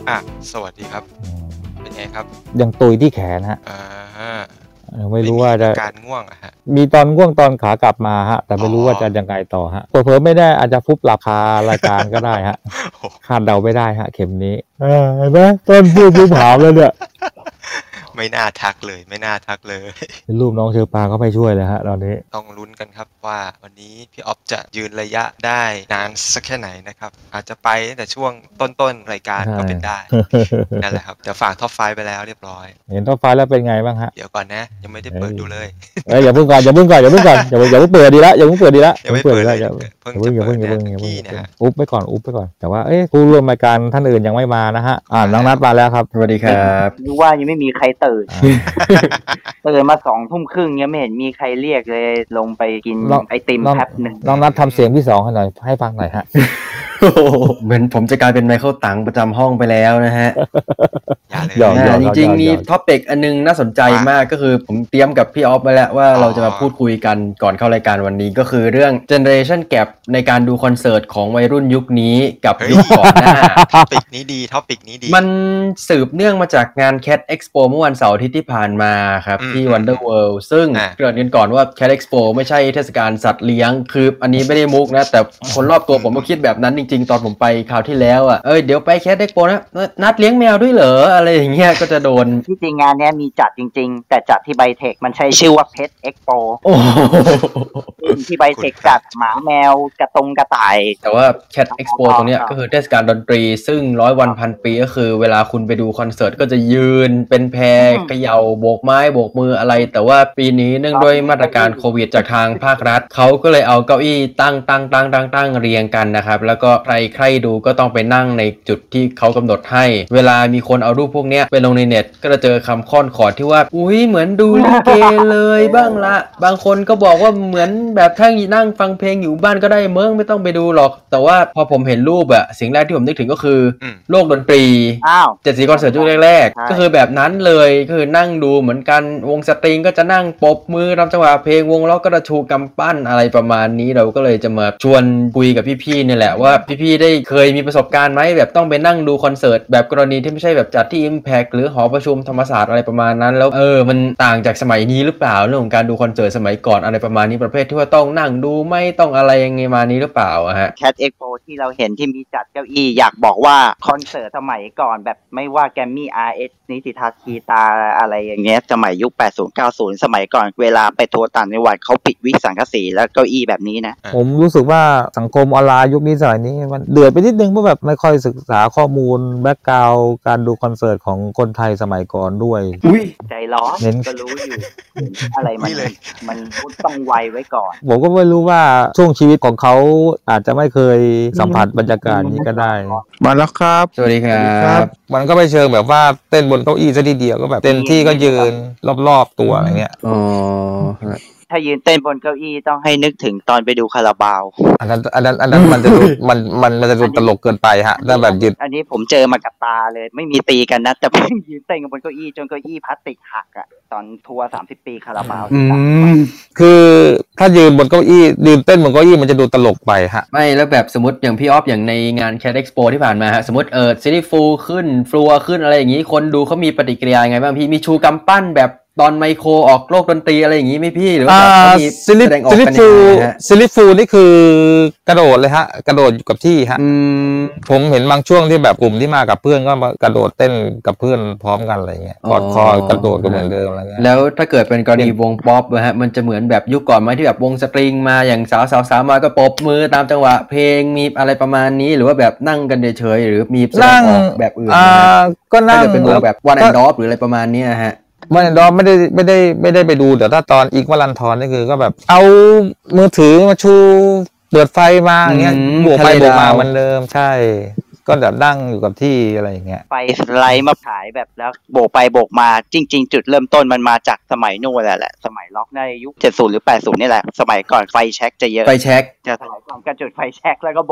อ่ะสวัสดีครับเป็นไงครับยังตุยที่แขนฮะไม่รู้ว่าจะการง่วงอะฮะมีตอนง่วงตอนขากลับมาฮะแต่ไม่รู้ว่าจะยังไงต่อฮะเผลอๆไม่ได้อาจจะฟุบหลับคารายการก็ได้ฮะคาดเดาไม่ได้ฮะเข็มนี้เห็นไหมต้นพูดผามแล้วเนี่ยไม่น่าทักเลยรูปน้องเชอปาก็ไม่ช่วยเลยฮะตอนนี้ต้องลุ้นกันครับว่าวันนี้พี่ออฟจะยืนระยะได้นานสักแค่ไหนนะครับอาจจะไปแต่ช่วงต้นรายการก็เป็นได้นั่นแหละครับแต่ฝากท็อปไฟไปแล้วเรียบร้อยเห็นท็อปไฟแล้วเป็นไงบ้างฮะเดี๋ยวก่อนนะยังไม่ได้เปิดดูเลยอย่าเพิ่งเปิดดีละอย่าเพิ่งเปิดอย่าเพิ่งเปิดเลยเพิ่งอุ๊บไปก่อนแต่ว่าผู้ร่วมรายการท่านอื่นยังไม่มานะฮะน้องนัทมาแล้วครับสวัสดีครับรู้ว่ายังไม่มีใครตื่นมา20:30ยังไม่เห็นมีใครเรียกเลยลงไปกินไอติมแป๊บนึงน้องนัททำเสียงพี่2ให้หน่อยให้ฟังหน่อยฮะเหมือนผมจะกลายเป็นไมเคิลตังประจำห้องไปแล้วนะฮะจริงๆมีท็อปิกอันนึงน่าสนใจมากก็คือผมเตรียมกับพี่ออฟไว้แล้วว่าเราจะมาพูดคุยกันก่อนเข้ารายการวันนี้ก็คือเรื่อง generation gap ในการดูคอนเสิร์ตของวัยรุ่นยุคนี้กับยุคก่อนหน้าท็อปิกนี้ดีมันสืบเนื่องมาจากงาน Cat Expo เมื่อวันเสาร์อาทิตย์ที่ผ่านมาครับที่ Wonder World ซึ่งเกริ่นกันก่อนว่า Cat Expo ไม่ใช่เทศกาลสัตว์เลี้ยงคืออันนี้ไม่ได้มุกนะแต่คนรอบตัวผมก็คิดแบบนั้นจริงๆตอนผมไปคราวที่แล้วเดี๋ยวไป Cat Expo นะนัดเลี้ยงแมวด้วยเหรออะไรอย่างเงี้ยก็จะโดนที่จริงงานนี้มีจัดจริงๆแต่จัดที่ไบเทคมันใช้ชื่อว่า Pet Expo ที่ไบเทคจัดหมาแมวกระต่ายแต่ว่า Cat Expo ตรงเนี้ยก็คือเทศกาลดนตรีซึ่ง100 วันพันปีก็คือเวลาคุณไปดูคอนเสิร์ตก็จะยืนเป็นแพเขย่าโบกไม้โบกมืออะไรแต่ว่าปีนี้เนื่องด้วยมาตรการโควิดจากทางภาครัฐเขาก็เลยเอาเก้าอี้ตั้งเรียงกันนะครับแล้วก็ใครดูก็ต้องไปนั่งในจุดที่เขากำหนดให้เวลามีคนเอารูปพวกเนี้ยไปลงในเน็ตก็จะเจอคำค่อนขอดที่ว่าอุ้ยเหมือนดูลิเกเลยบ้างละบางคนก็บอกว่าเหมือนแบบถ้านั่งฟังเพลงอยู่บ้านก็ได้เมืองไม่ต้องไปดูหรอกแต่ว่าพอผมเห็นรูปสิ่งแรกที่ผมนึกถึงก็คือโลกดนตรี7 สีคอนเสิร์ตยุคแรกๆก็คือแบบนั้นเลยก็คือนั่งดูเหมือนกันวงสตริงก็จะนั่งปบมือรำจังหวะเพลงวงล็อกก็จะชูกำปั้นอะไรประมาณนี้เราก็เลยจะมาชวนคุยกับพี่ๆนี่แหละว่าพี่ๆได้เคยมีประสบการณ์ไหมแบบต้องไปนั่งดูคอนเสิร์ตแบบกรณีที่ไม่ใช่แบบจัดที่ Impact หรือหอประชุมธรรมศาสตร์อะไรประมาณนั้นแล้วมันต่างจากสมัยนี้หรือเปล่าเรื่องของการดูคอนเสิร์ตสมัยก่อนอะไรประมาณนี้ประเภทที่ว่าต้องนั่งดูไม่ต้องอะไรยังไงมานี้หรือเปล่าฮะ Cat Expo ที่เราเห็นที่มีจัดเก้าอี้อยากบอกว่าคอนเสิร์ตสมัยก่อนแบบไม่ว่าแกมมี่ RS นิติทัศน์กีตาอะไรอย่างเงี้ยสมัยยุค80 90สมัยก่อนเวลาไปทัวร์ต่างจังหวัดเขาปิดวิกสังกะสีแล้วเก้าอี้แบบนี้นะผมรู้สึกว่าสังคมออนไลน์ยุคนี้สมัยนี้มันเดือดไปนิดนึงเพราะแบบไม่ค่อยศึกษาข้อมูลแบ็คกราวด์การดูคอนเสิร์ตของคนไทยสมัยก่อนด้วยใจร้อนก็รู้อยู่อะไรมันต้องไวไว้ก่อนผมก็ไม่รู้ว่าช่วงชีวิตของเขาอาจจะไม่เคยสัมผัสบรรยากาศนี้ก็ได้มาแล้วครับสวัสดีครับมันก็ไม่เชิงแบบว่าเต้นบนเก้าอี้ซะทีเดียวก็แบบเต็มที่ก็ยืนรอบๆตัวอะไรเงี้ยถ้ายืนเต้นบนเก้าอี้ต้องให้นึกถึงตอนไปดูคาราบาวอันนั้นมันจะดูมันจะดูตลกเกินไปฮะถ้าแบบยืนอันนี้ผมเจอมากับตาเลยไม่มีตีกันนะแต่ผมยืนเต้นกันบนเก้าอี้จนเก้าอี้พลาสติกหักตอนทัวร์30 ปีคาราบาวคือถ้ายืนบนเก้าอี้ยืนเต้นบนเก้าอี้มันจะดูตลกไปฮะไม่แล้วแบบสมมติอย่างพี่ออฟอย่างในงาน Cat Expo ที่ผ่านมาฮะสมมติซิลิฟูขึ้นฟลัวขึ้นอะไรอย่างงี้คนดูเขามีปฏิกิริยาไงบ้างพี่มีชูกำปั้นแบบตอนไมโครออกโลกดนตรีอะไรอย่างงี้ไหมพี่หรือว่ามีซิลิฟูนี่คือกระโดดเลยฮะกระโดดอยู่กับที่ฮะผมเห็นบางช่วงที่แบบกลุ่มที่มากับเพื่อนก็มากระโดดเต้นกับเพื่อนพร้อมกันอะไรเงี้ยกอดคอกระโดดกันเหมือนเดิมอะไรเงี้ยแล้วถ้าเกิดเป็นกรณีวงป๊อปนะฮะมันจะเหมือนแบบยุคก่อนไหมที่แบบวงสตริงมาอย่างสาวมาก็ปรบมือตามจังหวะเพลงมีอะไรประมาณนี้หรือว่าแบบนั่งกันเฉยๆหรือมีแสดงออกแบบอื่นก็นั่งเป็นวงแบบวันแอนด์ดอฟหรืออะไรประมาณนี้ฮะวันแอนด์ดอฟไม่ได้ไปดูแต่ถ้าตอนอีกวลันทรนี่คือก็แบบเอามือถือมาชูเปิดไฟมาอย่างเงี้ยบวกไปบวกมาเหมือนเดิมใช่ก็แบบนั่งอยู่กับที่อะไรอย่างเงี้ยไฟสไลด์มาฉายแบบแล้วโบกไปโบกมาจริงๆจุดเริ่มต้นมันมาจากสมัยนู่นแหละสมัยล็อกในยุค70หรือ80นี่แหละสมัยก่อนไฟแช็กจะเยอะไฟแช็กจะสมัยก่อนก็จุดไฟแช็กแล้วก็โบก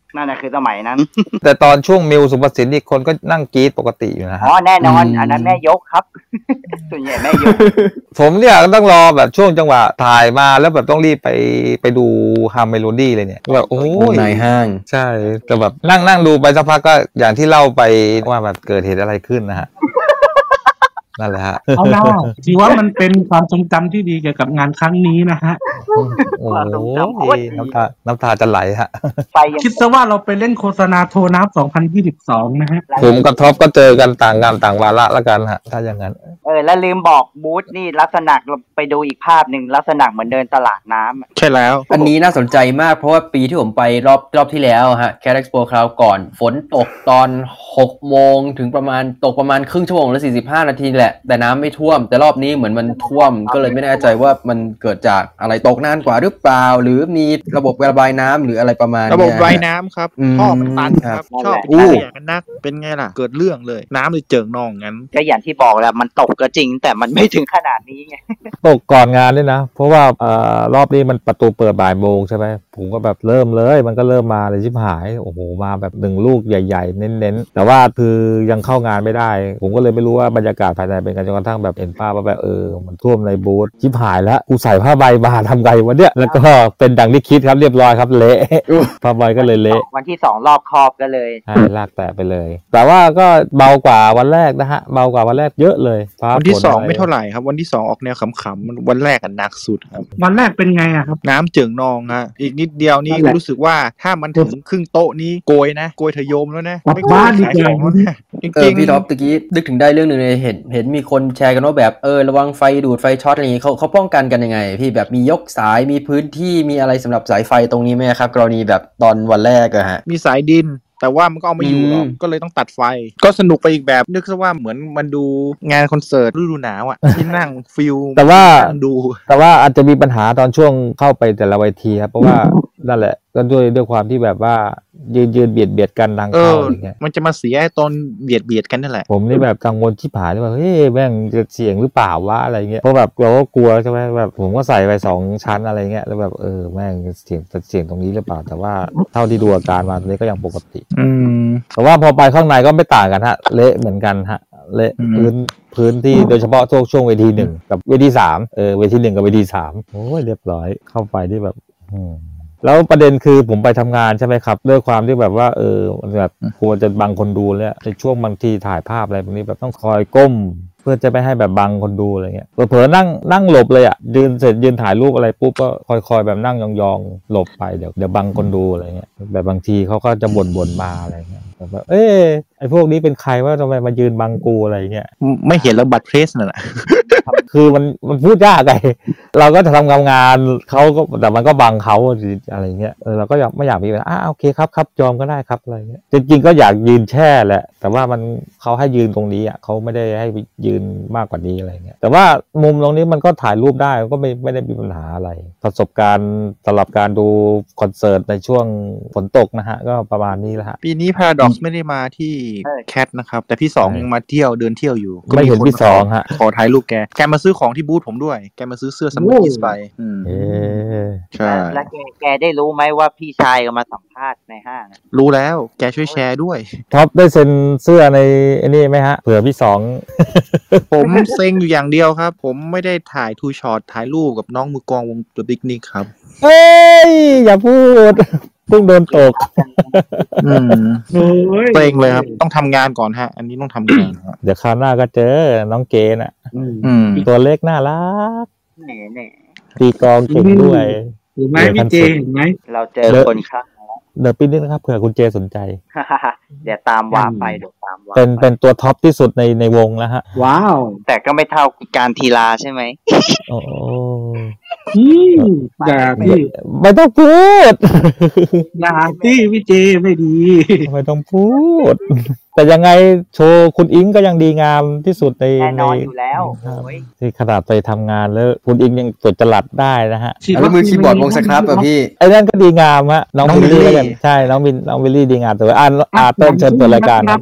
นั่นน่ะคือสมัยนั้นแต่ตอนช่วงมิวสุภสินนี่คนก็นั่งกรี๊ดปกติอยู่นะฮะอ๋อแน่นอนอันนั้นแม่ยกครับ ส่วนใหญ่แม่ยกผมเนี่ยต้องรอแบบช่วงจังหวะถ่ายมาแล้วแบบต้องรีบไปดูฮาร์เมโลดี้เลยเนี่ยแบบโอ้ยในห้างใช่แต่แบบนั่งดูไปสักพักก็อย่างที่เล่าไปว่าแบบเกิดเหตุอะไรขึ้นนะฮะ นั่นแหละฮะเอาล่ะถือว่ามันเป็นความทรงจำที่ดีเกี่ยวกับงานครั้งนี้นะฮะโอ้โหน้ำตาจะไหลฮะคิดซะว่าเราไปเล่นโฆษณาโทรน้ำ2022นะฮะผมกับท็อปก็เจอกันต่างงานต่างวาระละกันฮะถ้าอย่างนั้นแล้วลืมบอกบูธนี่ลักษณะเราไปดูอีกภาพหนึ่งลักษณะเหมือนเดินตลาดน้ำใช่แล้วอันนี้น่าสนใจมากเพราะว่าปีที่ผมไปรอบที่แล้วฮะ Cat Expo คราวก่อนฝนตกตอน6 โมงถึงประมาณครึ่งชั่วโมงหรือ45 นาทีแหละแต่น้ำไม่ท่วมแต่รอบนี้เหมือนมันท่วมก็เลยไม่แน่ใจว่ามันเกิดจากอะไรตกนานกว่าหรือเปล่าหรือมีระบบระบายน้ำหรืออะไรประมาณนี้ระบบระบายน้ำครับท่อมันตันครับชอบไปเสียกันนักเป็นไงล่ะเกิดเรื่องเลยน้ำเลยเจิ่งนองงั้นก็อย่างที่บอกแหละมันตกก็จริงแต่มันไม่ถึงขนาดนี้ไงตกก่อนงานด้วยนะเพราะว่ารอบนี้มันประตูเปิดบ่ายโมงใช่ไหมผมก็แบบเริ่มเลยมันก็เริ่มมาเลยชิบหายโอ้โหมาแบบ1 ลูกใหญ่ๆเน้นๆแต่ว่าคือยังเข้างานไม่ได้ผมก็เลยไม่รู้ว่าบรรยากาศภายในเป็นกันจนกระทั่งแบบเห็นภาพว่าแบบมันท่วมในบูธชิบหายแล้วกูใส่ผ้าใบมาทำไงวะเนี่ยแล้วก็เป็นดังที่คิดครับเรียบร้อยครับเละผ้าใบก็เลยเละวันที่2รอบครอบก็เลยใช่ลากแตะไปเลยแต่ว่าก็เบากว่าวันแรกนะฮะเบากว่าวันแรกเยอะเลยวันที่2ไม่เท่าไหร่ครับวันที่2ออกแนวขำๆวันแรกหนักสุดครับวันแรกเป็นไงอะครับน้ำเจิ่งนองฮะอีกนิดเดียวนี่รู้สึกว่าถ้ามันถึงครึ่งโต๊ะนี้โกยเธอโยมแล้วนะไม่บ้านขายของแล้วนะจริงๆพี่ท็อปตะกี้นึกถึงได้เรื่องนึงเลยเห็นมีคนแชร์กันว่าแบบระวังไฟดูดไฟช็อตอะไรอย่างงี้เขาป้องกันกันยังไงพี่แบบมียกสายมีพื้นที่มีอะไรสำหรับสายไฟตรงนี้ไหมครับกรณีแบบตอนวันแรกอะฮะมีสายดินแต่ว่ามันก็เอาไม่อยู่หรอกก็เลยต้องตัดไฟก็สนุกไปอีกแบบนึกซะว่าเหมือนมันดูงานคอนเสิร์ตฤดูหนาวอ่ะที่นั่งฟิลแต่ว่าอาจจะมีปัญหาตอนช่วงเข้าไปแต่ละเวทีครับเพราะว่านั่นแหละก็ด้วยความที่แบบว่ายืนเบียดกันทางเข้าอย่างเงี้ยมันจะมาเสียตอนเบียดกันนั่นแหละผมนี่แบบกังวลที่ผายว่าเฮ้ยแม่งจะเสี่ยงหรือเปล่าวะอะไรเงี้ยเพราะแบบเราก็กลัวใช่ไหมแบบผมก็ใส่ไป2 ชั้นอะไรเงี้ยแล้วแบบแม่งเสี่ยงตรงนี้หรือเปล่าแต่ว่าเท่าที่ดูอาการมาตอนนี้ก็ยังปกติแต่ว่าพอไปข้างในก็ไม่ต่างกันฮะเละเหมือนกันฮะเละพื้นที่โดยเฉพาะช่วงเวที1กับเวที3เวที1กับเวที3โอ้ยเรียบร้อยเข้าไปที่แบบแล้วประเด็นคือผมไปทำงานใช่ไหมครับด้วยความที่แบบว่ามันแบบกลัวจะบังคนดูแล้วในช่วงบางทีถ่ายภาพอะไรแบบนี้แบบต้องคอยก้มเพื่อจะไม่ให้แบบบังคนดูอะไรเงี้ยเผลอๆนั่งหลบเลยอ่ะยืนถ่ายรูปอะไรปุ๊บก็คอยแบบนั่งยองๆหลบไปเดี๋ยวบังคนดูอะไรเงี้ยแบบบางทีเขาก็จะบ่นมาอะไรเงี้ยแบบไอ้พวกนี้เป็นใครว่าทำไมมายืนบังกูอะไรเงี้ยไม่เห็นแล้วบัตรเพรสนั่นแหละคือมันพูดยากไงเราก็จะทำงานเขาก็แต่มันก็บังเขาอะไรเงี้ยเราก็ไม่อยากมีโอเคครับยอมก็ได้ครับอะไรเงี้ยจริงๆก็อยากยืนแช่แหละแต่ว่าเขาให้ยืนตรงนี้อ่ะเขาไม่ได้ให้ยืนมากกว่านี้อะไรเงี้ยแต่ว่ามุมตรงนี้มันก็ถ่ายรูปได้ก็ไม่ได้มีปัญหาอะไรประสบการณ์สำหรับการดูคอนเสิร์ตในช่วงฝนตกนะฮะก็ประมาณนี้แหละฮะปีนี้ Paradox ไม่ได้มาที่แคทนะครับแต่พี่2ยังมาเดินเที่ยวอยู่ไม่เห็นพี่2ฮะขอถ่ายรูปแกมาซื้อของที่บูธผมด้วยแกมาซื้อเสื้อซัมเมอร์อีสไปใช่แล้วแกได้รู้ไหมว่าพี่ชายก็มาสัมภาษณ์ในห้างรู้แล้วแกช่วยแชร์ด้วยท็อปได้เซ็นเสื้อในนี่ไหมฮะเผื่อพี่2 ผมเซ็งอยู่อย่างเดียวครับผมไม่ได้ถ่ายทูช็อตถ่ายรูปกับน้องมือกลองวง The Picnic ครับอย่าพูดเพิ่งโดนตกเซ็งเลยครับต้องทำงานก่อนฮะอันนี้ต้องทำงานเดี๋ยวคราวหน้าก็เจอน้องเกณฑ์ตัวเล็กน่ารักตีกลองเก่งด้วยถูกไหมพี่เจเห็นไหมเราเจอคนครับเดี๋ยวปีนี้นะครับเผื่อคุณเจสนใจเดี๋ยวตามวาไปเดี๋ยวตามวาเป็นตัวท็อปที่สุดในวงแล้วฮะว้าวแต่ก็ไม่เท่าการทีลาใช่ไหมโอ้อย่าพี่ไม่ต้องพูดอย่าพี่เจไม่ดีไม่ต้องพูดแต่ยังไงโชว์คุณอิงก็ยังดีงามที่สุดในแน่นอนอยู่แล้วที่ขนาดไปทำงานแล้วคุณอิงยังตรวจจลัดได้นะฮะแล้วมือคีย์บอร์ดวงสครับอะพี่ไอ้นั่นก็ดีงามฮะน้องวิลลี่ใช่น้องวิลลี่ดีงามแต่ว่าเติ้ลเชิญเปิดรายการนะ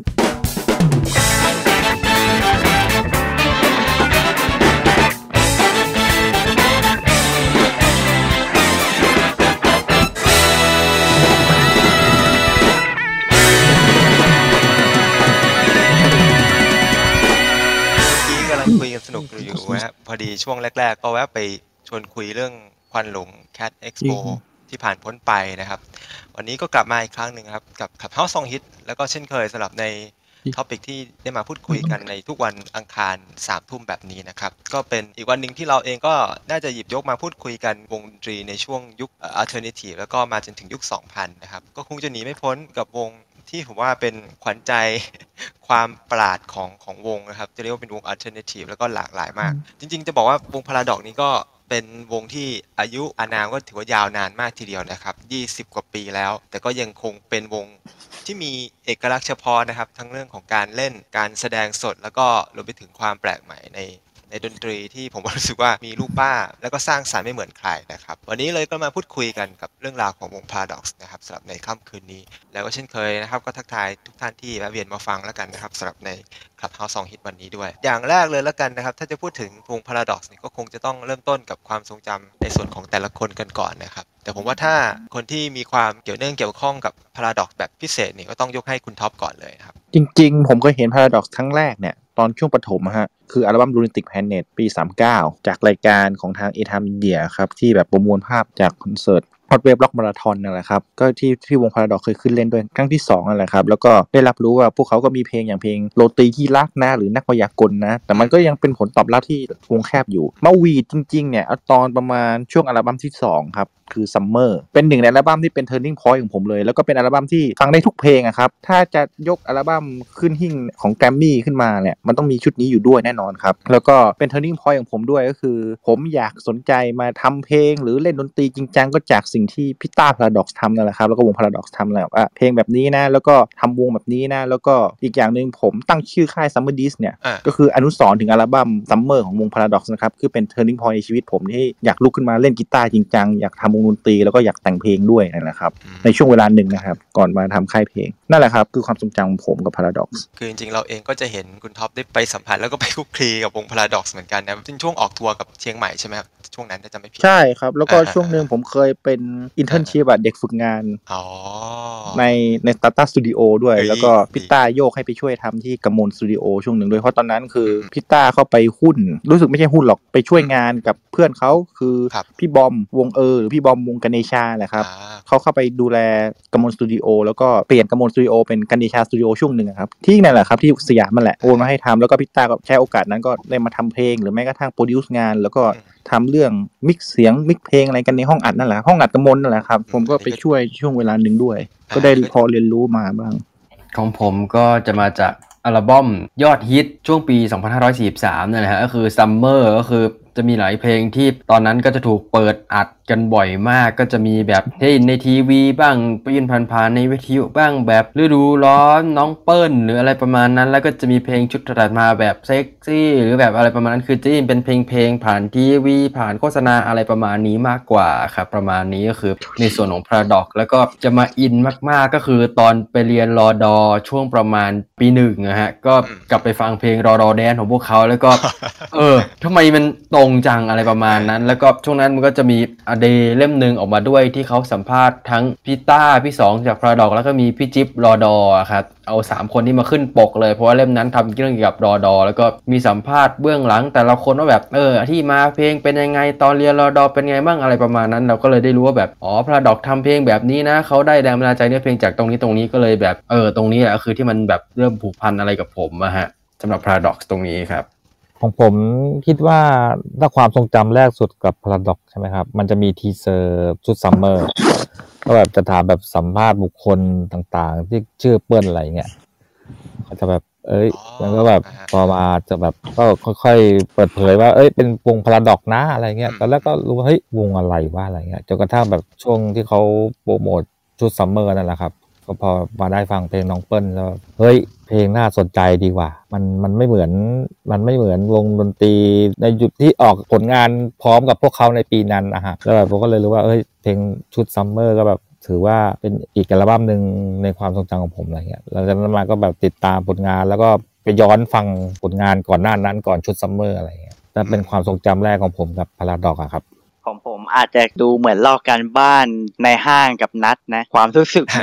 ดีช่วงแรกๆก็แวะไปชวนคุยเรื่องควันหลง Cat Expo ที่ผ่านพ้นไปนะครับวันนี้ก็กลับมาอีกครั้งหนึ่งครับกับ Clubhouse Song Hit แล้วก็เช่นเคยสำหรับในท็อปิกที่ได้มาพูดคุยกันในทุกวันอังคาร 3 ทุ่มแบบนี้นะครับก็เป็นอีกวันหนึ่งที่เราเองก็น่าจะหยิบยกมาพูดคุยกันวงดนตรีในช่วงยุค Alternative แล้วก็มาจนถึงยุค 2000 นะครับก็คงจะหนีไม่พ้นกับวงที่ผมว่าเป็นขวัญใจความประหลาดของวงนะครับจะเรียกว่าเป็นวง Alternative แล้วก็หลากหลายมากจริงๆจะบอกว่าวง Paradox นี้ก็เป็นวงที่อายุอานามก็ถือว่ายาวนานมากทีเดียวนะครับ20กว่าปีแล้วแต่ก็ยังคงเป็นวงที่มีเอกลักษณ์เฉพาะนะครับทั้งเรื่องของการเล่นการแสดงสดแล้วก็รวมไปถึงความแปลกใหม่ในดนตรีที่ผมรู้สึกว่ามีลูกป้าแล้วก็สร้างสรรค์ไม่เหมือนใครนะครับวันนี้เลยก็มาพูดคุยกันกับเรื่องราวของวง Paradox นะครับสำหรับในค่ำคืนนี้แล้วก็เช่นเคยนะครับก็ทักทายทุกท่านที่แวะเวียนมาฟังแล้วกันนะครับสำหรับใน Clubhouse Song Hit วันนี้ด้วยอย่างแรกเลยแล้วกันนะครับถ้าจะพูดถึงวง Paradox นี่ก็คงจะต้องเริ่มต้นกับความทรงจำในส่วนของแต่ละคนกันก่อนนะครับแต่ผมว่าถ้าคนที่มีความเกี่ยวข้องกับ Paradox แบบพิเศษนี่ก็ต้องยกให้คุณท็อปก่อนเลยครับจริงๆผมก็เห็น Paradox ครั้งแรกเนี่ยตอนช่วงประถมฮะคืออัลบั้ม Lunatic Planet ปี 39 จากรายการของทาง A-Time India ครับที่แบบประมวลภาพจากคอนเสิร์ต Hot Wave Rock Marathon นั่นแหละครับก็ที่วง Paradox เคยขึ้นเล่นด้วยครั้งที่2นั่นแหละครับแล้วก็ได้รับรู้ว่าพวกเขาก็มีเพลงอย่างเพลงโรตีที่รักนะหรือนักมายากลนะแต่มันก็ยังเป็นผลตอบรับที่วงแคบอยู่มาวีดจริงๆเนี่ยตอนประมาณช่วงอัลบั้มที่2ครับคือ Summer เป็นหนึ่งในอัลบั้มที่เป็น Turning Point ของผมเลยแล้วก็เป็นอัลบั้มที่ฟังได้ทุกเพลงอะครับถ้าจะยกอัลบั้มขึ้นหิ้งของ Grammy ขึ้นมาเนี่ยมันต้องมีชุดนี้อยู่ด้วยแน่นอนครับแล้วก็เป็น Turning Point ของผมด้วยก็คือผมอยากสนใจมาทำเพลงหรือเล่นดนตรีจริงจังก็จากสิ่งที่พี่ต้า Paradox ทำนั่นแหละครับแล้วก็วง Paradox ทำแล้วเพลงแบบนี้นะแล้วก็ทำวงแบบนี้นะแล้วก็อีกอย่างนึงผมตั้งชื่อค่าย Summer Disc เนี่ยก็คืออนุสรณ์ถึงอัลบั้ม Summer ของวง Paradox นะครับคือเป็น Turning Point ในชีวิตผมที่อยากลุกขึ้นมาเล่นกีตาร์จริงจังอยากทำวงดนตรีแล้วก็อยากแต่งเพลงด้วยนั่นแหละครับในช่วงเวลาหนึ่งนะครับก่อนมาทำค่ายเพลงนั่นแหละครับคือความทรงจำของผมกับ Paradox คือจริงๆเราเองก็จะเห็นคุณท็อปได้ไปสัมผัสแล้วก็ไปคลุกคลีกับวง Paradox เหมือนกันนะจริงช่วงออกทัวร์กับเชียงใหม่ใช่ไหมครับช่วงนั้นถ้าจำไม่ผิดใช่ครับแล้วก็ช่วงนึงผมเคยเป็น internship เด็กฝึกงานใน Tata Studio ด้วยแล้วก็พี่ต้าโยกให้ไปช่วยทำที่กมล Studio ช่วงหนึ่งด้วยเพราะตอนนั้นคือพี่ต้าเข้าไปหุ้นรู้สึกไม่ใช่หุ้นหรอกไปช่วยงานกับเพื่อนเขาคือพี่บอมวงหรือพี่บอมวงกเนชาแหละครับเขาเข้าไปดูแลกมล Studio แล้วก็เปลี่ยนกมล Studio เป็นกเนชา Studio ช่วงหนึ่งครับที่นั่นแหละครับที่สยามมันแหละโอนมาให้ทำแล้วก็พี่ต้าก็ใช้โอกาสนั้นก็ได้มาทำเพลงหรือแม้กระทั่งโปรดิวซ์งานแล้วก็ทำเรื่องมิกซ์เสียงมิกเพลงอะไรกันในห้องอัดนั่นแหละห้องอัดกมลนั่นแหละครับผมก็ไปช่วยช่วงเวลาหนึ่งด้วยก็ได้พอเรียนรู้มาบ้างของผมก็จะมาจากอัลบั้มยอดฮิตช่วงปี 2543 นั่นแหละฮะก็คือ Summer ก็คือจะมีหลายเพลงที่ตอนนั้นก็จะถูกเปิดอัดกันบ่อยมากก็จะมีแบบในทีวีบ้างไปยินผ่านๆในวิทยุบ้างแบบฤดูร้อนน้องเปิ้ลหรืออะไรประมาณนั้นแล้วก็จะมีเพลงชุดถัดมาแบบเซ็กซี่หรือแบบอะไรประมาณนั้นคือจะยินเป็นเพลงผ่านทีวีผ่านโฆษณาอะไรประมาณนี้มากกว่าครับประมาณนี้ก็คือในส่วนของ Paradox แล้วก็จะมาอินมากๆก็คือตอนไปเรียนรอดอช่วงประมาณปี1นะฮะก็กลับไปฟังเพลงรอดอแดนของพวกเขาแล้วก็ทำไมมันตรงจังอะไรประมาณนั้นแล้วก็ช่วงนั้นมันก็จะมีอเดย์เล่มนึงออกมาด้วยที่เขาสัมภาษณ์ทั้งพี่ต้าพี่2จาก Paradox แล้วก็มีพี่จิ๊บรอดอครับเอา3คนนี้มาขึ้นปกเลยเพราะว่าเล่มนั้นทำเรื่องเกี่ยวกับรอดอแล้วก็มีสัมภาษณ์เบื้องหลังแต่ละคนว่าแบบที่มาเพลงเป็นยังไงตอนเรียนรอดอเป็นไงบ้างอะไรประมาณนั้นเราก็เลยได้รู้ว่าแบบParadox ทำเพลงแบบนี้นะเขาได้แรงบันดาลใจเนื้อเพลงจากตรงนี้ก็เลยแบบตรงนี้แหละคือที่มันแบบเริ่มผูกพันอะไรกับผมอะฮะสำหรับ Paradox ตรงนี้ครับของผมคิดว่าถ้าความทรงจำแรกสุดกับ Paradox ใช่ไหมครับมันจะมีทีเซอร์ชุดซัมเมอร์ก็แบบจะถามแบบสัมภาษณ์บุคคลต่างๆที่ชื่อเปิ้ลอะไรเงี้ยเขาจะแบบมันก็แบบพอมาจะแบบก็ค่อยๆเปิดเผยว่าเป็นวง Paradox นะอะไรเงี้ยตอนแรกก็รู้ว่าเฮ้ยวงอะไรว่าอะไรเงี้ยจนกระทั่งแบบช่วงที่เขาโปรโมทชุดซัมเมอร์นั่นแหละครับก็พอมาได้ฟังเพลงน้องเปิ้ลแล้วเฮ้ยเพลงน่าสนใจดีกว่ามันไม่เหมือนวงดนตรีในยุคที่ออกผลงานพร้อมกับพวกเขาในปีนั้นนะฮะแล้วแบบผมก็เลยรู้ว่าเพลงชุดซัมเมอร์ก็แบบถือว่าเป็นอีกอัลบั้มนึงในความทรงจำของผมอะไรเงี้ยแล้วจากนั้นมาก็แบบติดตามผลงานแล้วก็ไปย้อนฟังผลงานก่อนหน้านั้นก่อนชุดซัมเมอร์อะไรเงี้ยนั่นเป็นความทรงจำแรกของผมกับ Paradox ครับของผมอาจจะดูเหมือนลอกการบ้านในห้างกับนัดนะความรู้สึกเหมือนกันเลย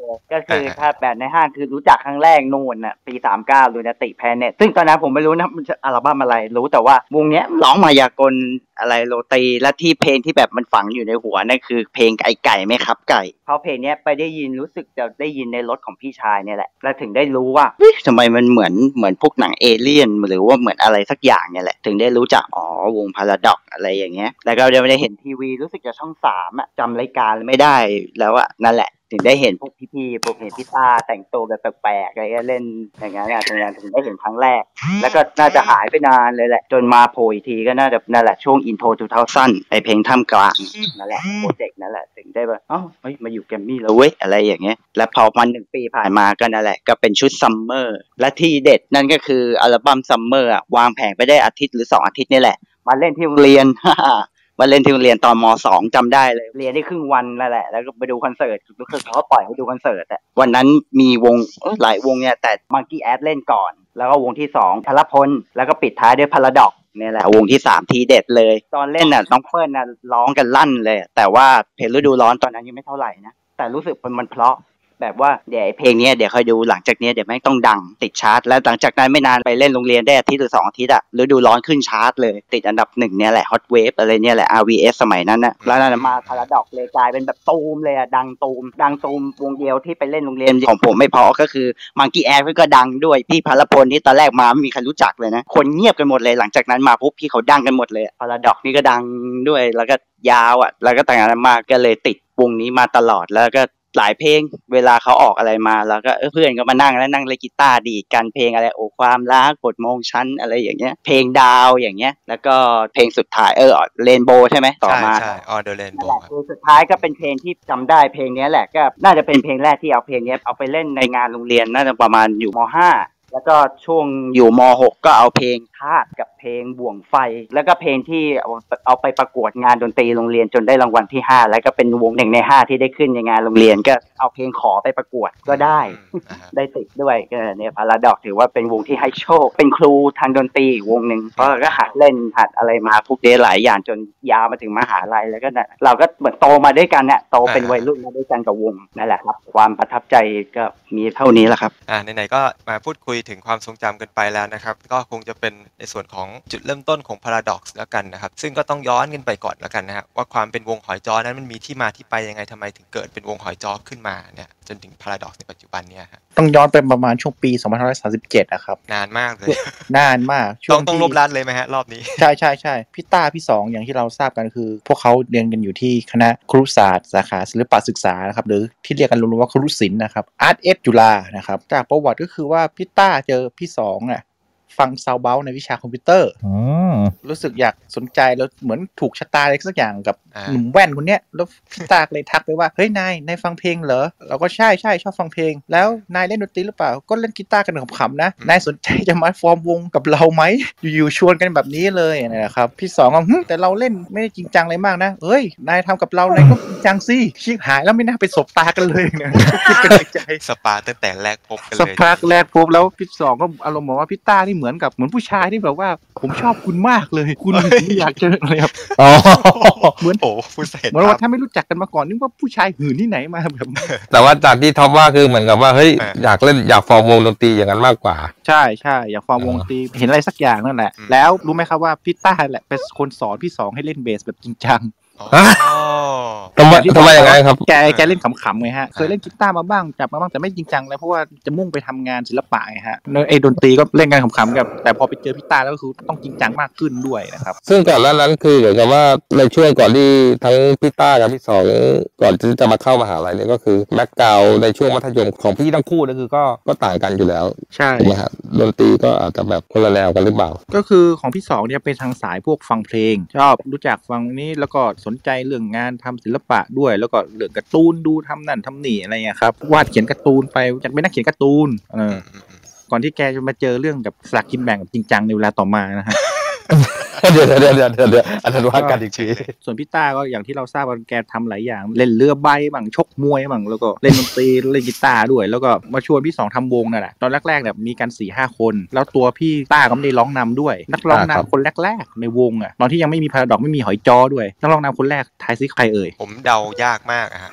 ก็คือถ้าแบบในห้างคือรู้จักครั้งแรกนู่นน่ะปี39ลูนาติกแพลเน็ตซึ่งตอนนั้นผมไม่รู้นะมันอัลบั้มอะไรรู้แต่ว่าวงเนี้ยร้องมายากลอะไรโรตีและที่เพลงที่แบบมันฝังอยู่ในหัวนั่นคือเพลงไก่ไหมครับไก่เพราะเพลงเนี้ยไปได้ยินรู้สึกจะได้ยินในรถของพี่ชายเนี่ยแหละแล้วถึงได้รู้ว่าทำไมมันเหมือนพวกหนังเอเลี่ยนหรือว่าเหมือนอะไรสักอย่างเนี่ยแหละถึงได้รู้จักวงพาราดอกอะไรอย่างเงี้ยแล้วก็ได้เห็นทีวีรู้สึกจะช่อง3อ่ะจำรายการไม่ได้แล้วอ่ะนั่นแหละถึงได้เห็นพวกพี่ๆพวกเห็นพี่ต้าแต่งตัวแบบแปลกๆอะไรเล่นอย่างนั้นอ่ะถึงได้เห็นครั้งแรกแล้วก็น่าจะหายไปนานเลยแหละจนมาโผล่อีกทีก็น่าจะนั่นแหละช่วง Intro 2000ไอเพลงท่ามกลางนั่นแหละโปรเจกต์นั่นแหละถึงได้แบบเฮ้ยมาอยู่แกรมมี่แล้วเว้ยอะไรอย่างเงี้ยแล้วพอมัน1 ปีผ่านมาก็นั่นแหละก็เป็นชุดซัมเมอร์และที่เด็ดนั่นก็คืออัลบั้มซัมเมอร์อ่ะวางแผงไปได้อาทิตย์หรือ2 อาทิตย์นี่แหละมาเล่นที่โรงเรียน มาเล่นที่โรงเรียนตอนม.2 จำได้เลยเรียนได้ครึ่งวันนั่นแหละแล้วก็ไปดูคอนเสิร์ตคือเขาปล่อยให้ดูคอนเสิร์ตอ่ะวันนั้นมีวงหลายวงเนี่ยแต่ Monkey Ass เล่นก่อนแล้วก็วงที่2พลพลแล้วก็ปิดท้ายด้วย Paradox เนี่ยแหละวงที่3ทีเด็ดเลยตอนเล่นน่ะน้องเฟิร์นน่ะร้องกันลั่นเลยแต่ว่าเพลงฤดูร้อนตอนนั้นยังไม่เท่าไหร่นะแต่รู้สึกมันเพราะแบบว่าเดี๋ยวเพลงนี้เดี๋ยวค่อยดูหลังจากนี้เดี๋ยวไม่ต้องดังติดชาร์ตแล้วหลังจากนั้นไม่นานไปเล่นโรงเรียนได้อาทิตย์หรือ2 อาทิตย์อ่ะฤดูร้อนขึ้นชาร์ตเลยติดอันดับ1เนี่ยแหละฮอตเวฟอะไรเนี่ยแหละ RVS สมัยนั้นนะแล้วนั่นมาพาราดอกเลยกลายเป็นแบบตูมเลยอ่ะดังตูมวงเดียวที่ไปเล่นโรงเรียนของผมไม่พอก็คือมังกี้แอร์ก็ดังด้วยพี่พลพลนี่ตอนแรกมาไม่มีใครรู้จักเลยนะคนเงียบกันหมดเลยหลังจากนั้นมาปุ๊บพี่เขาดังกันหมดเลยพาราดอกนี่ก็ดังด้วยแล้วก็ยาวอ่ะแล้วก็ต่างกันมากก็เลยติดวงนี้มาตลอดแล้วก็หลายเพลงเวลาเขาออกอะไรมาแล้วก็เพื่อนก็มานั่งแล้วนั่งเล่นกีตาร์ดีกันเพลงอะไรความรักกดมองชั้นอะไรอย่างเงี้ยเพลงดาวอย่างเงี้ยแล้วก็เพลงสุดท้ายเรนโบว์ใช่ไหมต่อมาใช่The Rainbow คือสุดท้ายก็เป็นเพลงที่จำได้เพลงนี้แหละก็น่าจะเป็นเพลงแรกที่เอาเพลงนี้เอาไปเล่นในงานโรงเรียนน่าจะประมาณอยู่ม.5แล้วก็ช่วงอยู่ม.6ก็เอาเพลงธาตุกับเพลงบ่วงไฟแล้วก็เพลงที่เอาไปประกวดงานดนตรีโรงเรียนจนได้รางวัลที่5แล้วก็เป็นวง1 ใน 5ที่ได้ขึ้นในงานโรงเรียนก็เอาเพลงขอไปประกวดก็ได้ได้ติดด้วยก็เนี่ยพาราดอกถือว่าเป็นวงที่ให้โชคเป็นครูทางดนตรีอีกวงนึงเพราะก็หัดเล่นหัดอะไรมาพวกนี้หลายอย่างจนยาวมาถึงมหาลัยแล้วก็เราก็เหมือนโตมาด้วยกันเนี่ยโตเป็นวัยรุ่นมาด้วยกันกับวงนั่นแหละครับความประทับใจก็มีเท่านี้แหละครับไหนๆก็มาพูดคุยถึงความทรงจำกันไปแล้วนะครับก็คงจะเป็นในส่วนของจุดเริ่มต้นของ Paradox แล้วกันนะครับซึ่งก็ต้องย้อนกันไปก่อนแล้วกันนะครับว่าความเป็นวงหอยจ้อนั้นมันมีที่มาที่ไปยังไงทำไมถึงเกิดเป็นวงหอยจ้อขึ้นมาเนี่ยจนถึง Paradox ในปัจจุบันเนี่ยครับต้องย้อนไปประมาณช่วงปี2537นะครับนานมากเลยนานมากต้องลบล้านเลยไหมฮะรอบนี้ใช่พี่ต้าพี่สองอย่างที่เราทราบกันคือพวกเขาเรียนกันอยู่ที่คณะครุศาสตร์สาขาศิลปศึกษานะครับหรือที่เรียกกันรวมๆว่าครุศิลป์นะครับอาร์ตเอสจุฬานะครับจากประวัติก็คือว่าพี่ต้าเจอพี่สองอ่ะฟังซาวเบลในวิชาคอมพิวเตอร์รู้สึกอยากสนใจแล้วเหมือนถูกชะตาอะไรสักอย่างกับหนุ่มแว่นคนเนี้ยแล้วพี่ตาเลยทักไปว่าเฮ้ยนายฟังเพลงเหรอเราก็ใช่ชอบฟังเพลงแล้วนายเล่นดนตรีหรือเปล่าก็เล่นกีตาร์กันขำๆนะนายสนใจจะมาฟอร์มวงกับเราไหมอยู่ชวนกันแบบนี้เลยนะครับพี่สองก็แต่เราเล่นไม่ได้จริงจังอะไรมากนะเฮ้ยนายทำกับเรานายก็จริงจังสิชิบหายแล้วไม่น่าไปสบตากันเลยเนี่ยคิดกันในใจสปาตั้งแต่แรกพบกันเลยสปาแรกพบแล้วพี่สองก็อารมณ์บอกว่าพี่ต้านี่เหมือนผู้ชายที่แบบว่าผมชอบคุณมากเลยคุณอยากเจออะไรครับเหมือนผู้เสพเหมือนว่าถ้าไม่รู้จักกันมาก่อนนึกว่าผู้ชายหื่นที่ไหนมาแบบแต่ว่าจากที่ท็อปว่าคือเหมือนกับว่าเฮ้ยอยากเล่นอยากฟอร์มวงดนตรีอย่างนั้นมากกว่าใช่อยากฟอร์มวงดนตรีเห็นอะไรสักอย่างนั่นแหละแล้วรู้ไหมครับว่าพี่ต้าแหละเป็นคนสอนพี่สองให้เล่นเบสแบบจริงจังทำไมอย่างไรครับแกเล่นขำๆไงฮะเคยเล่นกีตาร์มาบ้างจับมาบ้างแต่ไม่จริงจังเลยเพราะว่าจะมุ่งไปทำงานศิลปะไงฮะไอ้ดนตรีก็เล่นกันขำๆกับแต่พอไปเจอพี่ต้าแล้วก็คือต้องจริงจังมากขึ้นด้วยนะครับซึ่งก่อนนั้นคือเหมือนกับว่าในช่วงก่อนที่ทั้งพี่ต้ากับพี่สองก่อนที่จะมาเข้ามหาลัยเนี่ยก็คือแบ็คกราวด์ในช่วงมัธยมของพี่ทั้งคู่นั่นคือก็ต่างกันอยู่แล้วใช่นะฮะดนตรีก็อาจจะแบบคนละแนวกันหรือเปล่าก็คือของพี่สองเนี่ยเป็นทางสายพวกฟังเพลงชอบรู้จักฟังนี้แล้วก็สนใจเรื่องงานทำศิลปะด้วยแล้วก็เรื่องการ์ตูนดูทำนั่นทำนี่อะไรเงี้ยครับวาดเขียนการ์ตูนไปอยากเป็นนักเขียนการ์ตูนก่อนที่แกจะมาเจอเรื่องกับสลากกินแบ่งจริงจังในเวลาต่อมานะฮะเดี๋ยวอันนั้นว่ากันอีกทีส่วนพี่ต้าก็อย่างที่เราทราบว่าแกทำหลายอย่างเล่นเรือใบบ้างชกมวยบ้างแล้วก็เล่นดนตรีเล่นกีตาร์ด้วยแล้วก็มาชวนพี่สองทำวงนั่นแหละตอนแรกๆเนี่ยมีกัน 4-5 คนแล้วตัวพี่ต้าก็ไม่ได้ร้องนำด้วยนักร้องนำคนแรกๆในวงอ่ะตอนที่ยังไม่มีพาราดอกไม่มีหอยจ้อด้วยนักร้องนำคนแรกทายซิใครเอ่ยผมเดายากมากฮะ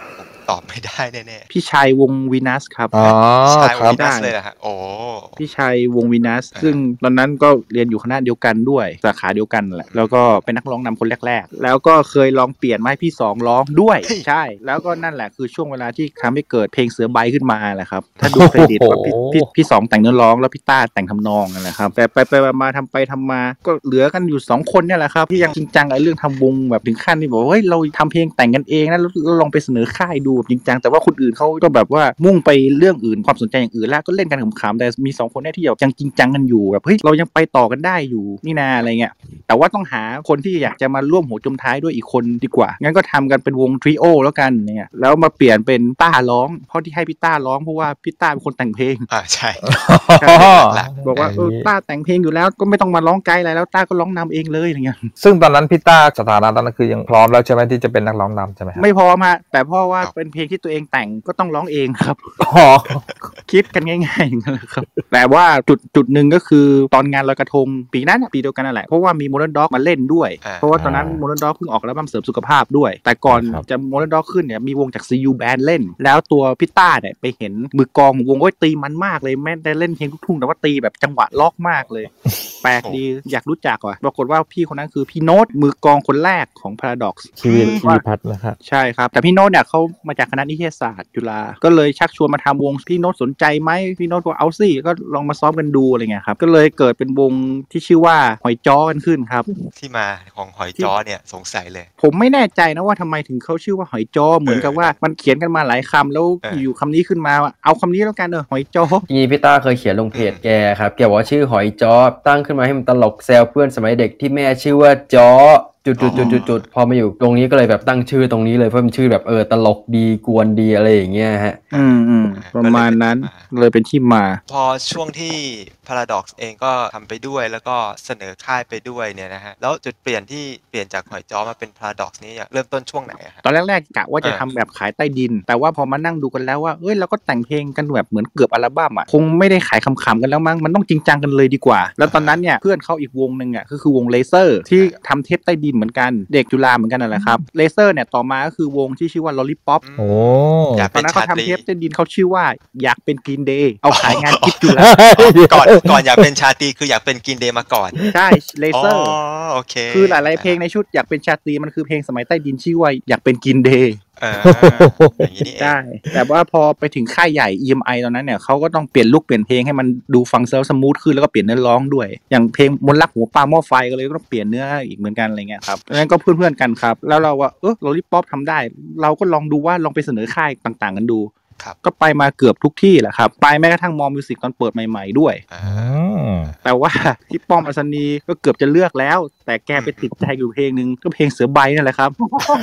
ตอบไม่ได้แน่พี่ชัยวงวีนัสครับอ๋อๆชายคว รับงนัสเลยนะฮะโอ้พี่ชัยวงวีนัสซึ่งตอนนั้นก็เรียนอยู่คณะเดียวกันด้วยสาขาเดียวกันแหละแล้วก็เป็นนักร้องนำคนแรกๆแล้วก็เคยลองเปลี่ยนมาให้พี่สองร้องด้วยใช่แล้วก็นั่นแหละคือช่วงเวลาที่ทำให้เกิดเพลงเสือใบขึ้นมาแหละครับถ้าดูเครดิตว่าพี่สองแต่งเนื้อร้องแล้วพี่ต้าแต่งทำนองนั่นแหละครับแต่ไปมาทำไปทำมาก็เหลือกันอยู่2คนเนี่ยแหละครับที่ยังจริงจังไอ้เรื่องทำวงแบบถึงขั้นที่บอกว่าเฮ้ยเราทำเพลงแต่งกันเองนะแล้วลองไปเสนอค่ายดูแบบจริงจังแต่ว่าคนอื่นเขาก็แบบว่ามุ่งไปเรื่องอื่นความสนใจอย่างอื่นแล้วก็เล่นกันขำๆแต่มี2คนเนี่ยที่ยังจริงจังกันอยู่แบบเฮ้ยเรายังไปต่อกันได้อยู่นี่นาอะไรเงี้ยแต่ว่าต้องหาคนที่อยากจะมาร่วมหัวจมท้ายด้วยอีกคนดีกว่างั้นก็ทำกันเป็นวงทริโอแล้วกันเนี่ยแล้วมาเปลี่ยนเป็นต้าร้องเพราะที่ให้พี่ต้าร้องเพราะว่าพี่ต้าเป็นคนแต่งเพลงใช่บอกว่าต้าแต่งเพลงอยู่แล้วก็ไม่ต้องมาร้องไกด์อะไรแล้วต้าก็ร้องนำเองเลยอย่างเงี้ยซึ่งตอนนั้นพี่ต้าสถานะตอนนั้นคือยังพร้อมแล้วใช่ไหมที่จะเป็นนักร้องนำใช่ไหมไม่พร้อมฮะแต่เพราะว่าเป็นเพลงที่ตัวเองแต่งก็ต้องร้องเองครับคิดกันง่ายๆอย่างนั้นครับแต่ว่าจุดหนึ่งก็คือตอนงานลอยกระทงปีนั้นปีเดียวกันนั่นแหละเพราะว่ามีโมเดิร์นด็อกมาเล่นด้วยเพราะว่าตอนนั้นโมเดิร์นด็อกเพิ่งออกอัลบั้มเสริมสุขภาพด้วยแต่ก่อนจะโมเดิร์นด็อกขึ้นเนี่ยมีวงจาก CU Band เล่นแล้วตัวพี่ต้าเนี่ยไปเห็นมือกลองของวงก็ตีมันมากเลยแม้ได้เล่นเพลงลูกทุ่งแต่ว่าตีแบบจังหวะล็อกมากเลยแปลกดีอยากรู้จักว่ะปรากฏว่าพี่คนนั้นคือพี่โน้ตมือกลองคนแรกของ Paradox ชีวิพัฒน์นะครับใช่ครับแต่พี่โน้ตเนี่ยเขามาจากคณะนิเทศศาสตร์จุฬาก็เลยชักชวนมาทำวงพี่โน้ตสนใจไหมพี่โน้ตก็เอาสิก็ลองมาซ้อมกันดูอะไรเงี้ยครับก็เลยเกิดเป็นวงที่ชื่อว่าหอยจ้อกันขึ้นครับที่มาของหอยจ้อเนี่ยสงสัยเลยผมไม่แน่ใจนะว่าทำไมถึงเขาชื่อว่าหอยจ้อเหมือนกับว่ามันเขียนกันมาหลายคำแล้วอยู่คำนี้ขึ้นมาเอาคำนี้แล้วกันหอยจ้อนี่พี่ต้าเคยเขียนลงเพจแกครับแกบอกว่าชื่อหอยจ้อตั้งขึ้นมาให้มันตลกแซวเพื่อนสมัยเด็กที่แม่ชื่อว่าจ้อจุดพอมาอยู่ตรงนี้ก็เลยแบบตั้งชื่อตรงนี้เลยเพราะมันชื่อแบบตลกดีกวนดีอะไรอย่างเงี้ยฮะประมาณนั้นเลยเป็นที่มาพอช่วงที่ Paradox เองก็ทำไปด้วยแล้วก็เสนอค่ายไปด้วยเนี่ยนะฮะแล้วจุดเปลี่ยนจากหอยจ้อมาเป็น Paradox นี้เริ่มต้นช่วงไหนครับตอนแรกๆกะว่าจะทำแบบขายใต้ดินแต่ว่าพอมานั่งดูกันแล้วว่าเราก็แต่งเพลงกันแบบเหมือนเกือบอัลบั้มอ่ะคงไม่ได้ขายขำๆกันแล้วมั้งมันต้องจริงจังกันเลยดีกว่าแล้วตอนนั้นเนี่ยเพื่อนเขาอีกวงนึงอ่ะก็คือวงเลเซอร์ที่ทำเทปใต้ดินเหมือนกันเด็กจุฬาเหมือนกันนั่นแหละครับเลเซอร์เนี่ยต่อมาก็คือวงที่ชื่อว่า Lollipop ตอนนั้นเขาทำเทปใต้ดินเขาชื่อว่าอยากเป็นกรีนเดย์เอาขายงานกิฟต์จุฬาก่อนอยากเป็นชาตรีคืออยากเป็นกรีนเดย์มาก่อนใช่เลเซอร์โอเคคือหลายๆเพลงในชุดอยากเป็นชาตรีมันคือเพลงสมัยใต้ดินชื่อว่าอยากเป็นกรีนเดย์อย่างนี้นี่เองใช่แต่ว่าพอไปถึงค่ายใหญ่ EMI ตอนนั้นเนี่ยเขาก็ต้องเปลี่ยนลุคเปลี่ยนเพลงให้มันดูฟังเซลสมูทขึ้นแล้วก็เปลี่ยนเนื้อร้องด้วยอย่างเพลงมนต์รักหัวปลาหม้อไฟก็เลยต้องเปลี่ยนเนื้ออีกเหมือนกันอะไรเงี้ยครับนั้นก็เพื่อนๆกันครับแล้วเราว่าLollipopทำได้เราก็ลองดูว่าลองไปเสนอค่ายต่างๆกันดูก็ไปมาเกือบทุกที่แหละครับไปแม้กระทั่งมอมิวสิกตอนเปิดใหม่ๆด้วยแต่ว่าพี่ป้อมอัศนีก็เกือบจะเลือกแล้วแต่แกไปติดใจอยู่เพลงนึงก็เพลงเสือใบนั่นแหละครับ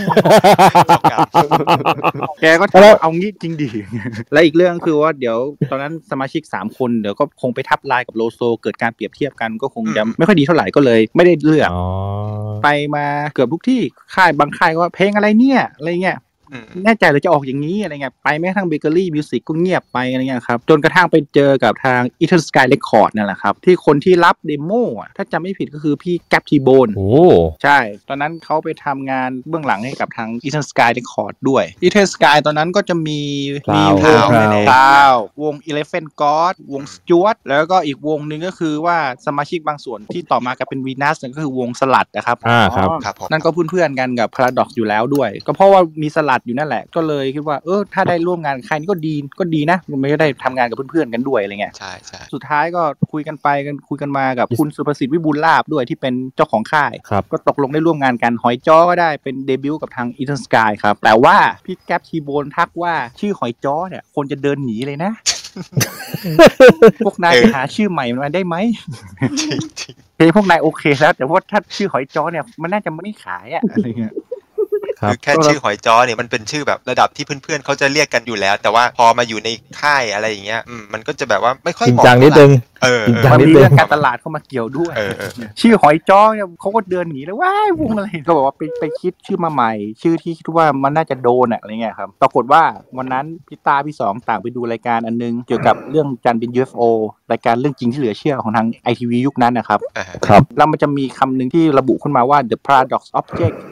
แกก็ถามเอางี้จริงดิและอีกเรื่องคือว่าเดี๋ยวตอนนั้นสมาชิก3คนเดี๋ยวก็คงไปทับลายกับโลโซเกิดการเปรียบเทียบกันก็คงจะไม่ค่อยดีเท่าไหร่ก็เลยไม่ได้เลือกไปมาเกือบทุกที่ค่ายบางค่ายก็ว่าเพลงอะไรเนี่ยอะไรเงี้ยแน่ใจเลยจะออกอย่างนี้อะไรเงี้ยไปแม้กระทั่งเบเกอรี่มิวสิกก็เงียบไปอะไรเงี้ยครับจนกระทั่งไปเจอกับทาง Eternal Sky Record นั่นแหละครับที่คนที่รับเดโมถ้าจำไม่ผิดก็คือพี่แก๊ปทีโบนใช่ตอนนั้นเขาไปทำงานเบื้องหลังให้กับทาง Eternal Sky Record ด้วย Eternal Sky ตอนนั้นก็จะมีวง Elephant God วง Stuart แล้วก็อีกวงนึงก็คือว่าสมาชิกบางส่วนที่ต่อมาก็เป็น Venus ก็คือวงสลัดนะครับนั่นก็เพื่อนๆกันกับ Paradox อยู่แล้วด้วยก็เพราะว่ามีสลัดอยู่นั่นแหละก็เลยคิดว่าถ้าได้ร่วมงานใครนี่ก็ดีนะมันไม่ได้ทำงานกับเพื่อนๆกันด้วยอะไรเงี้ยใช่สุดท้ายก็คุยกันไปกันคุยกันมากับคุณสุประสิทธิ์วิบูลย์ลาภด้วยที่เป็นเจ้าของค่ายก็ตกลงได้ร่วมงานกันหอยจ้อก็ได้เป็นเดบิวต์กับทาง Eternal Sky ครับแต่ว่าพี่แก๊ปทีโบนทักว่าชื่อหอยจ้อเนี่ยคนจะเดินหนีเลยนะพวกนายหาชื่อใหม่มาได้ไหมเพลงพวกนายโอเคแล้วแต่ว่าถ้าชื่อหอยจ้อเนี่ยมันน่าจะไม่ขายอะไรเงี้ยคือแค่ชื่อหอยจ้อเนี่ยมันเป็นชื่อแบบระดับที่เพื่อนๆเขาจะเรียกกันอยู่แล้วแต่ว่าพอมาอยู่ในค่ายอะไรอย่างเงี้ยมันก็จะแบบว่าไม่ค่อยเหมาะจังนิดนึงมันมีเรื่องการตลาดเข้ามาเกี่ยวด้วยชื่อหอยจ้อเนี่ยเขาก็เดินหนีแล้วว้ายวงอะไรก็บอกว่าไปคิดชื่อมาใหม่ชื่อที่คิดว่ามันน่าจะโดนอะไรเงี้ยครับปรากฏว่าวันนั้นพี่ตาพี่สองต่างไปดูรายการอันนึงเกี่ยวกับเรื่องจานบิน UFO รายการเรื่องจริงที่เหลือเชื่อของทาง ITV ยุคนั้นนะครับแล้วมันจะมีคำนึงที่ระบุขึ้นมาว่า The Paradox Object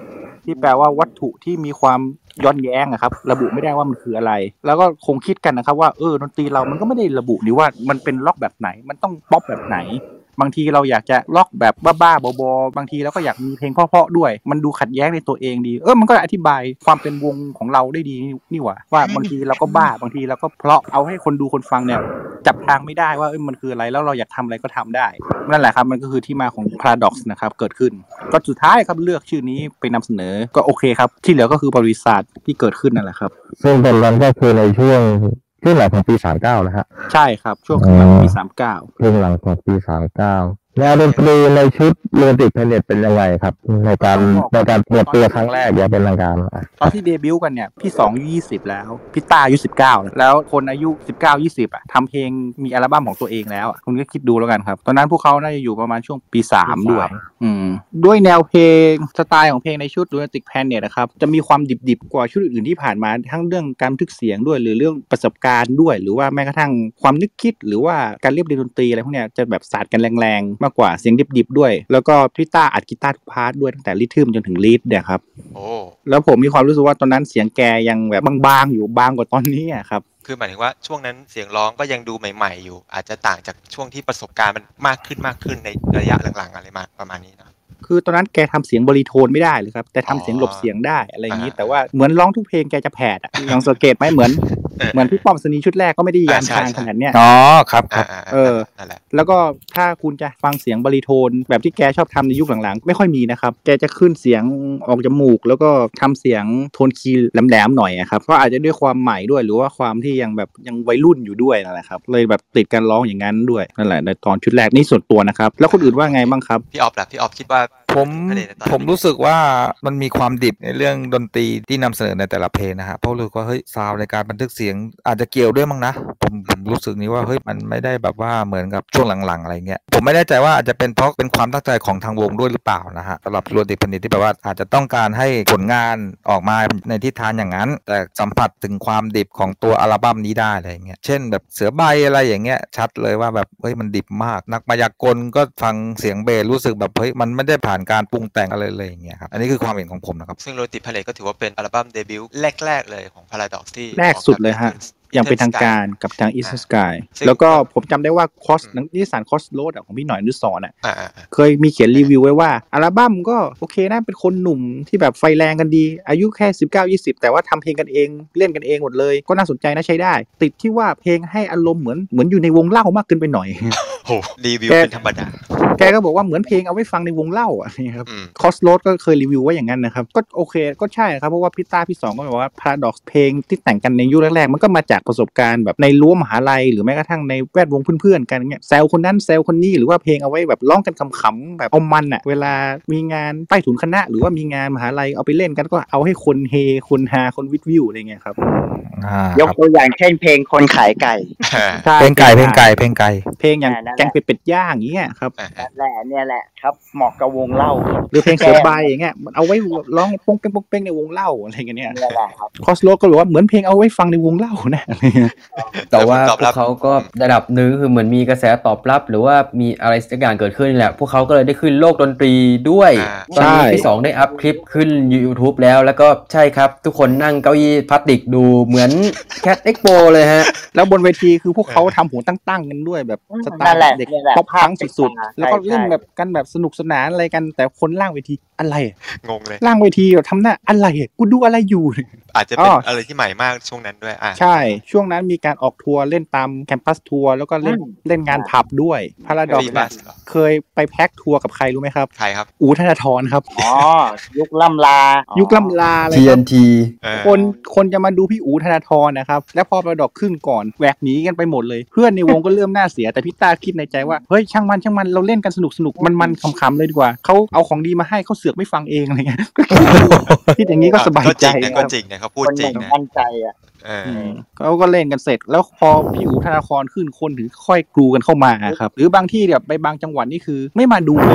ที่แปลว่าวัตถุที่มีความย้อนแย้งอะครับระบุไม่ได้ว่ามันคืออะไรแล้วก็คงคิดกันนะครับว่าดนตรีเรามันก็ไม่ได้ระบุนี่ว่ามันเป็นล็อกแบบไหนมันต้องป๊อปแบบไหนบางทีเราอยากจะล็อกแบบบ้าๆบอๆบางทีเราก็อยากมีเพลงเพราะๆด้วยมันดูขัดแย้งในตัวเองดีมันก็อธิบายความเป็นวงของเราได้ดีนี่หว่าบางทีเราก็บ้าบางทีเราก็เพราะเอาให้คนดูคนฟังเนี่ยจับทางไม่ได้ว่ามันคืออะไรแล้วเราอยากทำอะไรก็ทำได้นั่นแหละครับมันก็คือที่มาของ Paradox นะครับเกิดขึ้นก็สุดท้ายครับเลือกชื่อนี้ไปนำเสนอก็โอเคครับที่เหลือก็คือบริษัทที่เกิดขึ้นนั่นแหละครับซึ่งตอนนั้นก็คือในช่วงหลังของปี39นะฮะใช่ครับช่วงหลังปี39 ช่วงหลังของปี39แนวดนตรีในชุดโรติกเพเนตเป็นยังไงครับในการเปิดตัวครั้งแรกอย่างเป็นทางการตอนที่เดบิวต์กันเนี่ยพี่2อายุ20แล้วพี่ต้าอายุ19แล้วคนอายุ19 20ทำเพลงมีอัลบั้มของตัวเองแล้วคุณก็คิดดูแล้วกันครับตอนนั้นพวกเขาน่าจะอยู่ประมาณช่วงปี3ด้วยด้วยแนวเพลงสไตล์ของเพลงในชุด Lunatic Planet นะครับจะมีความดิบๆกว่าชุดอื่นที่ผ่านมาทั้งเรื่องการบันทึกเสียงด้วยหรือเรื่องประสบการณ์ด้วยหรือว่าแม้กระทั่งความนึกคิดหรือว่าการเรียบเรียงดนตรีอะไรพวกเนี้ยจะแบบสาดกันแรงๆมากกว่าเสียงดิบๆด้วยแล้วก็พี่ต้าอัดกีตาร์ทุกพาร์ทด้วยตั้งแต่ริทึมจนถึงลีดเนี่ยครับแล้วผมมีความรู้สึกว่าตอนนั้นเสียงแกยังแบบบางๆอยู่บางกว่าตอนนี้ครับคือหมายถึงว่าช่วงนั้นเสียงร้องก็ยังดูใหม่ๆอยู่อาจจะต่างจากช่วงที่ประสบการณ์มันมากขึ้นในระยะหลังๆอะไรมาประมาณนี้นะคือตอนนั้นแกทำเสียงบริโทนไม่ได้เลยครับแต่ทำเสียงหลบเสียงได้อะไรอย่างนี้แต่ว่าเหมือนร้องทุกเพลงแกจะแผดลองสังเกตไหมเหมือนพี่ป้อมสนีชุดแรกก็ไม่ได้ยานทางขนาดเนี้ยครับแล้วก็ถ้าคุณจะฟังเสียงบริโทนแบบที่แกชอบทำในยุคหลังๆไม่ค่อยมีนะครับแกจะขึ้นเสียงออกจมูกแล้วก็ทำเสียงโทนคีย์แหลมๆหน่อยครับก็อาจจะด้วยความใหม่ด้วยหรือว่าความที่ยังวัยรุ่นอยู่ด้วยนั่นแหละครับเลยแบบติดการร้องอย่างนั้นด้วยนั่นแหละในตอนชุดแรกนี่ส่วนตัวนะครับแล้วคนอื่นว่าไงบ้างครับพี่ออฟล่ะพี่ออฟคิดว่าผมรู้สึกว่ามันมีความดิบในเรื่องดนตรีที่นำเสนอในแต่ละเพลงนะฮะเพราะรู้สึกว่าเฮ้ยซาวในการบันทึกเสียงอาจจะเกี่ยวด้วยมั้งนะผมรู้สึกนี้ว่าเฮ้ยมันไม่ได้แบบว่าเหมือนกับช่วงหลังๆอะไรเงี้ยผมไม่แน่ใจว่าอาจจะเป็นเพราะเป็นความตั้งใจของทางวงด้วยหรือเปล่านะฮะสำหรับโรติกเพเนตที่แบบว่าอาจจะต้องการให้ผลงานออกมาในทิศทางอย่างนั้นแต่สัมผัสถึงความดิบของตัวอัลบั้มนี้ได้อะไรเงี้ยเช่นแบบเสือใบอะไรอย่างเงี้ยชัดเลยว่าแบบเฮ้ยมันดิบมากนักมายากลก็ฟังเสียงเบสรู้สึกแบบเฮ้ยมันไม่ได้ผ่านการปรุงแต่งอะไรเลยอย่างเงี้ยครับอันนี้คือความเห็นของผมนะครับซึ่งโรติกเพเนตก็ถือว่าเป็นอัลบั้มเดบิวต์แรกๆเลยของ Paradox ที่แรกสุดเลยฮะอย่างเป็นทางการกับทาง East Sky แล้วก็ผมจำได้ว่าคอสนิสสันคอสโรดของพี่หน่อยนุสรเคยมีเขียนรีวิวไว้ว่าอัลบั้มก็โอเคนะเป็นคนหนุ่มที่แบบไฟแรงกันดีอายุแค่19-20แต่ว่าทำเพลงกันเองเล่นกันเองหมดเลยก็น่าสนใจนะใช้ได้ติดที่ว่าเพลงให้อารมณ์เหมือนอยู่ในวงเล่ามากเกินไปหน่อยโหรีวิวเป็นธรรมดาแกก็บอกว่าเหมือนเพลงเอาไว้ฟังในวงเล่าอะไรครับคอสโรดก็เคยรีวิวไว้อย่างนั้นนะครับก็โอเคก็ใช่ครับเพราะว่าพี่ต้าพี่สองก็บอกว่า Paradox เพลงที่แต่งกันในยุคแรกๆมันก็มาจากประสบการณ์แบบในรั้วมหาลัยหรือแม้กระทั่งในแวดวงเพื่อนๆกันเงี้ยแซวคนนั้นแซวคนนี้หรือว่าเพลงเอาไว้แบบร้องกันขำๆแบบเอามันอ่ะเวลามีงานใต้ถุนคณะหรือว่ามีงานมหาลัยเอาไปเล่นกันก็เอาให้คนเฮคนฮาคนวิวอะไรเงี้ยครับยกตัวอย่างเช่นเพลงคนขายไก่เพลงไก่เพลงอย่างแกงเป็ดย่างอย่างเงี้ยครับเนี่ยแหละครับเหมาะกับวงเล่าหรือเพลงเสือใบอย่างเงี้ยมันเอาไว้ร้องป้งเป้งในวงเล่าอะไรเงี้ยนี่แหละครับคอสโลก็บอกว่าเหมือนเพลงเอาไว้ฟังในวงเล่านะแต่ว่าพวกเขาก็ระดับนึงคือเหมือนมีกระแสตอบรับหรือว่ามีอะไรสักอย่างเกิดขึ้นแหละพวกเขาก็เลยได้ขึ้นโลกดนตรีด้วยตอนนี้ที่2ได้อัพคลิปขึ้น YouTube แล้วก็ใช่ครับทุกคนนั่งเก้าอี้พลาสติกดูเหมือน Cat Expo เลยฮะแล้วบนเวทีคือพวกเขาทำหัวตั้งๆกันด้วยแบบสไตล์เด็กป๊อปพังสุดๆแล้วก็เล่นแบบกันแบบสนุกสนานอะไรกันแต่คนล่างเวทีอะไรงงเลยล่างเวทีทำหน้าอะไรกูดูอะไรอยู่อาจจะเป็นอะไรที่ใหม่มากช่วงนั้นด้วยใช่ช่วงนั้นมีการออกทัวร์เล่นตามแคมปัสทัวร์แล้วก็เล่นงานผับด้วย Paradox เคยไปแพ็คทัวร์กับใครรู้ไหมครับใครครับอู๋ธนาธรครับยุคล่ำลาอะไร TNT คนจะมาดูพี่อู๋ธนาธรนะครับแล้วพอ Paradox ขึ้นก่อนแหวกหนีกันไปหมดเลยเพื่อนในวงก็เริ่มน่าเสียแต่พี่ต้าคิดในใจว่าเฮ้ยช่างมันเราเล่นกันสนุกมันขำๆเลยดีกว่าเขาเอาของดีมาให้เขาเสือกไม่ฟังเองอะไรเงี้ยคิดอย่างนี้ก็สบายใจก็จริงนะเขาพูดจริงนะมั่นใจอ่ะเขาก็เล่นกันเสร็จแล้วพอพี่อู๋ธนาธรขึ้นคนถึงค่อยกรูกันเข้ามาครับหรือบางที่แบบไปบางจังหวัดนี่คือไม่มาดูเลยนะ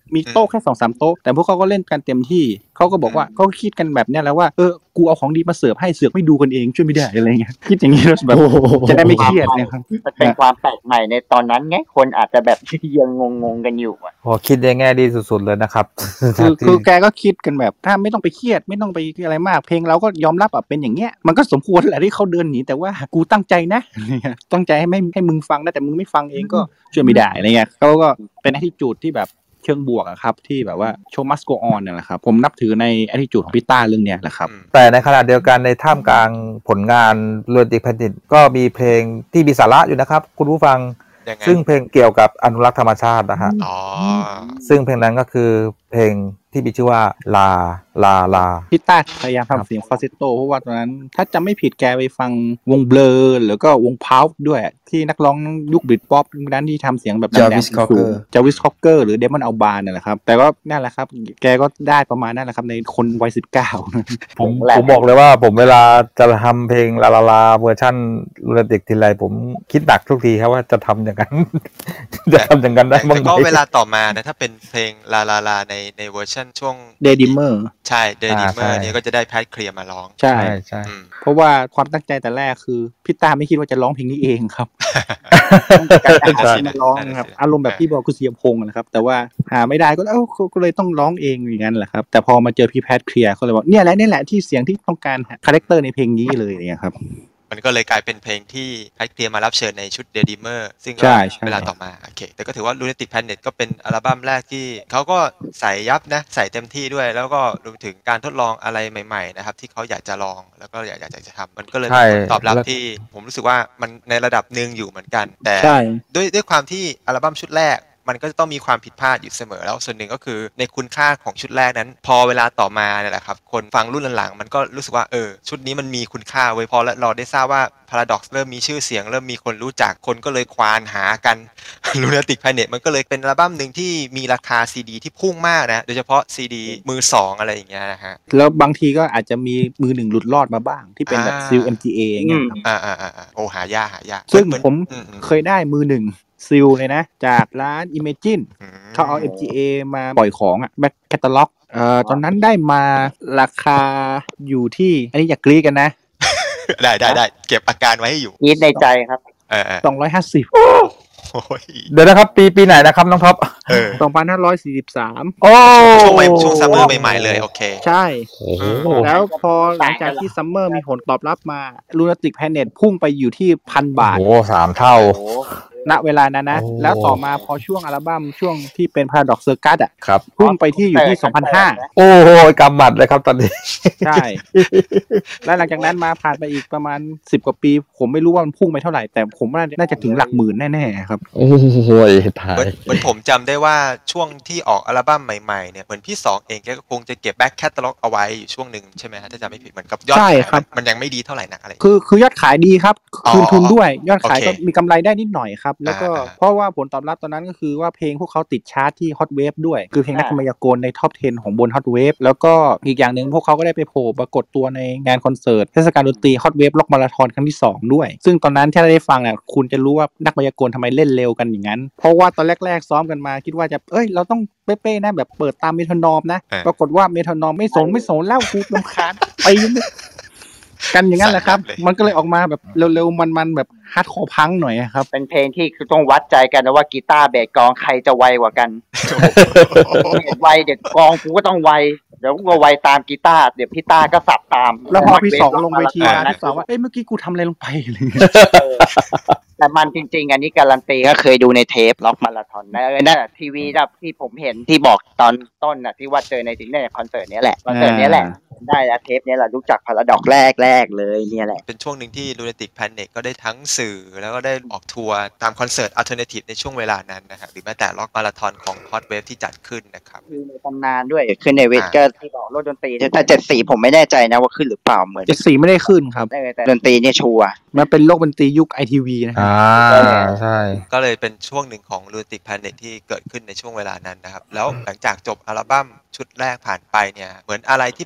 มีโต๊ะแค่2-3โต๊ะแต่พวกเขาก็เล่นกันเต็มที่เขาก็บอกว่าเขาคิดกันแบบเนี้ยแล้วว่ากูเอาของดีมาเสิร์ฟให้เสือกไม่ดูกันเองช่วยไม่ได้อะไรเงี้ยคิดอย่างนี้แล้วแบบจะได้ไม่เครียดนะครับมันเป็นความแปลกใหม่ในตอนนั้นไงคนอาจจะแบบยังงงกันอยู่พอคิดในแง่ดีสุดๆเลยนะครับคือแกก็คิดกันแบบถ้าไม่ต้องไปเครียดไม่ต้องไปอะไรมากเพลงเราก็ยอมรับแบบเป็นอย่างเงี้ยมันก็สมควรแหละที่เขาเดินหนีแต่ว่ากูตั้งใจนะตั้งใจให้มึงฟังนะแต่มึงไม่ฟังเองก็ช่วยไม่ได้อะไรเงี้ยเขาก็เป็นattitudeที่แบบเชิงบวกอะครับที่แบบว่าโชว์ must go on เนี่ยแหละครับผมนับถือในattitudeของพี่ต้าเรื่องเนี้ยแหละครับแต่ในขณะเดียวกันในท่ามกลางผลงานเรือติกแผ่นดินก็มีเพลงที่มีสาระอยู่นะครับคุณผู้ฟังซึ่งเพลงเกี่ยวกับอนุรักษ์ธรรมชาตินะฮะซึ่งเพลงนั้นก็คือเพลงที่มีชื่อว่าลาพี่ต้าพยายามทำเสียงฟาเซตโตเพราะว่าตอนนั้นถ้าจำไม่ผิดแกไปฟังวงเบลอหรือก็วงพาวด้วยที่นักร้องยุคบริดป๊อปนั้นที่ทำเสียงแบบจาวิสคอคอกเกอร์หรือเดมอนอัลบานนั่นแหละครับแต่ก็นั่นแหละครับแกก็ได้ประมาณนั้นแหละครับในคนวัย19 ผมบอกเลยว่าผมเวลาจะทำเพลงลาเวอร์ชั่นลูนาติกทีไรผมคิดหนักทุกทีครับว่าจะทำอย่างนั้นจะทำอย่างนั้นได้บ้างไหมก็เวลาต่อมานะถ้าเป็นเพลงลาในเวอร์ชันช่วงเดดิมเมอร์ใช่เดดิมเมอร์นี่ก็จะได้แพทเคลียร์มาร้องใช่เพราะว่าความตั้งใจแต่แรกคือพี่ต้าไม่คิดว่าจะร้องเพลงนี้เองครับร้องครับอารมณ์แบบที่บอกคุณเสียพงษ์นะครับแต่ว่าหาไม่ได้ก็เลยต้องร้องเองอย่างนั้นแหละครับแต่พอมาเจอพี่แพทเคลียร์เขาเลยบอกเนี่ยแหละที่เสียงที่ต้องการคาแรคเตอร์ในเพลงนี้เลยเนี่ยครับมันก็เลยกลายเป็นเพลงที่แพทเคลียร์มารับเชิญในชุดเดดิมเมอร์ซึ่งเวลาต่อมาโอเคแต่ก็ถือว่า Lunatic Planet ก็เป็นอัลบั้มแรกที่เขาก็ใส่ยับนะใส่เต็มที่ด้วยแล้วก็รวมถึงการทดลองอะไรใหม่ๆนะครับที่เขาอยากจะลองแล้วก็อยากจะทำมันก็เลยตอบรับที่ผมรู้สึกว่ามันในระดับหนึ่งอยู่เหมือนกันแต่ด้วยความที่อัลบั้มชุดแรกมันก็จะต้องมีความผิดพลาดอยู่เสมอแล้วส่วนหนึ่งก็คือในคุณค่าของชุดแรกนั้นพอเวลาต่อมาเนี่ยแหละครับคนฟังรุ่นหลังๆมันก็รู้สึกว่าชุดนี้มันมีคุณค่าไว้พอแล้วเราได้ทราบว่า Paradox เริ่มมีชื่อเสียงเริ่มมีคนรู้จักคนก็เลยควานหากัน Lunatic Planet มันก็เลยเป็นอัลบั้มนึงที่มีราคาซีดีที่พุ่งมากนะโดยเฉพาะซีดีมือ2อะไรอย่างเงี้ยนะฮะแล้วบางทีก็อาจจะมีมือหนึ่งหลุดรอดมาบ้างที่เป็นแบบซิล MGA อย่างเงี้ยโอ้หายากซึ่งผมเคยได้มือหนึ่งซิลเลยนะจากร้าน Imagine เขาเอา MGA มาปล่อยของแบ็คแคตตาล็อกตอนนั้นได้มาราคาอยู่ที่อันนี้อย่ากรี๊ดกันนะได้เก็บอาการไว้ให้อยู่กรี๊ดในใจครับ 250 เดี๋ยวนะครับปีไหนนะครับน้องท็อป 2543 ช่วงซัมเมอร์ใหม่ๆเลยโอเคใช่แล้วพอหลังจากที่ซัมเมอร์มีผลตอบรับมา Lunatic Planet พุ่งไปอยู่ที่ 1,000 บาทโอ้3เท่าณเวลานั้นนะแล้วต่อมาพอช่วงอัลบั้มช่วงที่เป็น Paradox Circus พุ่งไปที่อยู่ที่ 2,500 โอ้โหกำหมัดเลยครับตอนนี้ใช่แล้วหลังจากนั้นมาผ่านไปอีกประมาณ10กว่าปีผมไม่รู้ว่ามันพุ่งไปเท่าไหร่แต่ผมว่าน่าจะถึงหลักหมื่นแน่ๆครับโอ้โหตายเหมือนผมจำได้ว่าช่วงที่ออกอัลบั้มใหม่ๆเนี่ยเหมือนพี่2เองแกก็คงจะเก็บแบ็คแคตตาล็อกเอาไว้อยู่ช่วงนึงใช่ไหมฮะถ้าจำไม่ผิดเหมือนกับยอดขายมันยังไม่ดีเท่าไหร่นักอะไรคือยอดขายดีครับคืนทุนด้วยยอดขายก็มีกำไรได้นิดหน่อยครับแล้วก็เพราะว่าผลตอบรับตอนนั้นก็คือว่าเพลงพวกเขาติดชาร์ตที่ Hot Wave ด้วยคือเพลงนักมายากลในท็อป 10 ของบน Hot Wave แล้วก็อีกอย่างนึงพวกเขาก็ได้ไปโผล่ปรากฏตัวในงานคอนเสิร์ตเทศกาลดนตรี Hot Wave Rock Marathon ครั้งที่2ด้วยซึ่งตอนนั้นถ้าได้ฟังคุณจะรู้ว่านักมายากลทำไมเล่นเร็วกันอย่างนั้นเพราะว่าตอนแรกๆซ้อมกันมาคิดว่าจะเราต้องเป๊ะๆนะแบบเปิดตามเมโทรนอมนะปรากฏว่าเมโทรนอมไม่สนแล้วกูรำคาญไปกันอย่างนั้นแหละครับมันก็เลยออกมาแบบเร็วๆมันแบบฮาร์ดคอร์พังหน่อยครับเป็นเพลงที่คือต้องวัดใจกันนะว่ากีตาร์เบสกลองใครจะไวกว่ากันไวเด็กกลองกูก็ต้องไวเดี๋ยวกูก็ไวตามกีตาร์เดี๋ยวพี่ต้าก็สับตามแล้วพอพี่2ลงเวทีพี่2ว่าเมื่อกี้กูทำอะไรลงไปแต่มันจริงๆอันนี้การันตีก็เคยดูในเทปล็อกมาราธอนนั่นแหละทีวีที่ผมเห็นที่บอกตอนต้นน่ะที่ว่าเจอในถึงในคอนเสิร์ตนี้แหละได้แล้วเทปนี้แหละรู้จักพาราดอกแรกเลยเนี่ยแหละเป็นช่วงหนึ่งที่ Lunatic Planet ก็ได้ทั้งสื่อแล้วก็ได้ออกทัวร์ตามคอนเสิร์ต Alternative ในช่วงเวลานั้นนะครับหรือแม้แต่ล็อกมาราธอนของ Hot Wave ที่จัดขึ้นนะครับคือในตำนานด้วยขึ้นในเวทก็ที่บอกรถดนตรีแต่74ผมไม่แน่ใจนะว่าขึ้นหรือเปล่าเหมือน 74ไม่ได้ขึ้นครับแต่ดนตรีเนี่ยชัวร์มันเป็นโลกดนตรียุค ITV นะครับใช่ก็เลยเป็นช่วงหนึ่งของ Lunatic Planet ที่เกิดขึ้นในช่วงเวลานั้นนะครับแล้วหลังจากจบอัลบั้มชุดแรกผ่านไปเนี่ยเหมือนอะไรที่เป็นแรง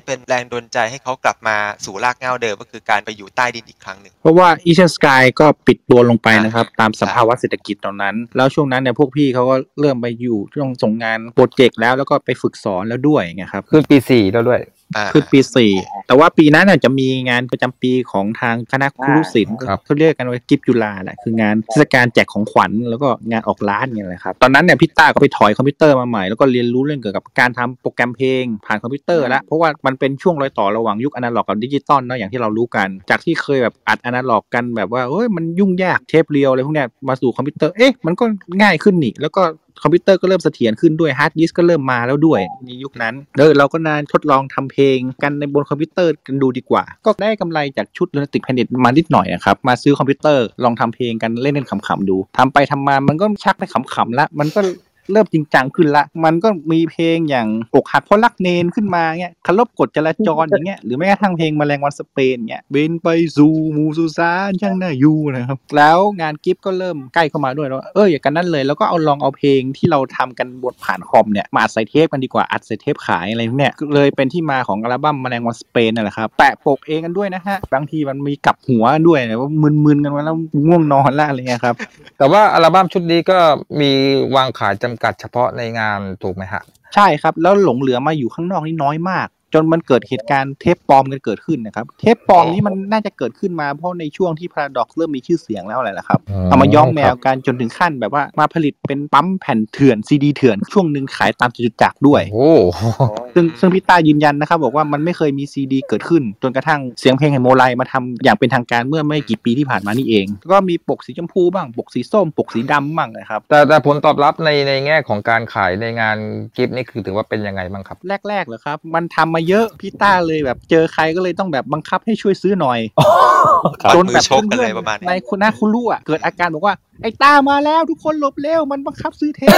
ดลใจให้เขากลับมาสู่รากเหง้าเดิมก็คือการไปอยู่ใต้ดินอีกครั้งหนึ่งเพราะว่า Eastern Sky ก็ปิดตัวลงไปนะครับตามสภาวะเศรษฐกิจตอนนั้นแล้วช่วงนั้นเนี่ยพวกพี่เขาก็เริ่มไปอยู่ต้องส่งงานโปรเจกต์แล้วก็ไปฝึกสอนแล้วด้วยไงครับคือปี4แล้วด้วยคือปี4แต่ว่าปีนั้นจะมีงานประจำปีของทางคณะครุศิลป์เขาเรียกกันว่ากิฟต์จุฬาแหละคืองานเทศกาลแจกของขวัญแล้วก็งานออกร้านเนี่ยแหละครับตอนนั้นเนี่ยพี่ต้าก็ไปถอยคอมพิวเตอร์มาใหม่แล้วก็เรียนรู้เรื่องเกี่ยวกับการทำโปรแกรมเพลงผ่านคอมพิวเตอร์แล้วเพราะว่ามันเป็นช่วงรอยต่อระหว่างยุคอนาล็อกกับดิจิตอลเนาะอย่างที่เรารู้กันจากที่เคยแบบอัดอนาล็อกกันแบบว่ามันยุ่งยากเทปเรียวอะไรพวกเนี้ยมาสู่คอมพิวเตอร์มันก็ง่ายขึ้นนี่แล้วก็คอมพิวเตอร์ก็เริ่มเสถียรขึ้นด้วยฮาร์ดดิสก์ก็เริ่มมาแล้วด้วยในยุคนั้นเราก็นานทดลองทำเพลงกันในบนคอมพิวเตอร์กันดูดีกว่าก็ได้กำไรจากชุด Lunatic Planet มานิดหน่อยนะครับมาซื้อคอมพิวเตอร์ลองทำเพลงกันเล่นๆขำๆดูทำไปทำมามันก็ชักไปขำๆละมันก็เริ่มจริงจังขึ้นละมันก็มีเพลงอย่างอกหักเพราะรักเนนขึ้นมาเงี้ยเคารพกฎจราจรอย่างเงี้ยหรือแม้กระทั่งเพลงแมลงวันสเปนเงี้ยเบนไปสู่มูซูซานช่างน่าอยู่นะครับแล้วงานกิฟต์ก็เริ่มใกล้เข้ามาด้วยแล้วอย่างกันนั้นเลยแล้วก็ลองเอาเพลงที่เราทำกันบนผ่านคอมเนี่ยมาอัดใส่เทปกันดีกว่าอัดใส่เทปขายอะไรเนี่ยเลยเป็นที่มาของอัลบั้มแมลงวันสเปนนั่นแหละครับแปะปกเองกันด้วยนะฮะบางทีมันมีกลับหัวด้วยนะว่ามึนๆกันมาแล้วง่วงนอนละอะไรเงี้ยครับแต่ว่าอัลบั้มชุดนี้ก็มีวางขายจำกัดเฉพาะในงานถูกไหมฮะใช่ครับแล้วหลงเหลือมาอยู่ข้างนอกนี่น้อยมากจนมันเกิดเหตุการณ์เทปปลอมกันเกิดขึ้นนะครับเทปปลอมนี้มันน่าจะเกิดขึ้นมาเพราะในช่วงที่ Paradox เริ่มมีชื่อเสียงแล้วอะไรล่ะครับเอามาย้อมแมวกันจนถึงขั้นแบบว่ามาผลิตเป็นปั๊มแผ่นเถื่อนซีดีเถื่อนช่วงนึงขายตามจตุจักรด้วยซึ่งพี่ต้ายืนยันนะครับบอกว่ามันไม่เคยมีซีดีเกิดขึ้นจนกระทั่งเสียงเพลงแห่งโมไลมาทำอย่างเป็นทางการเมื่อไม่กี่ปีที่ผ่านมานี่เองก็มีปกสีชมพูบ้างปกสีส้มปกสีดำบ้างนะครับแต่ผลตอบรับในแง่ของการขายในงานกิฟต์นี่คือถือว่าเป็นยังไงบ้างครับแรกๆเหรอครับมันทำมาเยอะพี่ต้าเลยแบบเจอใครก็เลยต้องแบบบังคับให้ช่วยซื้อหน่อยจนแบบเพื่อนในคุณน้าคุณลู่เกิดอาการบอกว่าไอ้ต้ามาแล้วทุกคนหลบเร็วมันบังคับซื้อเทป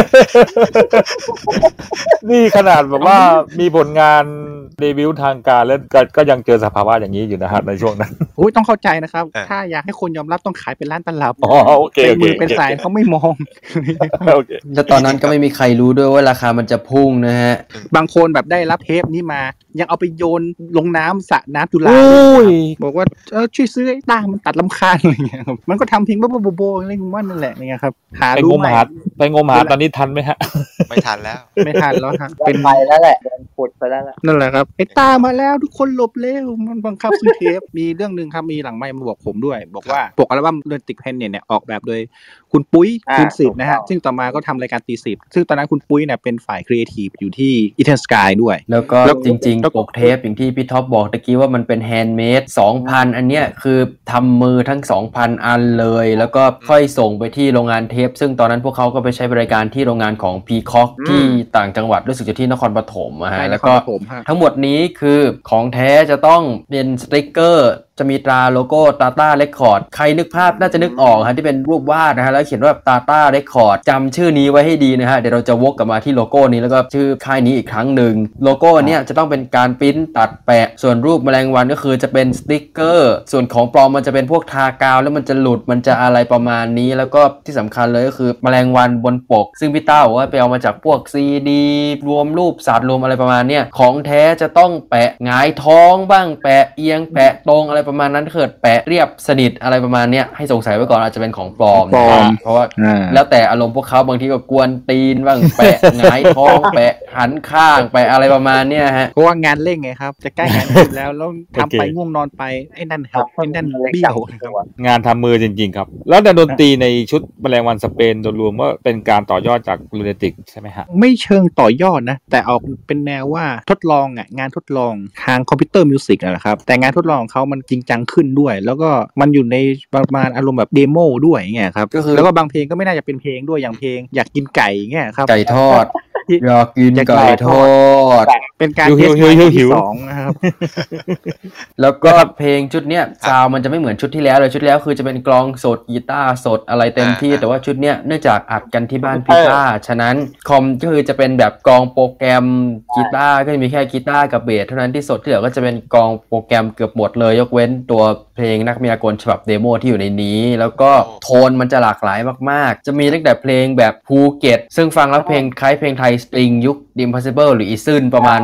นี่ขนาดแบบว่ามีผลงานเดบิวต์ทางการแล้วก็ยังเจอสภาวะอย่างนี้อยู่นะฮะในช่วงนั้นต้องเข้าใจนะครับถ้าอยากให้คนยอมรับต้องขายเป็นร้านตลับโอเคมือเป็นสายเขาไม่มองแล้วตอนนั้นก็ไม่มีใครรู้ด้วยว่าราคามันจะพุ่งนะฮะบางคนแบบได้รับเทปนี้มายังเอาไปโยนลงน้ำสระน้ำจุฬาบอกว่าช่วยซื้อไอ้ต้ามันตัดลำคาญอะไรเงี้ยครับมันก็ทำเพลงบ้าๆโบๆอะไรของมันนั่นแหละนี่ครับหารู้ไหมไปงมหาตอนนี้ทันไหมฮะไม่ทันแล้วฮะเป็นไปแล้วแหละโดนขุดไปแล้วนั่นแหละครับไอ้ต้ามาแล้วทุกคนหลบเร็วมันบังคับซื้อเทปมีเรื่องนึงครับมีหลังไมค์มาบอกผมด้วยบอกว่าปกอัลบั้ม Lunatic Planet เนี่ยออกแบบโดยคุณปุ้ยทีม10นะฮะซึ่งต่อมาก็ทำรายการตี10ซึ่งตอนนั้นคุณปุ้ยเนี่ยเป็นฝ่ายครีเอทีฟอยู่ที่ Eastern Sky ด้วยแล้วก็จริงๆปกเทปอย่างที่พี่ท็อปบอกตะกี้ว่ามันเป็นแฮนด์เมด 2,000 อันเนี้ยคือทำมือทั้ง 2,000 อันเลยแล้วก็ค่อยส่งไปที่โรงงานเทปซึ่งตอนนั้นพวกเขาก็ไปใช้บริการที่โรงงานของ Peacock ที่ต่างจังหวัดรู้สึกจะที่นครปฐมแล้วก็ทั้งหมดนี้คือของแท้จะต้องเป็นสติ๊กเกอร์จะมีตราโลโก้ Tata Record ใครนึกภาพน่าจะนึกออกฮะที่เป็นรูปวาดนะฮะแล้วเขียนว่า Tata Record จำชื่อนี้ไว้ให้ดีนะฮะเดี๋ยวเราจะวกกลับมาที่โลโก้นี้แล้วก็ชื่อค่ายนี้อีกครั้งหนึ่งโลโก้เนี่ยจะต้องเป็นการปริ้นตัดแปะส่วนรูปแมลงวันก็คือจะเป็นสติ๊กเกอร์ส่วนของปลอมมันจะเป็นพวกทากาวแล้วมันจะหลุดมันจะอะไรประมาณนี้แล้วก็ที่สำคัญเลยก็คือแมลงวันบนปกซึ่งพี่ต้าบอกว่าไปเอามาจากพวกซีดีรวมรูปสัตว์รวมอะไรประมาณเนี้ยของแท้จะต้องแปะหงายท้องบ้างแปะเอียงแปะตรงอะไรประมาณนั้นเกิดแปะเรียบสนิทอะไรประมาณเนี้ยให้สงสัยไว้ก่อนอาจจะเป็นของปลอมเพราะว่าแล้วแต่อารมณ์พวกเขาบางทีก็กวนตีนบ้างแปะหงายท้องแปะหันข้างแปะอะไรประมาณเนี้ยฮะเพราะว่างานเร่งไงครับจะใกล้งานขึ้นแล้วทำไปง่วงนอนไปไอ้นั่นครับไอ้นั่นเบี้ยวงานทำมือจริงๆครับแล้วดนตรีในชุดแมลงวันสเปนโดยรวมว่าเป็นการต่อยอดจากลูเนติกใช่ไหมฮะไม่เชิงต่อยอดนะแต่ออกเป็นแนวว่าทดลองงานทดลองทางคอมพิวเตอร์มิวสิกนะครับแต่งานทดลองของเขามันจริงจังขึ้นด้วยแล้วก็มันอยู่ในประมาณอารมณ์แบบเดโมด้วยเงี้ยครับแล้วก็บางเพลงก็ไม่น่าจะเป็นเพลงด้วยอย่างเพลงอยากกินไก่เงี้ยครับไก่ทอดอยากกินไก่ทอดเป็นการเทสที่2นะครับแล้วก็เพลงชุดเนี้ยซาวมันจะไม่เหมือนชุดที่แล้วเลยชุดแล้วคือจะเป็นกลองสดกีตาร์สดอะไรเต็มที่แต่ว่าชุดเนี้ยเนื่องจากอัดกันที่บ้านพี่ต้าฉะนั้นคอมก็คือจะเป็นแบบกลองโปรแกรมกีตาร์ก็จะมีแค่กีตาร์กับเบสเท่านั้นที่สดที่เหลือก็จะเป็นกลองโปรแกรมเกือบหมดเลยยกเว้นตัวเพลงนักมายากลฉบับเดโมที่อยู่ในนี้แล้วก็โทนมันจะหลากหลายมากๆจะมีตั้งแต่เพลงแบบภูเก็ตซึ่งฟังแล้วเพลงคล้ายเพลงไทยสตริงยุค Impossible หรืออีซึนประมาณ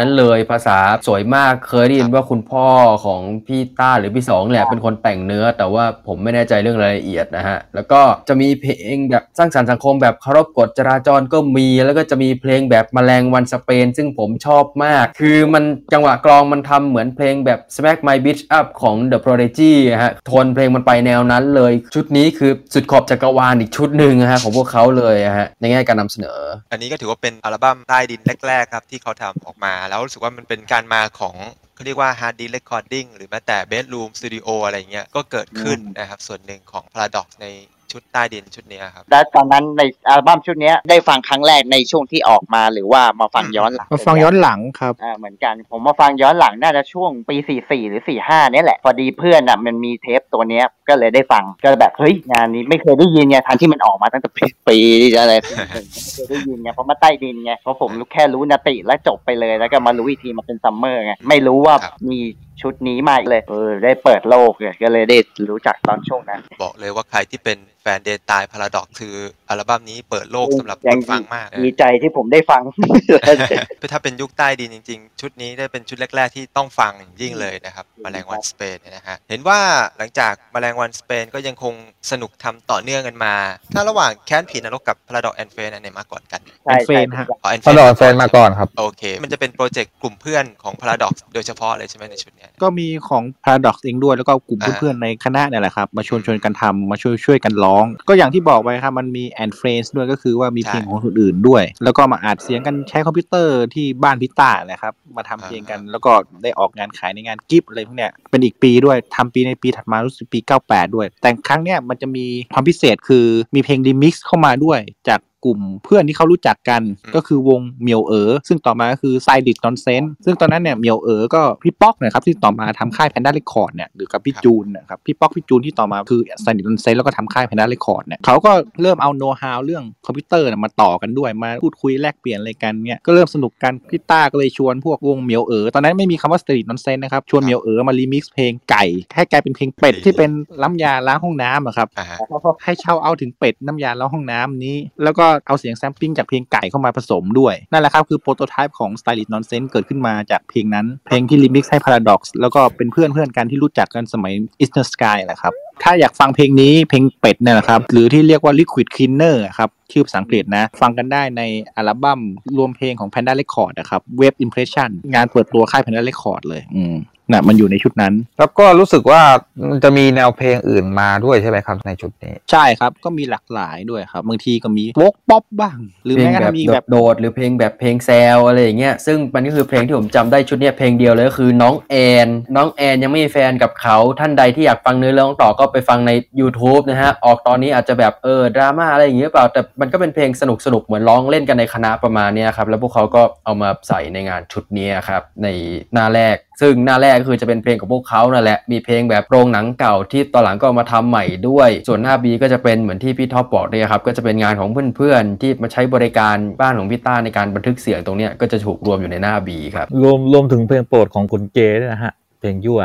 นั้นเลยภาษาสวยมากเคยได้ยินว่าคุณพ่อของพี่ต้าหรือพี่สองแหละเป็นคนแต่งเนื้อแต่ว่าผมไม่แน่ใจเรื่องรายละเอียดนะฮะแล้วก็จะมีเพลงแบบสร้างสรรค์สังคมแบบเคารพกฎจราจรก็มีแล้วก็จะมีเพลงแบบแมลงวันสเปนซึ่งผมชอบมากคือมันจังหวะกลองมันทำเหมือนเพลงแบบ Smack My Bitch Up ของ The Prodigy ฮะโทนเพลงมันไปแนวนั้นเลยชุดนี้คือสุดขอบจักรวาลอีกชุดหนึ่งฮะของพวกเขาเลยฮะในแง่การนำเสนออันนี้ก็ถือว่าเป็นอัลบั้มใต้ดินแรกๆครับที่เขาทำออกมาแล้วรู้สึกว่ามันเป็นการมาของเขาเรียกว่า Hard Disk Recording หรือแม้แต่ Bedroom Studio อะไรเงี้ยก็เกิดขึ้นนะครับส่วนหนึ่งของ Paradox ในชุดใต้ดินชุดนี้ครับและตอนนั้นในอัลบั้มชุดนี้ได้ฟังครั้งแรกในช่วงที่ออกมาหรือว่ามาฟังย้อนหลังมาฟังย้อนหลังครับเหมือนกันผมมาฟังย้อนหลังน่าจะช่วงปี44หรือ45นี่แหละพอดีเพื่อนมันมีเทปตัวนี้ก็เลยได้ฟังก็แบบเฮ้ยงานนี้ไม่เคยได้ยินไงทันที่มันออกมาตั้งแต่ปีอะไรไม่เคยได้ยินไงเพราะมาใต้ดินไงเพราะผมแค่รู้นาติแล้วจบไปเลยแล้วก็มารู้อีกทีมาเป็นซัมเมอร์ไงไม่รู้ว่ามีชุดนี้มาเลยได้เปิดโลกเลยก็เลยได้รู้จักตอนช่วงนั้นบอกเลยว่าใครที่เป็นแฟนเดย์ตายพาราดอกคืออัลบั้มนี้เปิดโลกสำหรับคนฟังมากดีใจที่ผมได้ฟังถ้าเป็นยุคใต้ดินจริงๆชุดนี้ได้เป็นชุดแรกๆที่ต้องฟังยิ่งเลยนะครับแมลงวันสเปนนะฮะเห็นว่าหลังจากแมลงวันสเปนก็ยังคงสนุกทำต่อเนื่องกันมาถ้าระหว่างแค้นผีนรกกับพาราดอกแอนเฟนอันไหนมาก่อนกันแอนเฟนฮะพาราดอกแอนเฟนมาก่อนครับโอเคมันจะเป็นโปรเจกต์กลุ่มเพื่อนของพาราดอกโดยเฉพาะเลยใช่ไหมในชุดนี้ก็มีของพาราดอกเองด้วยแล้วก็กลุ่มเพื่อนๆในคณะเนี่ยแหละครับมาชวนกันทำมาช่วยกันร้องก็อย่างที่บอกไปครับมันมีแอนเฟรนส์ด้วยก็คือว่ามีเพลงของคนอื่นด้วยแล้วก็มาอัดเสียงกันใช้คอมพิวเตอร์ที่บ้านพี่ต้าแหละครับมาทำเพลงกันแล้วก็ได้ออกงานขายในงานกิฟต์อะไรพวกเนี้ยเป็นอีกปีด้วยทำในปีถัดมารู้สึกปี98ด้วยแต่ครั้งเนี้ยมันจะมีความพิเศษคือมีเพลงรีมิกซ์เข้ามาด้วยจากกลุ่มเพื่อนที่เขารู้จักกันก็คือวงเมียวซึ่งต่อมาก็คือไซดิตนอนเซนซึ่งตอนนั้นเนี่ยเมียวก็พี่ป๊อกนะครับที่ต่อมาทำค่ายแพนด้าเรคคอร์ดเนี่ยหรือกับพี่จูนนะครับพี่ป๊อกพี่จูนที่ต่อมาคือไซดิตนอนเซนแล้วก็ทำค่ายแพนด้าเรคคอร์ดเนี่ยเขาก็เริ่มเอาโน้ตฮาวเรื่องคอมพิวเตอร์มาต่อกันด้วยมาพูดคุยแลกเปลี่ยนอะไรกันเนี่ยก็เริ่มสนุกกันพี่ต้าก็เลยชวนพวกวงเมียวตอนนั้นไม่มีคำว่าไซดิตนอนเซนนะครับชวนเมียวมารีมิกซ์เพลงไก่ให้กลายเป็นเพลงเป็ดที่เป็นน้ำยาล้างห้องน้ำครับให้เช่าเอาถึงเป็ดน้ำยาล้างห้องน้ำนี้แล้วก็เอาเสียงแซมปิ้งจากเพลงไก่เข้ามาผสมด้วยนั่นแหละครับคือโปรโตไทป์ของ Stylish Nonsense เกิดขึ้นมาจากเพลงนั้นเพลงที่รีมิกซ์ให้ Paradox แล้วก็เป็นเพื่อนกันที่รู้จักกันสมัย Eastern Sky แหละครับถ้าอยากฟังเพลงนี้เพลงเป็ดเนี่ยนะครับหรือที่เรียกว่า Liquid Cleaner ครับชื่อภาษาอังกฤษนะฟังกันได้ในอัลบั้มรวมเพลงของ Panda Record นะครับ Wave Impression งานเปิดตัวค่าย Panda Record เลยนะมันอยู่ในชุดนั้นแล้วก็รู้สึกว่ามันจะมีแนวเพลงอื่นมาด้วยใช่ไหมครับในชุดนี้ใช่ครับก็มีหลากหลายด้วยครับบางทีก็มีโฟล์คป๊อปบ้างหรือแม้กระทั่งมีแบบโดดหรือเพลงแบบเพลงแซวอะไรอย่างเงี้ยซึ่งมันก็คือเพลงที่ผมจำได้ชุดเนี้ยเพลงเดียวเลยก็คือน้องแอนยังไม่มีแฟนกับเขาท่านใดที่อยากฟังเนื้อเรื่องต่อก็ไปฟังใน YouTube นะฮะออกตอนนี้อาจจะแบบดราม่าอะไรอย่างเงี้ยเปล่าแต่มันก็เป็นเพลงสนุกเหมือนร้องเล่นกันในคณะประมาณนี้ครับแล้วพวกเขาก็เอามาใส่ในงานชุดนี้ครับในหน้าแรกซึ่งหน้าแรกก็คือจะเป็นเพลงของพวกเขานั่นแหละมีเพลงแบบโรงหนังเก่าที่ตอนหลังก็มาทำใหม่ด้วยส่วนหน้า B ก็จะเป็นเหมือนที่พี่ท็อปบอกเลยครับก็จะเป็นงานของเพื่อนๆที่มาใช้บริการบ้านของพี่ต้าในการบันทึกเสียงตรงนี้ก็จะถูกรวมอยู่ในหน้า B ครับรวมถึงเพลงโปรดของคุณเจด้วยนะฮะเพลงยั่ว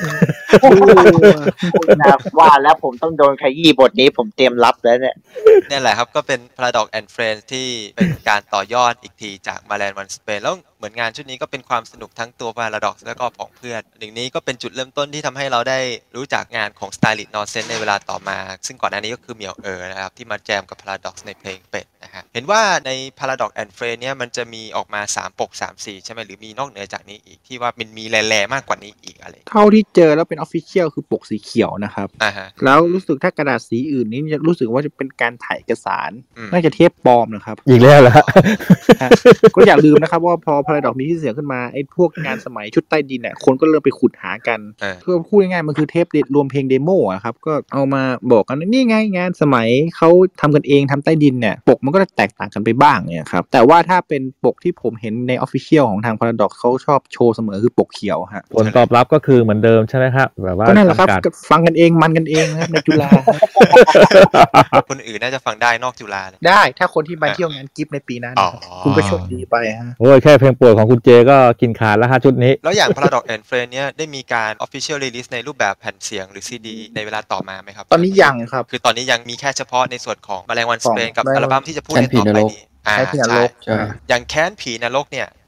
ว่าแล้วผมต้องโดนขยี้บทนี้ผมเตรียมรับแล้วเนี่ยนี่แหละครับก็เป็น Paradox and Friends ที่เป็นการต่อยอดอีกทีจาก Marlene Van Spen แล้วเหมือนงานชุดนี้ก็เป็นความสนุกทั้งตัว Paradox แล้วก็ของเพื่อนหนึ่งนี้ก็เป็นจุดเริ่มต้นที่ทำให้เราได้รู้จักงานของ Stylish Nonsense ในเวลาต่อมาซึ่งก่อนหน้านี้ก็คือเมียวนะครับที่มาแจมกับ Paradox ในเพลงเป็ดนะฮะเห็นว่าใน Paradox and Friends เนี่ยมันจะมีออกมา3ปก3สีใช่ไหมหรือมีนอกเหนือจากนี้อีกที่ว่ามันมีแร่ๆมากกว่านี้อีกอะไรเท่าที่เจอแล้วเป็น Official คือปกสีเขียวนะครับแล้วรู้สึกถ้ากระดาษสีอื่นนี้จะรู้สึกว่าจะเป็นการถ่ายเอกสารน่าจะเทปปลอมนะครับอีกแล้วเหรอก็อย่าลืมนะครับว่าพอ Paradox มีชื่อเสียงขึ้นมาไอ้พวกงานสมัยชุดใต้ดินเนี่ยคนก็เริ่มไปขุดหากันเพื่อพูดง่ายๆมันคือเทปรวมเพลงเดโมอะครับก็เอามาบอกกันนี่ไงงานสมัยเขาทำกันเองทำใต้ดินเนี่ยปกมันก็จะแตกต่างกันไปบ้างเนี่ยครับแต่ว่าถ้าเป็นปกที่ผมเห็นใน Official ของทาง Paradox เขาชอบโชว์เสมอคือปกเขียวฮะผลตอบรับก็คือเหมือนเดิมใช่ไหมครับแบบว่าก็นั่นแหละครับฟังกันเองมันกันเองนะครับในจุฬาคนอื่นน่าจะฟังได้นอกจุฬาได้ถ้าคนที่มาเที่ยวงานกิฟต์ในปีนั้นคุณก็โชคดีไปฮะโอ้ยแค่เพลงโปรดของคุณเจก็กินขาดแล้วฮะชุดนี้แล้วอย่าง Paradox and Friends เนี่ยได้มีการ Official Release ในรูปแบบแผ่นเสียงหรือ CD ในเวลาต่อมาไหมครับตอนนี้ยังครับคือตอนนี้ยังมีแค่เฉพาะในส่วนของแมลงวันสเปนกับอัลบั้มที่จะพูดในต่อไปนี้ใช่อย่างแค้นผีนรกเนี่ย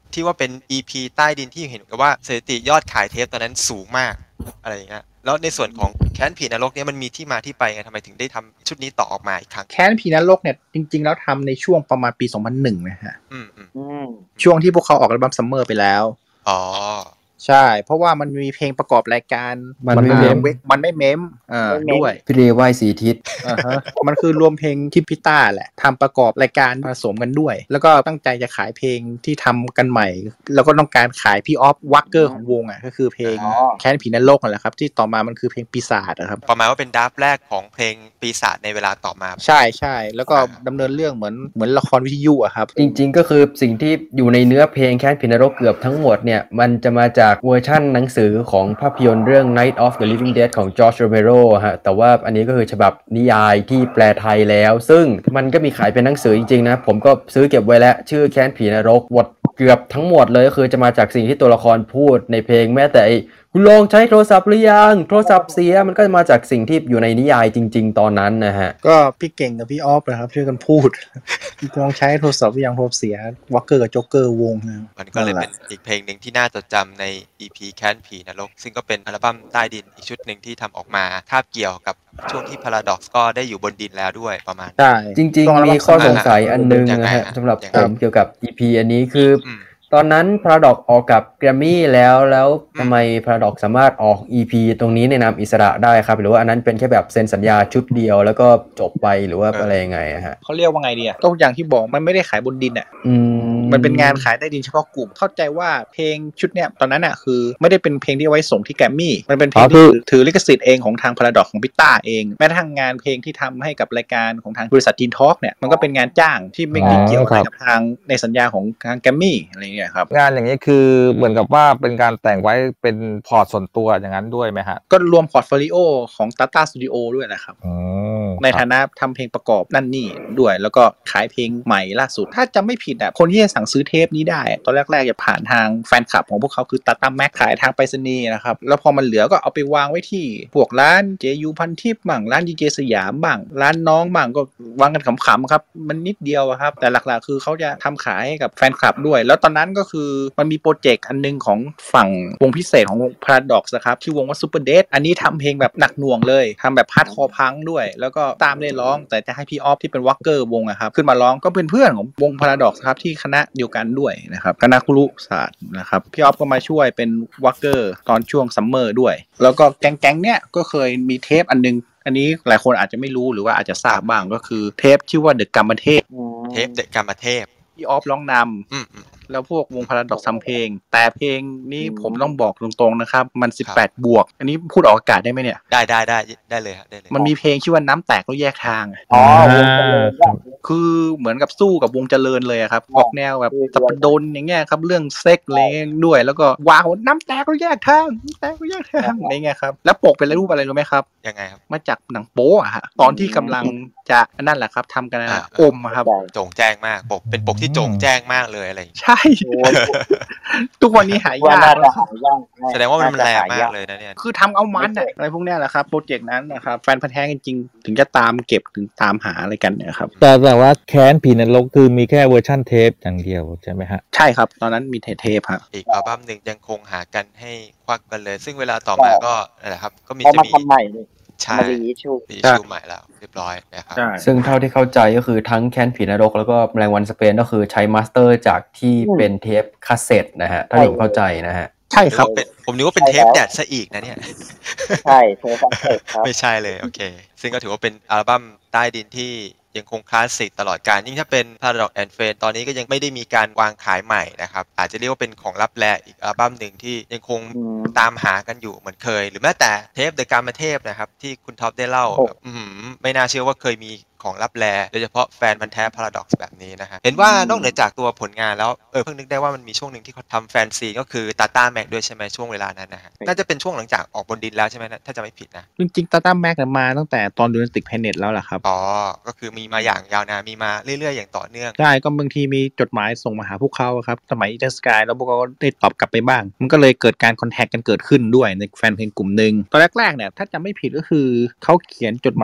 ที่ว่าเป็น EP ใต้ดินที่เห็นกับว่าสถิติยอดขายเทปตอนนั้นสูงมากอะไรอย่างเงี้ยแล้วในส่วนของแค้นผีนรกเนี่ยมันมีที่มาที่ไปไงทำไมถึงได้ทำชุดนี้ต่อออกมาอีกครั้งแค้นผีนรกเนี่ยจริงๆแล้วทำในช่วงประมาณปี 2001 นะฮะช่วงที่พวกเขาออกอัลบั้มซัมเมอร์ไปแล้วอ๋อใช่เพราะว่ามันมีเพลงประกอบรายการมันไม่เมมด้วยพี่เรไหว้สีทิศมันคือรวมเพลงที่พี่ต้าแหละทำประกอบรายการผสมกันด้วยแล้วก็ตั้งใจจะขายเพลงที่ทำกันใหม่แล้วก็ต้องการขายพี่ออฟวักเกอร์ของวงอ่ะก็คือเพลงแค้นผีนรกนั่นแหละครับที่ต่อมามันคือเพลงปีศาจนะครับประมาณว่าเป็นดราฟแรกของเพลงปีศาจในเวลาต่อมาใช่แล้วก็ดำเนินเรื่องเหมือนละครวิทยุอะครับจริงๆก็คือสิ่งที่อยู่ในเนื้อเพลงแค้นผีนรกเกือบทั้งหมดเนี่ยมันจะมาจากเวอร์ชั่นหนังสือของภาพยนตร์เรื่อง Night of the Living Dead ของ George Romero ฮะแต่ว่าอันนี้ก็คือฉบับนิยายที่แปลไทยแล้วซึ่งมันก็มีขายเป็นหนังสือจริงๆนะผมก็ซื้อเก็บไว้แล้วชื่อแค้นผีนรกบทเกือบทั้งหมดเลยก็คือจะมาจากสิ่งที่ตัวละครพูดในเพลงแม้แต่คุณลองใช้โทรศัพท์หรือยังโทรศัพท์เสียมันก็มาจากสิ่งที่อยู่ในนิยายจริงๆตอนนั้นนะฮะก็พี่เก่งกับพี่ออฟนะครับช่วยกันพูดลองใช้โทรศัพท์หรือยังโทรศัพท์เสียวอลเกอร์กับโจ๊กเกอร์วงมันก็เลยเป็นอีกเพลงหนึ่งที่น่าจดจำใน EP แค้นผีนรกซึ่งก็เป็นอัลบั้มใต้ดินอีกชุดหนึ่งที่ทำออกมาคาบเกี่ยวกับช่วงที่ Paradox ก็ได้อยู่บนดินแล้วด้วยประมาณใช่จริงๆมีข้อสงสัยอันนึงนะฮะสำหรับผมเกี่ยวกับ EP อันนี้คือตอนนั้น Paradox ออกกับ Grammy แล้วทำไม Paradox สามารถออก EP ตรงนี้ในนามอิสระได้ครับหรือว่าอันนั้นเป็นแค่แบบเซ็นสัญญาชุดเดียวแล้วก็จบไปหรือว่าอะไรยังไงฮะเขาเรียกว่าไงดีอ่ะต้องอย่างที่บอกมันไม่ได้ขายบนดินอ่ะมันเป็นงานขายใต้ดินเฉพาะกลุ่มเข้าใจว่าเพลงชุดเนี้ยตอนนั้นอ่ะคือไม่ได้เป็นเพลงที่ไว้ส่งที่แกรมมี่มันเป็นเพลงที่ถือลิขสิทธิ์เองของทาง Paradox ของพิต้าเองแม้กระทั่งงานเพลงที่ทำให้กับรายการของทางบริษัทจีนทอล์กเนี่ยมันก็เป็นงานจ้างที่ไม่เกี่ยวกับทางในสัญญาของทางแกรมมี่อะไรเงี้ยครับงานอย่างนี้คือเหมือนกับว่าเป็นการแต่งไว้เป็นพอร์ตส่วนตัวอย่างนั้นด้วยไหมฮะก็รวมพอร์ตโฟลิโอของ Tata Studio ด้วยนะครับในฐานะทำเพลงประกอบนั่นนี่ด้วยแล้วก็ขายเพลงใหม่ล่าสุดถ้าจำไม่ผิดอ่ะคนที่จะสั่งซื้อเทปนี้ได้ตอนแรกๆจะผ่านทางแฟนคลับของพวกเขาคือ Tata Mac ขายทางไปรษณีย์นะครับแล้วพอมันเหลือก็เอาไปวางไว้ที่พวกร้านเจยูพันทิพย์บ้างร้านดีเจสยามบ้างร้านน้องบ้างก็วางกันขำๆครับมันนิดเดียวครับแต่หลักๆคือเขาจะทำขายให้กับแฟนคลับด้วยแล้วตอนนั้นก็คือมันมีโปรเจกต์อันนึงของฝั่งวงพิเศษของวง Paradox นะครับชื่อวงว่า Super Dead อันนี้ทำเพลงแบบหนักหน่วงเลยทำแบบฮาร์ดคอร์พังด้วยแล้วก็ตามได้ร้องแต่จะให้พี่ออฟที่เป็นวอล์กเกอร์วงครับขึ้นมาร้องก็เป็นเพื่อนของวง Paradox ครับที่คณะเดียวกันด้วยนะครับคณะครุศาสตร์นะครับพี่ออฟก็มาช่วยเป็นวอล์กเกอร์ตอนช่วงซัมเมอร์ด้วยแล้วก็แก๊งๆเนี้ยก็เคยมีเทปอันนึงอันนี้หลายคนอาจจะไม่รู้หรือว่าอาจจะทราบบ้างก็คือเทปชื่อว่า The กรรมเทพ The กรรมเทพพี่ออฟร้องนำแล้วพวกวง Paradox ทำเพลงแต่เพลงนี้ผมต้องบอกตรงๆนะครับมัน18บวกอันนี้พูดออกอากาศได้ไหมเนี่ยได้เลยครับได้เลยมันมีเพลงชื่อว่าน้ำแตกแล้วแยกทางคือเหมือนกับสู้กับวงเจริญเลยครับออกแนวแบบตะปดนอย่างเงี้ยครับเรื่องเซ็กอะไรด้วยแล้วก็ว้าวน้ำแตกแล้วแยกทางน้ำแตกแล้วแยกทางอะไรเงี้ยครับแล้วปกเป็นรูปอะไรรู้ไหมครับยังไงครับมาจากหนังโป๊อะฮะตอนที่กำลังจะนั่นแหละครับทำกันอมครับโจ่งแจ้งมากเป็นปกที่โจ่งแจ้งมากเลยอะไรใช่ทุกวันนี้หายากแสดงว่ามันแรงมากเลยนะเนี่ยคือทำเอามันอะไรพวกนี้แหละครับโปรเจกต์นั้นนะครับแฟนพันธุ์แท้จริงๆถึงจะตามเก็บถึงตามหาอะไรกันเนี่ยครับแต่ว่าแค้นผีนรกคือมีแค่เวอร์ชั่นเทปอย่างเดียวใช่ไหมฮะใช่ครับตอนนั้นมีเทปครับอีกอัลบั้มหนึ่งยังคงหากันให้ควักกันเลยซึ่งเวลาต่อมาก็นั่นแหละครับก็จะมีใหม่ใช่รีชูใหม่แล้วเรียบร้อยนะครับซึ่งเท่าที่เข้าใจก็คือทั้งแค้นผีนรกแล้วก็แมลงวันสเปนก็คือใช้มาสเตอร์จากที่เป็นเทปคาสเซ็ตนะฮะถ้าผมเข้าใจนะฮะใช่ครับผมนึกว่าเป็นเทปแดดซะอีกนะเนี่ยใช่เทปคาสเซ็ตครับไม่ใช่เลยโอเคซึ่งก็ถือว่าเป็นอัลบั้มใต้ดินที่ยังคงคลาสสิกตลอดกาลยิ่งถ้าเป็น Paradox and Friends ตอนนี้ก็ยังไม่ได้มีการวางขายใหม่นะครับอาจจะเรียกว่าเป็นของลับแลอีกอัลบั้มหนึ่งที่ยังคงตามหากันอยู่เหมือนเคยหรือแม้แต่เทป The กรรมเทพนะครับที่คุณท็อปได้เล่าไม่น่าเชื่อว่าเคยมีของลับแลโดยเฉพาะแฟนพันธุ์แท้ Paradox แบบนี้นะฮะเห็นว่านอกเหนือจากตัวผลงานแล้วเพิ่งนึกได้ว่ามันมีช่วงหนึ่งที่เขาทำแฟนซีก็คือ Tata Mac ด้วยใช่ไหมช่วงเวลานั้นนะฮะน่าจะเป็นช่วงหลังจากออกบนดินแล้วใช่ไหมนะถ้าจะไม่ผิดนะจริงๆ Tata Mac มาตั้งแต่ตอน Lunatic Planet แล้วล่ะครับก็คือมีมาอย่างยาวนานมีมาเรื่อยๆอย่างต่อเนื่องใช่ก็บางทีมีจดหมายส่งมาหาพวกเขาครับสมัย Eater Sky แล้วพวกเขาได้ตอบกลับไปบ้างมันก็เลยเกิดการคอนแทคกันเกิดขึ้นด้วยในแฟนเพลงกลุ่มนึงตอนแรกๆเนี่ยถ้าจำไม่ผิดก็คือเขาเขียนจดหมายเพื่อสื่อ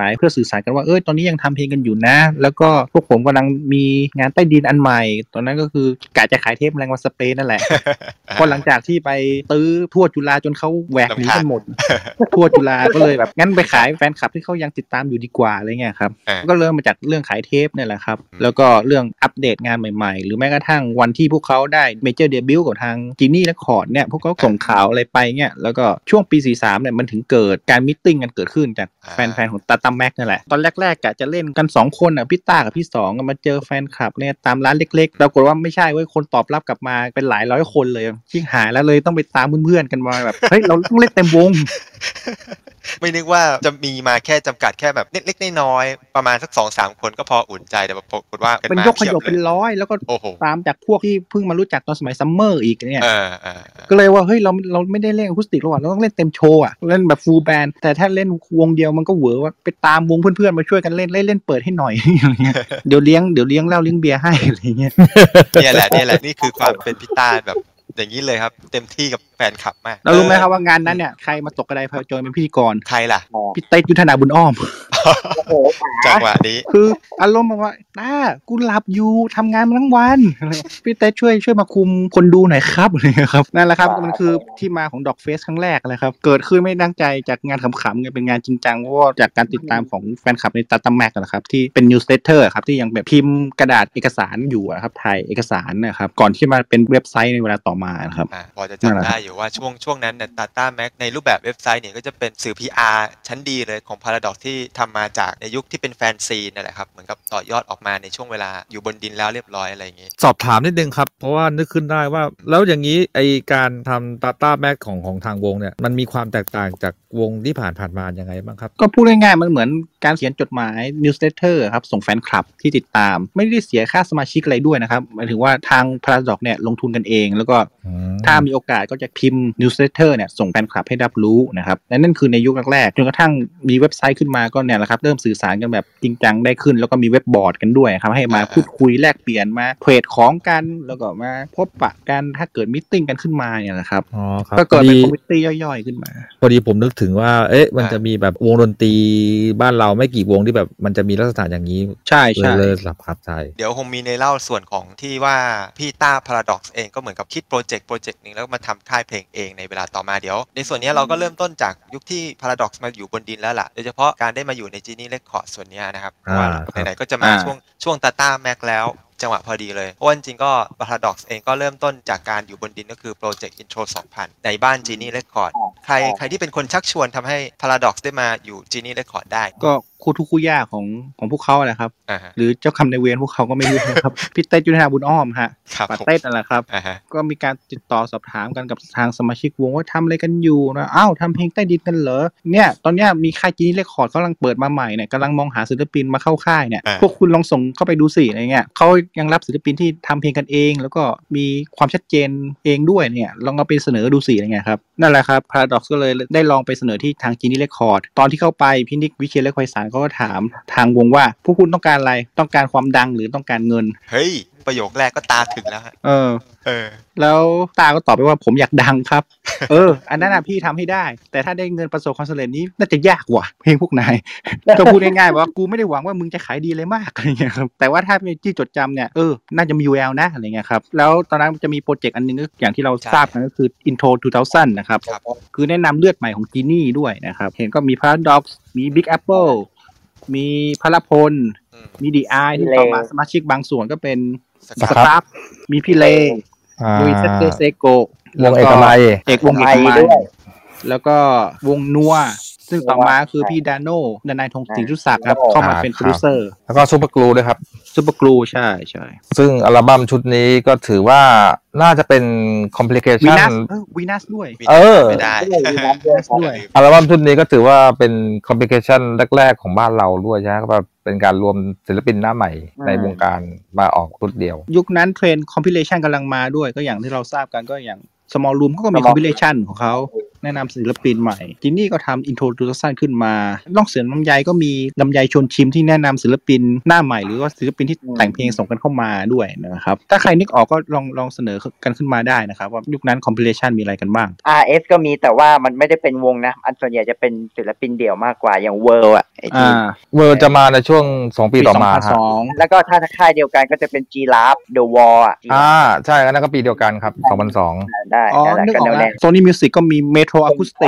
อสารกันว่าตอนนี้ยังทำเพลงกันอยู่นะแล้วก็พวกผมกำลังมีงานใต้ดินอันใหม่ตอนนั้นก็คือกะจะขายเทปแมลงวันสเปนนั่นแหละพอหลังจากที่ไปตื้อทั่วจุฬาจนเขาแหวกหนีกันหมดทั่วจุฬาก็เลยแบบงั้นไปขายแฟนคลับที่เขายังติดตามอยู่ดีกว่าอะไรเงี้ยครับก็เริ่มมาจากเรื่องขายเทปเนี่ยแหละครับแล้วก็เรื่องอัปเดตงานใหม่ๆหรือแม้กระทั่งวันที่พวกเขาได้เมเจอร์เดบิวต์กับทางจีนี่และคอร์ดเนี่ยพวกเขาส่งข่าวอะไรไปเนี่ยแล้วก็ช่วงปี43เนี่ยมันถึงเกิดการมีตติ้งกันเกิดขึ้นจากแฟนๆของตาตาแม็กนั่นแหละตอนแรกๆกะจะเล่นกัน2คนพี่ต้ากับพี่2กันมาเจอแฟนคลับเนี่ยตามร้านเล็กๆปรากฏว่าไม่ใช่เว้ยคนตอบรับกลับมาเป็นหลายร้อยคนเลยชิ่งหายแล้วเลยต้องไปตามเพื่อนๆกันมาแบบเฮ้ยเราต้องเล่นเต็มวงไม่นึกว่าจะมีมาแค่จำกัดแค่แบบเล็กๆน้อยๆประมาณสัก 2-3 คนก็พออุ่นใจแต่ปรากฏว่าเป็นยกขยบเป็นร้อยแล้วก็ตามจากพวกที่เพิ่งมารู้จักตอนสมัยซัมเมอร์อีกเนี่ยก็เลยว่าเฮ้ยเราไม่ได้เล่นอะคูสติกแล้วเราต้องเล่นเต็มโชว์เล่นแบบฟูลแบนด์แต่ถ้าเล่นวงเดียวมันก็เหวอว่าไปตามวงเพื่อนๆมาช่วยกันเล่นเปิดให้หน่อยอะไรเงี้ยเดี๋ยวเลี้ยงเหล้าเลี้ยงเบียร์ให้อะไรเงี้ยเนี่ยแหละนี่คือความเป็นพิต้าแบบอย่างนี้เลยครับเต็มที่กับแฟนคลับมากเรารู้ไหมครับว่างานนั้นเนี่ยใครมาตกกระไดพลอยโจรเป็นพิธีกรใครล่ะพี่เต้ยุทธนาบุญอ้อมจังหวะนี้คืออารมณ์แบบว่ากูหลับอยู่ทำงานมาทั้งวันพี่เต้ช่วยมาคุมคนดูหน่อยครับอะไรครับนั่นแหละครับมันคือที่มาของดอกเฟสครั้งแรกเลยครับเกิดขึ้นไม่ตั้งใจจากงานขำๆกันเป็นงานจริงจังเพราะว่าจากการติดตามของแฟนคลับในตาตาแม็กนะครับที่เป็นนิวส์เลเตอร์ครับที่ยังแบบพิมพ์กระดาษเอกสารอยู่ครับถ่ายเอกสารนะครับก่อนที่มาเป็นเว็บไซต์ในเวลาต่อมาครับพอจะจำได้อยู่ว่าช่วงนั้นเนี่ย Data Max ในรูปแบบเว็บไซต์เนี่ยก็จะเป็นสื่อ PR ชั้นดีเลยของ Paradox ที่ทำมาจากในยุคที่เป็นแฟนซีนั่นแหละครับเหมือนกับต่อยอดออกมาในช่วงเวลาอยู่บนดินแล้วเรียบร้อยอะไรอย่างงี้สอบถามนิดนึงครับเพราะว่านึกขึ้นได้ว่าแล้วอย่างนี้ไอการทำ Data Max ของทางวงเนี่ยมันมีความแตกต่างจากวงที่ผ่านมายังไงบ้างครับก็พูดง่ายๆมันเหมือนการเขียนจดหมาย Newsletter ครับส่งแฟนคลับที่ติดตามไม่ได้เสียค่าสมาชิกอะไรด้วยนะครับหมายถึงว่าทาง Paradox เนี่ยลงทุนกันเองแล้วก็ถ้ามีโอกาสก็จะพิมพ์ Newsletter เนี่ยส่งแฟนคลับให้รับรู้นะครับและนั่นคือในยุคแรกๆจนกระทั่งมีเว็บไซต์ขึ้นมาก็เนี่ยแหละครับเริ่มสื่อสารกันแบบจริงจังได้ขึ้นแล้วก็มีเว็บบอร์ดกันด้วยครับให้มาพูดคุยแลกเปลี่ยนมาเทรดของกันแล้วก็มาพบปะกันถ้าเกิดมีตติ้งกันขึ้นมาเนี่ยนะครับก็เกิดเป็นคอมมิชชั่นย่อยๆขึ้นมาพอดีผมนึกถึงว่ามันจะมีแบบวงดนตรีบ้านเราไม่กี่วงที่แบบมันจะมีลักษณะอย่างนี้ใช่เลยสลับครับใช่เดี๋ยวคงมีในเล่าส่วนของที่ว่าพี่ต้า Paradox เองก็เหมือนกับคิดโปรเจกต์นึงแล้วมาทำค่ายเพลงเองในเวลาต่อมาเดี๋ยวในส่วนนี้เราก็เริ่มต้นจากยุคที่ Paradox มาอยู่บนดินแล้วล่ะโดยเฉพาะการได้มาอยู่ใน Genie Records ส่วนนี้นะครับว่าไหนๆก็จะมาช่วง Data Max แล้วจังหวะพอดีเลยเพราะจริงๆก็ Paradox เองก็เริ่มต้นจากการอยู่บนดินก็คือโปรเจกต์ Intro 2000ในบ้าน Genie Record ใครที่เป็นคนชักชวนทำให้ Paradox ได้มาอยู่ Genie Record ได้ก็คู่ทุกคู่ย่าของพวกเขาแหละครับหรือเจ้าคำในเวรพวกเขาก็ไม่รู้นะครับพี่เต้ยุทธนาบุญอ้อมฮะปาเต้นั่นแหละครับก็มีการติดต่อสอบถามกันกับทางสมาชิกวงว่าทำอะไรกันอยู่นะทำเพลงใต้ดินกันเหรอเนี่ยตอนนี้มีค่ายจีนี่เรคคอร์ดกำลังเปิดมาใหม่เนี่ยกำลังมองหาศิลปินมาเข้าค่ายเนี่ยพวกคุณลองส่งเข้าไปดูสิอะไรเงี้ยเขายังรับศิลปินที่ทำเพลงกันเองแล้วก็มีความชัดเจนเองด้วยเนี่ยลองเอาไปเสนอดูสิอะไรเงี้ยครับนั่นแหละครับ Paradox ก็เลยได้ลองไปเสนอที่ทางจีนี่เรคคอร์ดตอนที่เข้าไปพี่นิกวิเชียรและไพศาลเขาก็ถามทางวงว่าพวกคุณต้องการอะไรต้องการความดังหรือต้องการเงินเฮ้ยประโยคแรกก็ตาถึงแล้วฮะแล้วตาก็ตอบไปว่าผมอยากดังครับอันนั้นพี่ทำให้ได้แต่ถ้าได้เงินประสบความสำเร็จนี้น่าจะยากกว่าเพลงพวกนาย ก็พูดง่ายๆว่ากูไม่ได้หวังว่ามึงจะขายดีเลยมากอะไรเงี้ยครับแต่ว่าถ้าเป็นที่จดจำเนี่ยน่าจะมี UL นะอะไรเงี้ยครับแล้วตอนนั้นจะมีโปรเจกต์อันนึงก็อย่างที่เราทราบกันก็คือ Intro 2000 นะครับคือแนะนำเลือดใหม่ของจีนี่ด้วยนะครับเห็นก็มี Paradox มี Big Apple มีพลพลมีดีไอที่ต่อมาสมาชิกบางส่วนก็เป็นสตาฟมีพี่เลลุยเซเซโกวงเอกมัยแล้วก็วงนัวซึ่งต่อมาคือพี่ดานายทงศรีรุศักดิ์ครับเข้ามาเป็นโปรดิวเซอร์แล้วก็ซุปเปอร์กลูด้วยครับซุปเปอร์กลูใช่ซึ่งอัลบั้มชุดนี้ก็ถือว่าน่าจะเป็น complication วีนัสด้วยไม่ได้ด้วยอัลบั้มชุดนี้ก็ถือว่าเป็น complication แรกๆของบ้านเราด้วยใช่ไหมครับเป็นการรวมศิลปินหน้าใหม่ในวงการมาออกชุดเดียวยุคนั้นเทรนด์ compilation กำลังมาด้วยก็อย่างที่เราทราบกันก็อย่าง small room ก็มี compilation ของเขาแนะนำศิลปินใหม่จินนี่ก็ทำอินโทรดูซันขึ้นมาล่องเสือลำไยก็มีลำไยชวนชิมที่แนะนำศิลปินหน้าใหม่หรือว่าศิลปินที่แต่งเพลงส่งกันเข้ามาด้วยนะครับถ้าใครนึกออกก็ลองเสนอกันขึ้นมาได้นะครับว่ายุคนั้นคอมพิเลชันมีอะไรกันบ้าง RS ก็มีแต่ว่ามันไม่ได้เป็นวงนะอันส่วนใหญ่จะเป็นศิลปินเดี่ยวมากกว่าอย่างเวิร์ไอ้ที่เวอร์จะมาในช่วง2 ปีต่อมาฮะแล้วก็ถ้าค่ายเดียวกันก็จะเป็น Giraffe The Wall ใช่นั่นก็ปีเดียวกันครับ2002 ได้นึกออกแล้ว Sony Music ก็มี Metro Acoustic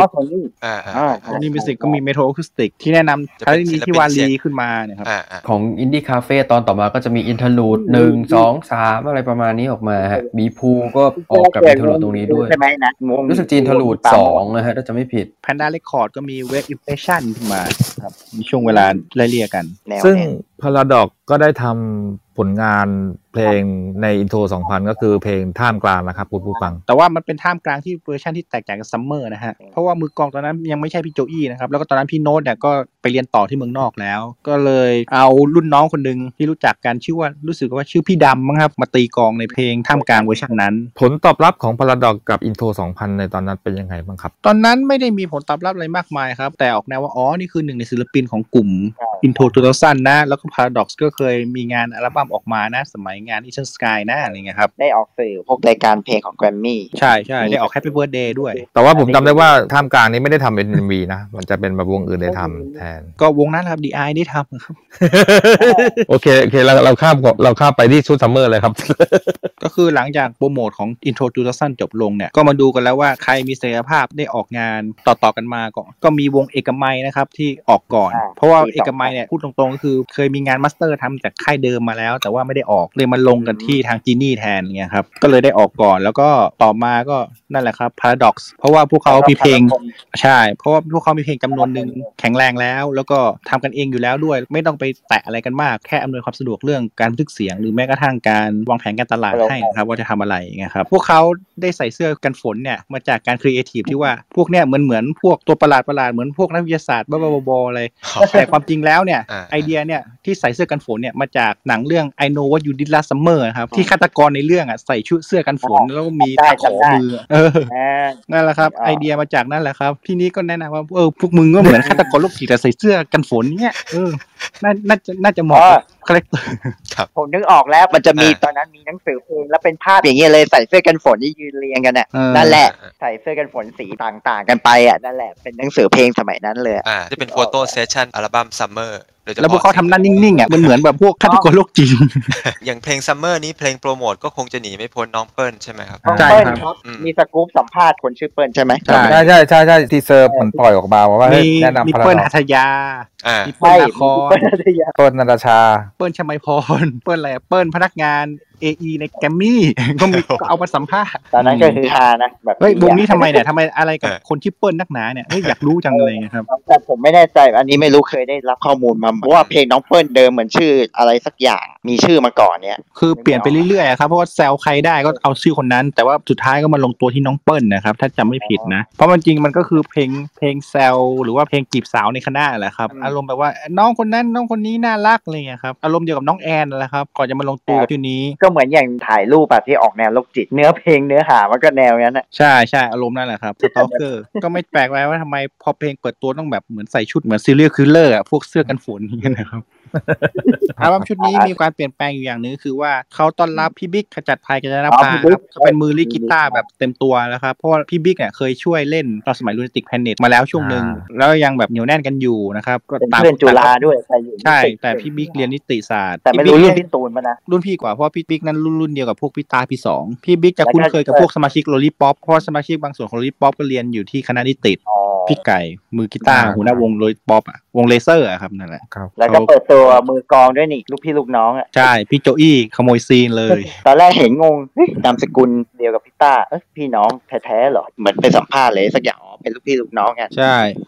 Sony Music ก็มี Metro Acoustic ที่แนะนำทารินีที่วาลีขึ้นมานะครับของ Indie Cafe ตอนต่อมาก็จะมี Interlude 1 2 3อะไรประมาณนี้ออกมาฮะมีภูก็ออกกับ Interlude ตรงนี้ด้วยใช่ไหมนะรู้สึก Interlude 2นะฮะถ้าจะไม่ผิด Panda Record ก็มี Wave Impression ขึ้นมาครับมีช่วงเวลาไล่เลี่ยกันซึ่ง Paradox ก็ได้ทำผลงานเพลงในอินโทร 2000 ก็คือเพลงท่ามกลางนะครับผู้ฟังแต่ว่ามันเป็นท่ามกลางที่เวอร์ชันที่แตกต่างกับซัมเมอร์นะฮะเพราะว่ามือกลองตอนนั้นยังไม่ใช่พี่โจอี้นะครับแล้วก็ตอนนั้นพี่โน้ตเนี่ยก็ไปเรียนต่อที่เมืองนอกแล้วก็เลยเอารุ่นน้องคนนึงที่รู้จักกันรู้สึกว่าชื่อพี่ดำมั้งครับมาตีกลองในเพลงท่ามกลางเวอร์ชันนั้นผลตอบรับของ Paradox กับอินโทร 2000 ในตอนนั้นเป็นยังไงบ้างครับตอนนั้นไม่ได้มีผลตอบรับอะไรมากมายครับแต่ออกแนวว่านี่คือหนึ่งในศิลปินของกลุ่มอินโทร2000นะแล้วก็ Paradox ก็เคยมีงานอัลบั้มออกมานะสมัยงาน Eastern Sky นะอะไรเงี้ยครับได้ออกสื่อพวกรายการเพลงของ Grammy ใช่ได้ออก Happy Birthday ด้วยแต่ว่าผมจำได้ว่าท่ามกลางนี้ไม่ได้ทำเป็น MV นะมันจะเป็นแบบวงอื่นได้ทำแทนก็วงนั้นครับ DI ได้ทำครับโอเคเราข้ามไปที่ชุดซัมเมอร์เลยครับก็คือหลังจากโปรโมทของ Intro 2000 จบลงเนี่ยก็มาดูกันแล้วว่าใครมีศักยภาพได้ออกงานต่อกันมาก็มีวงเอกมัยนะครับที่ออกก่อนเพราะว่าเอกมัยเนี่ยพูดตรงๆก็คือเคยมีงานมาสเตอร์ทำจากค่ายเดิมมาแล้วแต่ว่าไม่ได้ออกเลยมาลงกันที่ทางจีนี่แทนเงี้ยครับก็เลยได้ออกก่อนแล้วก็ต่อมาก็นั่นแหละครับ Paradox เพราะว่าพวกเขามีเพลงใช่เพราะว่าพวกเขามีเพลงจำนวนนึงแข็งแรงแล้วก็ทำกันเองอยู่แล้วด้วยไม่ต้องไปแตะอะไรกันมากแค่อำนวยความสะดวกเรื่องการบันทึกเสียงหรือแม้กระทั่งการวางแผนการตลาดให้นะครับว่าจะทำอะไรเงี้ยครับพวกเขาได้ใส่เสื้อกันฝนเนี่ยมาจากการครีเอทีฟที่ว่าพวกเนี่ยเหมือนพวกตัวประหลาดเหมือนพวกนักวิทยาศาสตร์บ้าๆอะไรแต่ความจริงแล้วเนี่ยไอเดียเนี่ยที่ใส่เสื้อกันฝนเนี่ยมาจากหนังเรื่อง I Know What You Did Last Summer ครับที่ฆาตกรในเรื่องใส่ชุดเสื้อกันฝนแล้วมีตะขอมือนั่นแหละครับไอเดียมาจากนั่นแหละครับที่นี้ก็แนะนำว่าพวกมึงก็เหมือนฆาตกรโรคจิตแต่ใส่เสื้อกันฝนเนี่ยน่าจะเหมาะคาแรคเตอร์ผมนึกออกแล้วมันจะมีตอนนั้นมีหนังสือเพลงแล้วเป็นภาพอย่างเงี้ยเลยใส่เสื้อกันฝนที่ยืนเรียงกันเนี่ยนั่นแหละใส่เสื้อกันฝนสีต่างๆกันไปนั่นแหละเป็นหนังสือเพลงสมัยนั้นเลยจะเป็นโฟโต้เซสชั่นอัลบั้มซัมเมอร์แล้วพวกเขาทำหน้านิ่งๆมันเหมือนแบบพวกฆาตกรโรคจิตอย่างเพลงซัมเมอร์นี้เพลงโปรโมทก็คงจะหนีไม่พ้นน้องเปิ้ลใช่ไหมครับใช่ครับมีสกู๊ปสัมภาษณ์คนชื่อเปิ้ลใช่ไหมใช่ทีเซอร์มันปล่อยออกมาว่าแนะนำมีเปิ้ลหัตถยามีเปิ้ลนาครเปิ้ลนันทชาเปิ้ลชมัยพรเปิ้ลอะไรเปิ้ลพนักงาน AE ในแกรมมี่ก็มีก็เอามาสัมภาษณ์ตอนนั้นก็คือฮานะแบบเฮ้ยวงนี้ทำไมอะไรกับคนชื่อเปิ้ลนักหนาเนี่ยอยากรู้จังเลยครับแต่ผมไม่แน่ใจอันนี้ไม่รู้เคยได้รับข้อมูลมาว่าเพลงน้องเปิ้ลเดิมเหมือนชื่ออะไรสักอย่างมีชื่อมาก่อนเนี่ยคือเปลี่ยนไปเรื่อยๆครับเพราะว่าแซวใครได้ก็เอาชื่อคนนั้นแต่ว่าสุดท้ายก็มาลงตัวที่น้องเปิ้ลนะครับถ้าจำไม่ผิดนะเพราะมันจริงมันก็คือเพลงแซวหรือว่าเพลงจีบสาวในคณะแหละครับอารมณ์แบบว่าน้องคนนั้นน้องคนนี้น่ารักอะไรเงี้ยครับอารมณ์เดียวกับน้องแอนแหละครับก่อนจะมาลงตัวที่นี้ก็เหมือนอย่างถ่ายรูปแบบที่ออกแนวโรคจิตเนื้อเพลงเนื้อหามันก็แนวนั้นนะใช่อารมณ์นั่นแหละครับสตอกเกอร์ก็ไม่แปลกใจว่าทำไมพอเพลงเปิดตัวต้องแบบเหมือนใส่ชุดเหมือนซีเรียลคิลเลอร์พวกเสื้อกันฝนอย่างเงี้ยนะครับอัลบั้มชุดนี้มีการเปลี่ยนแปลงอยู่อย่างนึงคือว่าเขาต้อนรับพี่บิ๊กขจัดภัยกัญจนภาครับเขาเป็นมือลีดกีตาร์แบบเต็มตัวแล้วครับเพราะว่าพี่บิ๊กเนี่ยเคยช่วยเล่นตอนสมัย Lunatic Planet มาแล้วช่วงนึงแล้วยังแบบเหนียวแน่นกันอยู่นะครับก็ตามเพื่อนจุฬาด้วยใช่แต่พี่บิ๊กเรียนนิติศาสตร์แต่ไม่รู้รุ่นพี่ตูนป่ะนะรุ่นพี่กว่าเพราะพี่บิ๊กนั้นรุ่นเดียวกับพวกพี่ตาพี่2พี่บิ๊กจะคุ้นเคยกับพวกสมาชิกโลลิป๊อปเพราะสมาชิกบางส่วนของโลลิป๊อปก็เรียนอยู่ที่คณะนิติพี่ไก่มือกีตาร์หัวหน้าวงโลลิป๊อปวงเลเซอร์ครับนั่นแหละแล้วก็เปิดตัวมือกลองด้วยนี่ลูกพี่ลูกน้องใช่พี่โจอี้ขโมยซีนเลยตอนแรกเห็นงงนามสกุลเดียวกับพี่ต้าพี่น้องแท้ๆเหรอเหมือนไปสัมภาษณ์เลยสักอย่างเป็นลูกพี่ลูกน้องไงใช่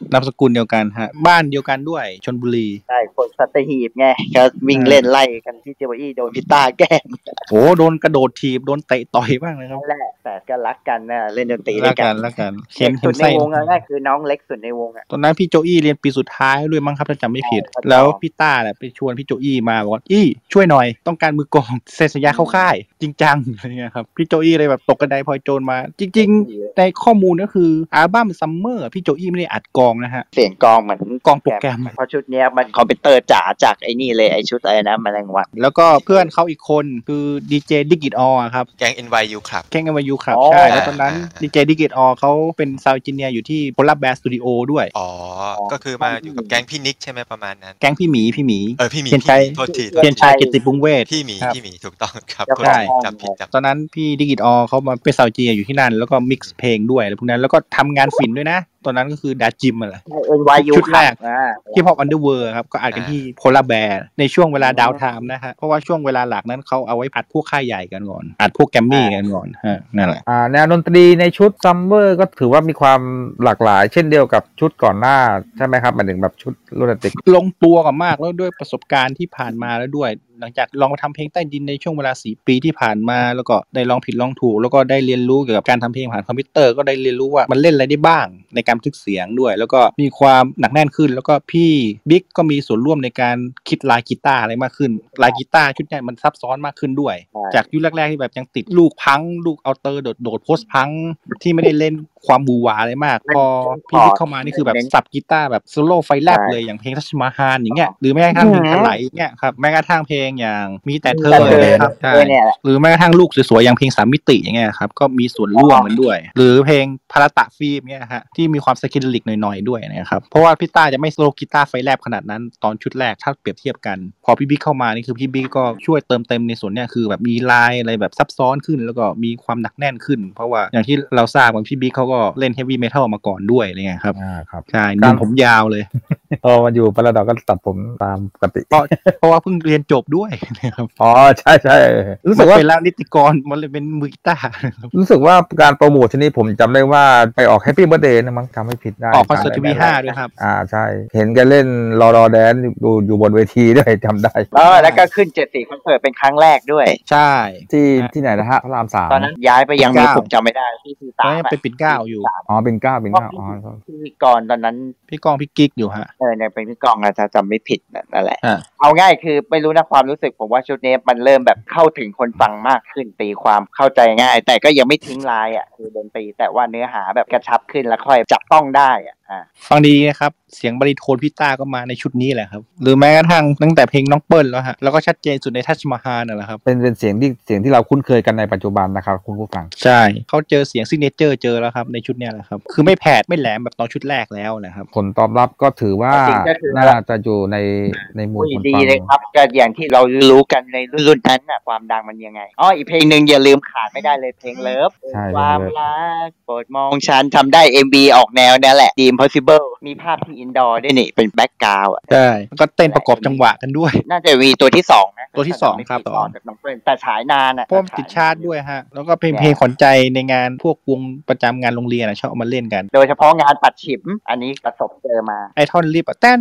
นามสกุลเดียวกันฮะบ้านเดียวกันด้วยชลบุรีใช่คนสัตหีบไงก็วิ่งเล่นไล่กันที่เจวอี้โดนพิต้าแกล้งโอ้โดนกระโดดถีบโดนเตะต่อยบ้างเลยครับแหละแต่ก็รักกันนะเล่นดนตรีด้วยกันรักกันเห็นในวงง่ายคือน้องเล็กสุดในวงตอนนั้นพี่โจอี้เรียนปีสุดท้ายด้วยมั้งครับถ้าจำไม่ผิดแล้วพี่ต้าแหละไปชวนพี่โจอี้มาบอกว่าช่วยหน่อยต้องการมือกลองเซ็นสัญญาเข้าค่ายจริงจังอะไรเงี้ยครับพี่โจอี้เลยแบบตกกระไดพลอยโจรมาจริงๆในข้อมูลก็คืออัลบั้มซัมเมอร์พี่โจอี้ไม่ได้อัดกลองนะฮะเสียงกลองเหมือนกลองโปรแกรมเพราะชุดนี้มันคอมพิวเตอร์จ๋าจากไอ้นี่เลยไอ้ชุดอะไรนะแมลงวันแล้วก็เพื่อนเขาอีกคนคือดีเจดิกิตออครับแก๊ง NYU ครับแก๊ง NYU ครับใช่แล้วตอนนั้นดีเจดิกิตออเขาเป็นซาวด์เอนจิเนียร์อยู่ที่โพลาร์แบร์สตูดิโอด้วยก็คือมาอยู่กับแก๊งพี่นิกใช่ไหมประมาณนั้นแก๊งพี่หมีพี่หมีโทษทีเพียรชัยกิตติพงษ์เวชพี่หมีถูกต้องครับใช่ตอนนั้นพี่ดิกิตออเขามาเป็นซาวด์เอนจิเนียร์อยู่ที่นั่นแล้วก็มิกซ์เพลงด้วยแล้วพวกนั้นแล้วก็ทำงานฝิ่นด้วยนะตอนนั้นก็คือดาจิมอะไรชุดแรกที่พอปอันเดอร์เวิร์ครับก็อัดกันที่โพลาร์แบร์ในช่วงเวลาดาวไทม์นะฮะเพราะว่าช่วงเวลาหลักนั้นเขาเอาไว้อัดพวกค่ายใหญ่กันก่อนอัดพวกแกมมี่กันก่อนนั่นแหละแนวดนตรีในชุดซัมเมอร์ก็ถือว่ามีความหลากหลายเช่นเดียวกับชุดก่อนหน้าใช่ไหมครับหมายถึงแบบชุดโรแมนติกลงตัวกันมากแล้วด้วยประสบการณ์ที่ผ่านมาแล้วด้วยหลังจากลองมาทำเพลงใต้ดินในช่วงเวลา4 ปีที่ผ่านมาแล้วก็ได้ลองผิดลองถูกแล้วก็ได้เรียนรู้เกี่ยวกับการทำเพลงผ่านคอมพิวเตอร์ก็ได้เรียนรู้ว่ามันเล่นอะไรได้บ้างในการบันทึกเสียงด้วยแล้วก็มีความหนักแน่นขึ้นแล้วก็พี่บิ๊กก็มีส่วนร่วมในการคิดลายกีตาร์อะไรมากขึ้นลายกีตาร์ชุดนี้มันซับซ้อนมากขึ้นด้วยจากยุคแรกๆที่แบบยังติดลูกพังลูกอัลเตอร์โดดโพสพังที่ไม่ได้เล่นความบูหวาอะไรมากพอพี่บิ๊กเข้ามานี่คือแบบสับกีตาร์แบบโซโล่ไฟแลบเลยอย่างเพลงทัชมาฮานอย่างเงี้ยหรือแม้กระทั่งเพลงถลายอย่างเงี้ยครับแม้กระทั่งเพลงอย่างมีแต่เธอครับใช่หรือแม้กระทั่งลูกสวยๆอย่างเพลง3 มิติอย่างเงี้ยครับก็มีส่วนร่วมมันด้วยหรือเพลงพาราตะฟิล์มเงี้ยฮะที่มีความสกิลลิกหน่อยๆด้วยนะครับเพราะว่าพี่ต้าจะไม่โซโล่กีตาร์ไฟแลบขนาดนั้นตอนชุดแรกถ้าเปรียบเทียบกันพอพี่บิ๊กเข้ามานี่คือพี่บิ๊กก็ช่วยเติมเต็มในส่วนเนี้ยคือแบบมีลายอะไรแบบซับซ้อนขึ้นแล้วก็มีความหนักแน่นขึ้นเพราะว่าอย่างที่เราทราบว่าพี่บิ๊กเขาก็เล่นเฮฟวี่เมทัลมาก่อนด้วยอะไรเงี้ยครับครับใช่การผมยาวเลยพอมาอยู่พาราดอกก็ตัดผมตามปกติเพราะว่าเพิ่งเรียนจบด้วยนะครับใช่รู้สึกว่าเป็นนิติกรมันเลยเป็นมือกีตาร์รู้สึกว่าการโปรโมทที่นี่ผมจำได้ว่าไปออกแฮปปี้เบิร์ธเดย์นะมั้งจำไม่ผิดได้ออกคอนเสิร์ตทีวี5ด้วยครับใช่เห็นแกเล่นรอแดนอยู่บนเวทีด้วยจำได้แล้วก็ขึ้น74คอนเสิร์ตเป็นครั้งแรกด้วยใช่ที่ไหนนะฮะพระราม3 ตอนนั้นย้ายไปยังมีผมจำไม่ได้ที่ตาเป็นปิ่นเกล้าอยู่เป็นเก้าพี่กรตอนนั้นพี่กองพี่กิ๊กอยู่ฮะเนี่ยเป็นพี่กองอาจจะจำไม่ผิดนั่นแหละเอาง่ายคือไม่รู้นะความรู้สึกผมว่าชุดนี้มันเริ่มแบบเข้าถึงคนฟังมากขึ้นตีความเข้าใจง่ายแต่ก็ยังไม่ทิ้งลายคือดนตรีแต่ว่าเนื้อหาแบบกระชับขึ้นแล้วค่อยจับต้องได้ฟังดีนะครับเสียงบริโทนพี่ต้าก็มาในชุดนี้แหละครับหรือแม้กระทั่งตั้งแต่เพลงน้องเปิ้ลแล้วฮะแล้วก็ชัดเจนสุดในทัชมาฮานั่นแหละครับเป็นเสียงที่เราคุ้นเคยกันในปัจจุบันนะครับคุณผู้ฟังใช่เขาเจอเสียงซิกเนเจอร์เจอแล้วครับในชุดนี้แหละครับคือไม่แผดไม่แหลมแบบตอนชุดแรกแล้วนะครับผลตอบรับก็ถือว่าน่าจะอยู่ในหมู่คนฟังดีเลยครับก็อย่างที่เรารู้กันในรุ่นนั้นความดังมันยังไงอีกเพลงนึงอย่าลืมขาดไม่ได้เลยเพลงเลิฟความรักโปรดมองฉันทำได้ MV ออกแนวนี่แหละ Dream Possible มีภาพที่อินดอร์ด้วยนี่เป็นแบ็คกราวด์ใช่ก็เต้นประกอบจังหวะกันด้วยน่าจะมีตัวที่2นะตัวที่2ครับต่อจากน้องเปิ้ลแต่ฉายนานพวกติดชาร์ตด้วยฮะแล้วก็เพลงขวัญใจในงานพวกวงประจำงานโรงเรียนชอบเอามาเล่นกันโดยเฉพาะงานปัดฉิมอันนี้ประสบเจอมาไอท่อนรีบแต่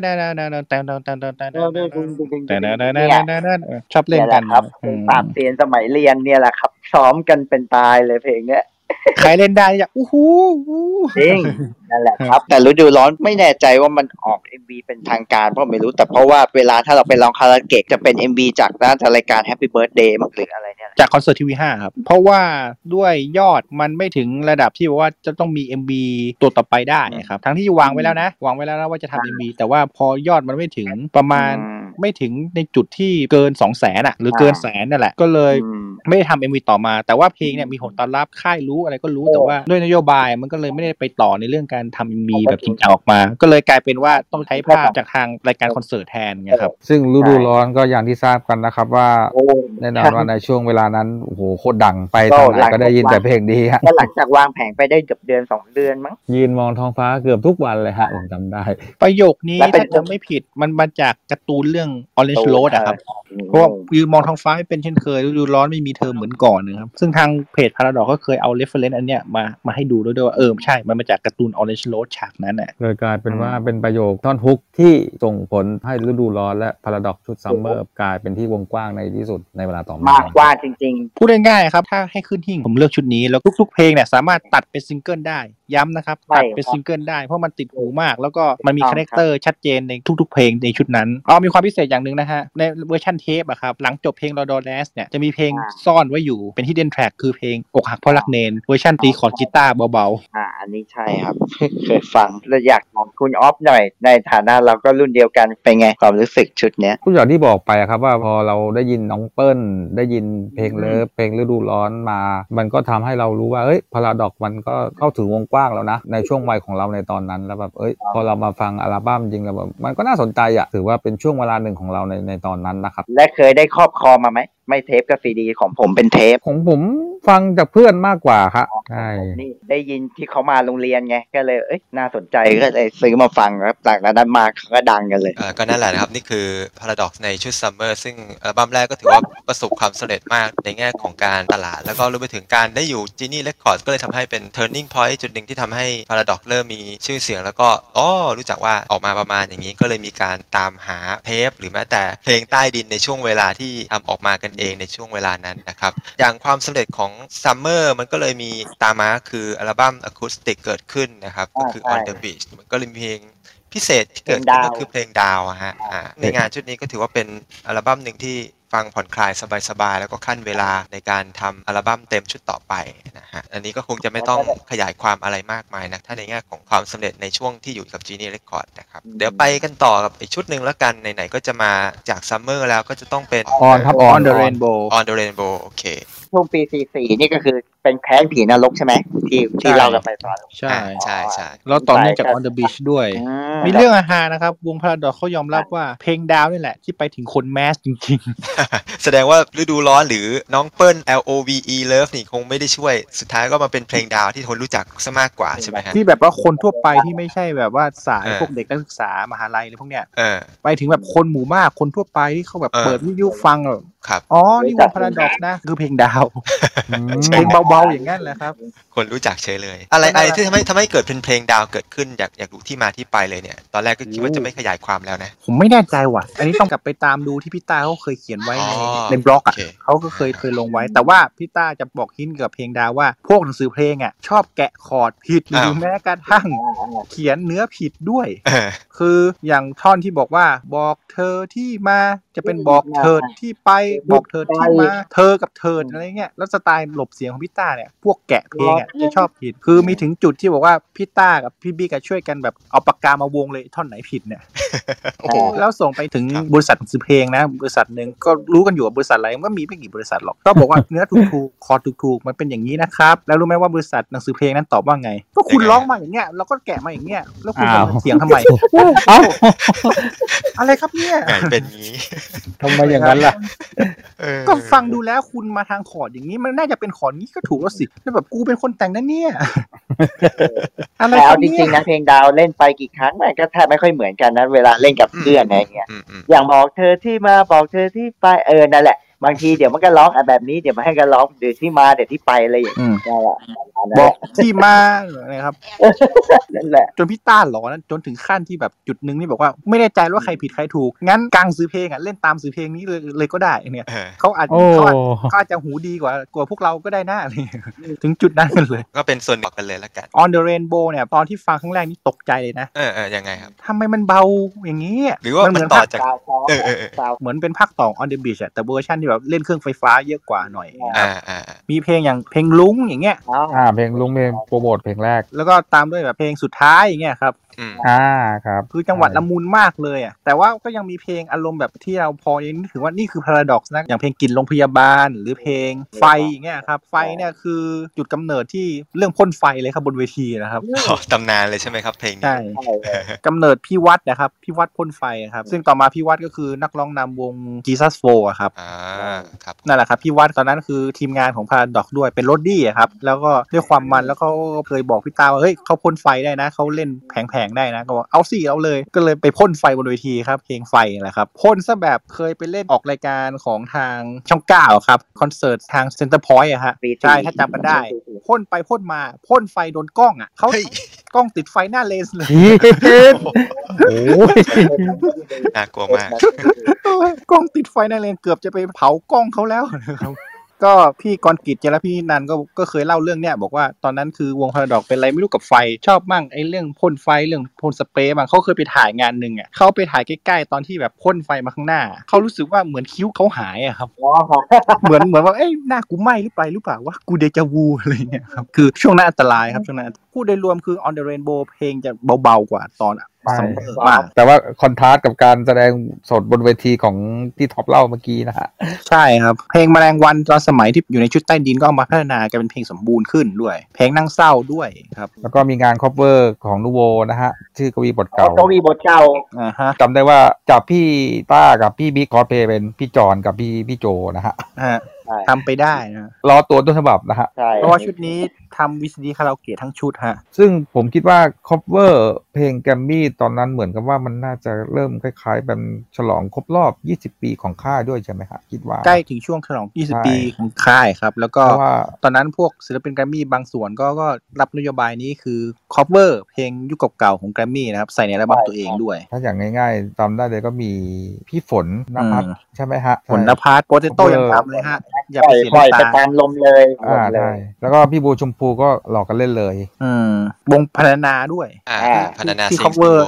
ชอบเล่นกันครับปราบเซียนสมัยเรียนเนี่ยแหละครับซ้อมกันเป็นตายเลยเพลงเนี้ยใครเล่นได้อยากจริงนั่นแหละครับแต่ฤดูร้อนไม่แน่ใจว่ามันออก MV เป็นทางการเพราะไม่รู้แต่เพราะว่าเวลาถ้าเราไปลองคาราโอเกะจะเป็น MV จากด้านรายการ Happy Birthday มั้งหรืออะไรเนี่ยจากคอนเสิร์ตทีวี5ครับเพราะว่าด้วยยอดมันไม่ถึงระดับที่ว่าจะต้องมี MV ตัวต่อไปได้ครับทั้งที่วางไว้แล้วนะว่าจะทำ MV แต่ว่าพอยอดมันไม่ถึงประมาณไม่ถึงในจุดที่เกิน 200,000 หรือเกิน100,000นั่นแหละก็เลยไม่ได้ทำ MV ต่อมาแต่ว่าเพลงเนี่ยมีผลตอบรับค่ายรู้อะไรก็รู้แต่ว่าด้วยนโยบายมันก็เลยไม่ได้ไปต่อในเรื่องการทำ MV แบบจริงจังออกมาก็เลยกลายเป็นว่าต้องใช้ภาพจากทางรายการคอนเสิร์ตแทนไงครับซึ่งฤดูร้อนก็อย่างที่ทราบกันนะครับว่าแน่นอนว่าในช่วงเวลานั้นโอ้โหโคตรดังไปทางไหนก็ได้ยินแต่เพลงดีฮะหลังจากวางแผงไปได้เกือบเดือน2เดือนมั้งยืนมองท้องฟ้าเกือบทุกวันเลยฮะผมจำได้ประโยคนี้ถ้าจำไม่ผิดมันมาจากการ์ตูนเรื่องรื่อง Orange Road อะครับเพราะว่ายืนมองท้องฟ้าไม่เป็นเช่นเคยฤดูร้อนไม่มีเธอเหมือนก่อนนะครับซึ่งทางเพจ Paradox ก็เคยเอา reference อันเนี้ยมาให้ดูด้วยว่าใช่มันมาจากการ์ตูน Orange Road ฉากนั้นน่ะเลยกลายเป็นว่าเป็นประโยคท่อนฮุกที่ส่งผลให้ฤดูร้อนและ Paradox ชุดซัมเมอร์กลายเป็นที่วงกว้างในที่สุดในเวลาต่อมามากกว่าจริงพูดง่ายๆครับถ้าให้ขึ้นหิ้งผมเลือกชุดนี้แล้วทุกๆเพลงเนี่ยสามารถตัดเป็นซิงเกิลได้ย้ำนะครับตัดเป็นซิงเกิลได้เพราะมันติดหูมากแล้วก็มันมีคาแรคเตอร์ชัดเจนในทุกๆเพลงในชุดนั้นมีความพิเศษอย่างนึงนะฮะในเวอร์ชันเทปอะครับหลังจบเพลง Lordones เนี่ยจะมีเพลงซ่อนไว้อยู่เป็น hidden track คือเพลงอกหักเพราะรักเนนเวอร์ชันตีคอร์ดกีตาร์เบาๆอันนี้ใช่ครับ เคยฟังแล้วอยากถามคุณออฟหน่อยในฐานะเราก็รุ่นเดียวกันเป็นไงความรู้สึกชุดเนี้ยก็อย่างที่บอกไปครับว่าพอเราได้ยินน้องเปิ้ลได้ยินเพลงเลิฟเพลงฤดูร้อนมามันก็ทำให้เรารู้ว่าParadox มันก็เข้าถึงวงกว้างแล้วนะในช่วงวัยของเราในตอนนั้นแล้วแบบพอเรามาฟังอัลบั้มจริงแล้วแบบมันก็น่าสนใจอ่ะถือว่าเป็นช่วงเวลาหนึ่งของเราในตอนนั้นนะครับและเคยได้ครอบครองมาไหมไม่เทปกับซีดีของผมเป็นเทปของผมฟังจากเพื่อนมากกว่าครับใช่นี่ได้ยินที่เขามาโรงเรียนไงก็เลยน่าสนใจก็เลยซื้อมาฟังครับหลังจากนั้นมาเขาก็ดังกันเลยก็นั่นแหละนะครับนี่คือ Paradox ในชุด Summer ซึ่งอัลบั้มแรกก็ถือว่าประสบความสำเร็จมากในแง่ของการตลาดแล้วก็รวมไปถึงการได้อยู่ Genie Records ก็เลยทำให้เป็น turning point จุดหนึ่งที่ทำให้ Paradox เริ่มมีชื่อเสียงแล้วก็รู้จักว่าออกมาประมาณอย่างนี้ก็เลยมีการตามหาเทปหรือแม้แต่เพลงใต้ดินในช่วงเวลาที่ทำออกมากันเองในช่วงเวลานั้นนะครับอย่างความสำเร็จของ Summer มันก็เลยมีตามมาคืออัลบั้มอะคูสติกเกิดขึ้นนะครับก็คือ On the Beach มันก็เลยมีเพลงพิเศษที่เกิดขึ้นก็คือเพลงดาวฮะในงานชุดนี้ก็ถือว่าเป็นอัลบั้มหนึ่งที่ฟังผ่อนคลายสบายๆแล้วก็ขั้นเวลาในการทำอัลบั้มเต็มชุดต่อไปนะฮะอันนี้ก็คงจะไม่ต้องขยายความอะไรมากมายนะถ้าในแง่ของความสำเร็จในช่วงที่อยู่กับ Genie Records นะครับเดี๋ยวไปกันต่อกับอีกชุดหนึ่งแล้วกันไหนๆก็จะมาจาก Summer แล้วก็จะต้องเป็น On the Rainbow On the Rainbow โอเคช่วงปี44นี่ก็คือเป็นแค้นผีนรกใช่ไหมที่เรากันไปตอนใช่แล้วต่อเนื่องจาก On the Beach ด้วยมีเรื่องอาหารนะครับวง Paradox เขายอมรับว่าเพลงดาวนี่แหละที่ไปถึงคนแมสจริงๆ แสดงว่าฤดูร้อนหรือน้องเปิ้ล LOVE Love นี่คงไม่ได้ช่วยสุดท้ายก็มาเป็นเพลงดาวที่คนรู้จักซะมากกว่าใช่ไหมฮะที่แบบว่าคนทั่วไปที่ไม่ใช่แบบว่าสายพวกเด็กนักศึกษามหาลัยหรือพวกเนี้ยไปถึงแบบคนหมู่มากคนทั่วไปที่เขาแบบเปิดวิทยุฟังนี่วง Paradox นะคือเพลงดาวเพลงเบาๆอย่างนั้นแหละครับคนรู้จักเฉยเลยอะไรที่ทำให้เกิดเป็นเพลงดาวเกิดขึ้นอยากรู้ที่มาที่ไปเลยเนี่ยตอนแรกก็คิดว่าจะไม่ขยายความแล้วนะผมไม่แน่ใจว่ะอันนี้ต้องกลับไปตามดูที่พี่ต้าเขาเคยเขียนไว้ในบล็อกอ่ะเขาก็เคยลงไว้แต่ว่าพี่ต้าจะบอกฮินกับเพลงดาวว่าพวกหนังสือเพลงอ่ะชอบแกะคอร์ดผิดหรือแม้กระทั่งเขียนเนื้อผิดด้วยคืออย่างท่อนที่บอกว่าบอกเธอที่มาจะเป็นบอกเธอที่ไปบอกเธอที่มาเธอกับเธออะไรเงี้ยแล้วสไตล์หลบเสียงของพี่ต้าเนี่ยพวกแกะเพลงอ่ะจะชอบผิดคือมีถึงจุดที่บอกว่าพี่ต้ากับพี่บิ๊กช่วยกันแบบเอาปากกามาวงเลยท่อนไหนผิดเนี่ยแล้วส่งไปถึงบริษัทหนังสือเพลงนะบริษัทนึงก็รู้กันอยู่ว่าบริษัทอะไรมันก็มีไม่กี่บริษัทหรอกก็บอกว่าเนื้อถูกคอถูกมันเป็นอย่างนี้นะครับแล้วรู้ไหมว่าบริษัทหนังสือเพลงนั้นตอบว่าไงก็คุณร้องมาอย่างเงี้ยเราก็แกะมาอย่างเงี้ยแล้วคุณจะเถียงทำไมอะไรครับเนี่ยเป็นงี้ทำไมอย่างนั้นล่ะก็ฟังดูแล้วคุณมาทางคอร์ดอย่างนี้มันน่าจะเป็นคอร์ดนี้ก็ถูกแล้วสิแล้วแบบกูเป็นคนแต่งนั่นเนี่ยอะไรเอาจริงๆนะเพลงดาวเล่นไปกี่ครั้งมันก็แทบไม่ค่อยเหมือนกันนะเวลาเล่นกับเพื่อนอะไรเงี้ยอย่างบอกเธอที่มาบอกเธอที่ไปนั่นแหละบางทีเดี๋ยวมันก็ร้องแบบนี้เดี๋ยวมันให้กันร้องเดี๋ยวที่มาเดี๋ยวที่ไปอะไรอย่างเงี้ยบอกที่มานะครับนั่นแหละจนพี่ต้าหลอนจนถึงขั้นที่แบบจุดนึงนี่บอกว่าไม่แน่ใจว่าใครผิดใครถูกงั้นกลางซื้อเพลงเล่นตามซื้อเพลงนี้เลยก็ได้เนี่ยเขาอาจจะหูดีกว่าพวกเราก็ได้นะถึงจุดนั้นกันเลยก็เป็นส่วนบอกกันเลยละกัน On the Rainbow เนี่ยตอนที่ฟังครั้งแรกนี่ตกใจเลยนะยังไงครับทำไมมันเบาอย่างนี้หรือว่ามันต่อจากเหมือนเป็นภาคต่อ On the Beach แต่เวอร์ชันที่แบบเล่นเครื่องไฟฟ้าเยอะกว่าหน่อยมีเพลงอย่างเพลงลุ้งอย่างเงี้ยเพลงลุงเพลงโปรโมทเพลงแรกแล้วก็ตามด้วยแบบเพลงสุดท้ายอย่างเงี้ยครับครับคือจังหวัดละมุนมากเลยแต่ว่าก็ยังมีเพลงอารมณ์แบบที่เราพอยังนึกถึงว่านี่คือ Paradox นะอย่างเพลงกลิ่นโรงพยาบาลหรือเพลงไฟอย่างเงี้ยครับไฟเนี่ยคือจุดกำเนิดที่เรื่องพ่นไฟเลยครับบนเวทีนะครับตำนานเลยใช่ไหมครับเพลงนี้ใช่กำเนิดพี่วัดนะครับพี่วัดพ่นไฟครับซึ่งต่อมาพี่วัดก็คือนักร้องนำวง Jesus 4ครับนั่นแหละครับพี่วัดตอนนั้นคือทีมงานของ Paradox ด้วยเป็นโรดดี้ครับแล้วก็ด้วยความมันแล้วเขาเคยบอกพี่ตาว่าเฮ้ยเขาพ่นไฟได้นะเขาเล่นแผงๆได้นะก็บอกเอาสิเอาเลยก็เลยไปพ่นไฟบนเวทีครับเพลงไฟแหละครับพ่นซะแบบเคยไปเล่นออกรายการของทางช่อง9ครับคอนเสิร์ตทางเซ็นเตอร์พอยต์อะฮะใช่ถ้าจำกันได้พ่นไปพ่นมาพ่นไฟโดนกล้องอ่ะเขากล้องติดไฟหน้าเลนส์เลยโอ้ยน่ากลัวมากกล้องติดไฟหน้าเลนเกือบจะไปเผากล้องเขาแล้วนะครับก็พี่กรกิจและพี่นันก็เคยเล่าเรื่องเนี้ยบอกว่าตอนนั้นคือวงพาราดอกเป็นอะไรไม่รู้กับไฟชอบมั่งไอ้เรื่องพ่นไฟเรื่องพ่นสเปรย์บางเขาเคยไปถ่ายงานนึงอ่ะเขาไปถ่ายใกล้ๆตอนที่แบบพ่นไฟมาข้างหน้าเขารู้สึกว่าเหมือนคิ้วเขาหายอ่ะครับเหมือนว่าเอ้ยหน้ากูไหม้หรือเปล่าวะกูเดจาวูอะไรเงี้ยครับคือช่วงนั้นอันตรายครับช่วงนั้นพูดโดยรวมคือ On the Rainbow เพลงจะเบาๆกว่าตอนมากแต่ว่าคอนทราสต์กับการแสดงสดบนเวทีของที่ท็อปเล่าเมื่อกี้นะฮะใช่ครับเพลงแมลงวันตอนสมัยที่อยู่ในชุดใต้ดินก็เอามาพัฒนากันเป็นเพลงสมบูรณ์ขึ้นด้วยเพลงนั่งเศร้าด้วยครับแล้วก็มีงานคัฟเวอร์ของนูโวนะฮะชื่อกวีบทเก่ากวีบทเก่าจำได้ว่าจากพี่ต้ากับพี่บิ๊กคอสเพย์เป็นพี่จอนกับพี่โจนะฮะทำไปได้นะรอตัวต้นฉบับนะฮะเพราะว่าชุดนี้ทำวิสดีคาราโอเกะทั้งชุดฮะซึ่งผมคิดว่าคอฟเวอร์เพลงแกรมมี่ตอนนั้นเหมือนกับว่ามันน่าจะเริ่มคล้ายๆเป็นฉลองครบรอบ20ปีของค่ายด้วยใช่ไหมฮะคิดว่าใกล้ถึงช่วงฉลอง20ปีของค่ายครับแล้วก็ตอนนั้นพวกศิลปินแกรมมี่บางส่วนก็รับนโยบายนี้คือคอฟเวอร์เพลงยุคเก่าๆของแกรมมี่นะครับใส่ในอัลบั้มตัวเองด้วยถ้าอย่างง่ายๆจำได้เลยก็มีพี่ฝนณภัทรใช่ไหมฮะฝนณภัทรโปเตโต้ยังทำเลยฮะอย่าไปเสียไปตามลมเลยใช่แล้วก็พี่บูชมพูก็หลอกกันเล่นเลยวงพรรณนาด้วยพรรณนาที่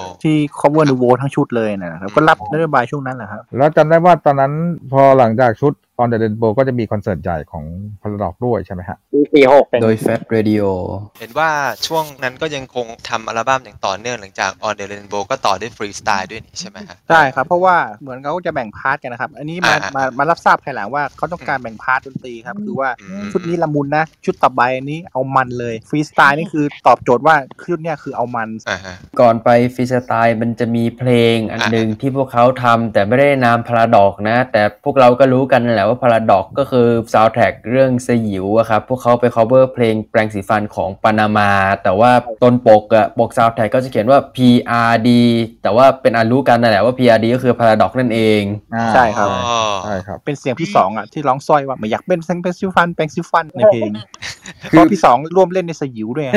cover นูโวทั้งชุดเลยนะครับก็รับนโยบายช่วงนั้นแหละครับแล้วจำได้ว่าตอนนั้นพอหลังจากชุด On the Rainbow ก็จะมีคอนเสิร์ตใหญ่ของพาราดอกด้วยใช่ไหมฮะปี46 โดย Fat Radio เห็นว่าช่วงนั้นก็ยังคงทำอัลบั้มอย่างต่อเนื่องหลังจาก On the Rainbow ก็ต่อด้วยฟรีสไตล์ด้วยนี่ใช่ไหมฮะใช่ครับเพราะว่าเหมือนเขาจะแบ่งพาร์ทกันนะครับอันนี้มารับทราบภายหลังว่าเขาต้องการแบ่งพาร์ทดนตรีครับคือว่าชุดนี้ละมุนนะชุดต่อไปนี้เอามันเลยฟรีสไตล์นี่คือตอบโจทย์ว่าชุดเนี้ยคือเอามันก่อนไปฟรีสไตล์มันจะมีเพลงอันนึงที่พวกเขาทำแต่ไม่ได้นามพาราดอกนะแต่พวกเราก็รู้กันแหละว่าพาราดอกก็คือซาวด์แทร็กเรื่องสยิวอะครับพวกเขาไป cover เพลงแปรงสีฟันของปานามาแต่ว่าต้นปกซาวด์แทร็กก็จะเขียนว่า PRD แต่ว่าเป็นอันรู้กันนั่นแหละว่า PRD ก็คือพาราดอกนั่นเองใช่ครับเป็นเสียงพี่2อ่ะที่ร้องสร้อยว่าไม่อยากเป็นแปรงสีฟันในเพลงเพราะพี่2ร่วมเล่นในสยิวด้วย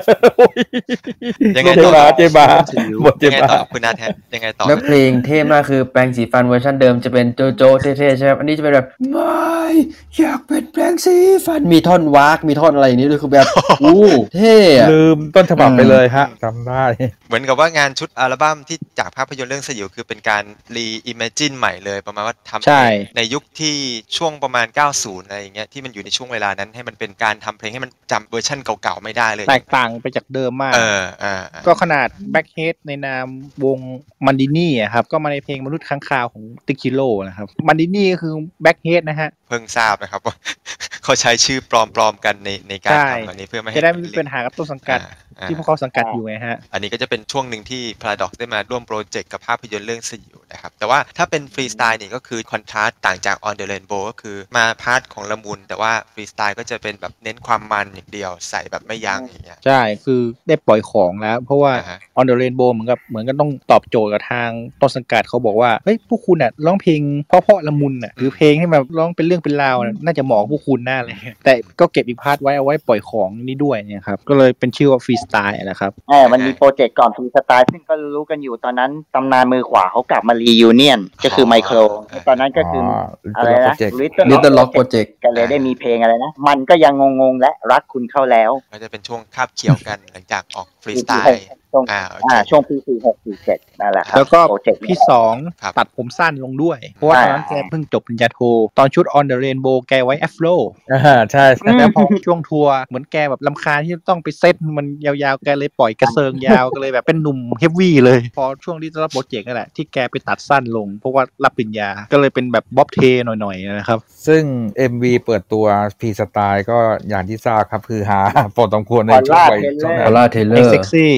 ยังไงต่อคุณนาแทนยังไงต่อแล้วเพลงเท่มากคือแปรงสีฟันเวอร์ชันเดิมจะเป็นโจโจเท่ๆใช่ไหมอันนี้จะเป็นแบบไม่อยากเป็นแปรงสีฟันมีท่อนวากมีท่อนอะไรอย่างนี้ด้วยคือแบบเท่ลืมต้นฉบับไปเลยฮะจำได้เหมือนกับว่างานชุดอัลบั้มที่จากภาพยนตร์เรื่องสยิวคือเป็นการรีอิมเมจินใหม่เลยประมาณว่าทำในยุคที่ช่วงประมาณ90อะไรอย่างเงี้ยที่มันอยู่ในช่วงเวลานั้นให้มันเป็นการทำเพลงให้มันจำเวอร์ชันเก่าๆไม่ได้เลยแตกต่างไปจากเดิมมากก็ขนาดแบ็คเฮดในนามวงมันดินี่ครับก็มาในเพลงมนุษย์ค้างคาวของติ๊กชิโร่นะครับมันดินี่ก็คือแบ็คเฮดนะฮะเพิ่งทราบนะครับว่าเขาใช้ชื่อปลอมๆกันในการทำอันนี้เพื่อไม่ให้จะได้ไม่มีปัญหากับต้นสังกัดที่พวกเขาสังกัดอยู่ไงฮะอันนี้ก็จะเป็นช่วงหนึ่งที่ Paradox ได้มาร่วมโปรเจกต์กับภาพยนตร์เรื่องสยิวนะครับแต่ว่าถ้าเป็นฟรีสไตล์นี่ก็คือคอนทราสต์ต่างจาก On the Rainbow ก็คือมาพาร์ทของละมุนแต่ว่าฟรีสไตล์ก็จะเป็นแบบเน้นความมันอย่างเดียวใส่แบบไม่ยั้งอย่างเงี้ยใช่คือได้ปล่อยของแล้วเพราะว่า On the Rainbow เหมือนกันต้องตอบโจทย์กับทางต้นสังกัดเขาบอกว่าเฮ้ยพวกคุณน่ะร้องเพลงเพราะละมุนน่ะหรือเพลงให้มาร้องเป็นเรื่องเป็นราวน่าจะเหมาะพวกคุณแน่เลยแต่ก็เก็บอีกพาร์ทไว้เอาไว้ปล่อยของนี่ด้วยเนี่ยครับก็เลยเป็นชื่อว่าฟรีสไตล์นะครับมันมีโปรเจกต์ก่อนฟรีสไตล์ซึ่งก็รู้กันอยู่ตอนนั้นตำนานมือขวาเขากลับมารียูเนียนก็คือไมโครตอนนั้นก็คืออะไรนะ Little Rock Project กันเลยได้มีเพลงอะไรนะมันก็ยังงงๆและรักคุณเข้าแล้วก็จะเป็นช่วงคาบเกี่ยวกันหลังจากออกฟรีสไตล์ช่วงปี46-47นั่นแหละครับแล้วก็พี่2ตัดผมสั้นลงด้วยเพราะว่าตอนนั้นแกเพิ่งจบปริญญาโทตอนชุด On the Rainbow แกไว้แอฟโรใช่แล้วพอช่วงทัวร์เหมือนแกแบบรำคาญที่ต้องไปเซตมันยาวๆแกเลยปล่อยกระเซิงยาวก็เลยแบบเป็นหนุ่มเฮฟวี่เลยพอช่วงที่รับโปรเจกต์นั่นแหละที่แกไปตัดสั้นลงเพราะว่ารับปริญญาก็เลยเป็นแบบบ๊อบเทหน่อยๆนะครับซึ่ง MV เปิดตัวฟรีสไตล์ก็อย่างที่ทราบครับคือหาพอสมควรในช่วงวัยออร่าเทเลอร์เซ็กซี่จำ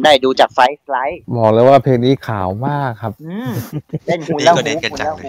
ำได้ดูจากไฟท์ไลท์บอกเลยว่าเพลงนี้ขาวมากครับเล่นหุ่นนี่แล้วก็หูเน้นกันจังเลย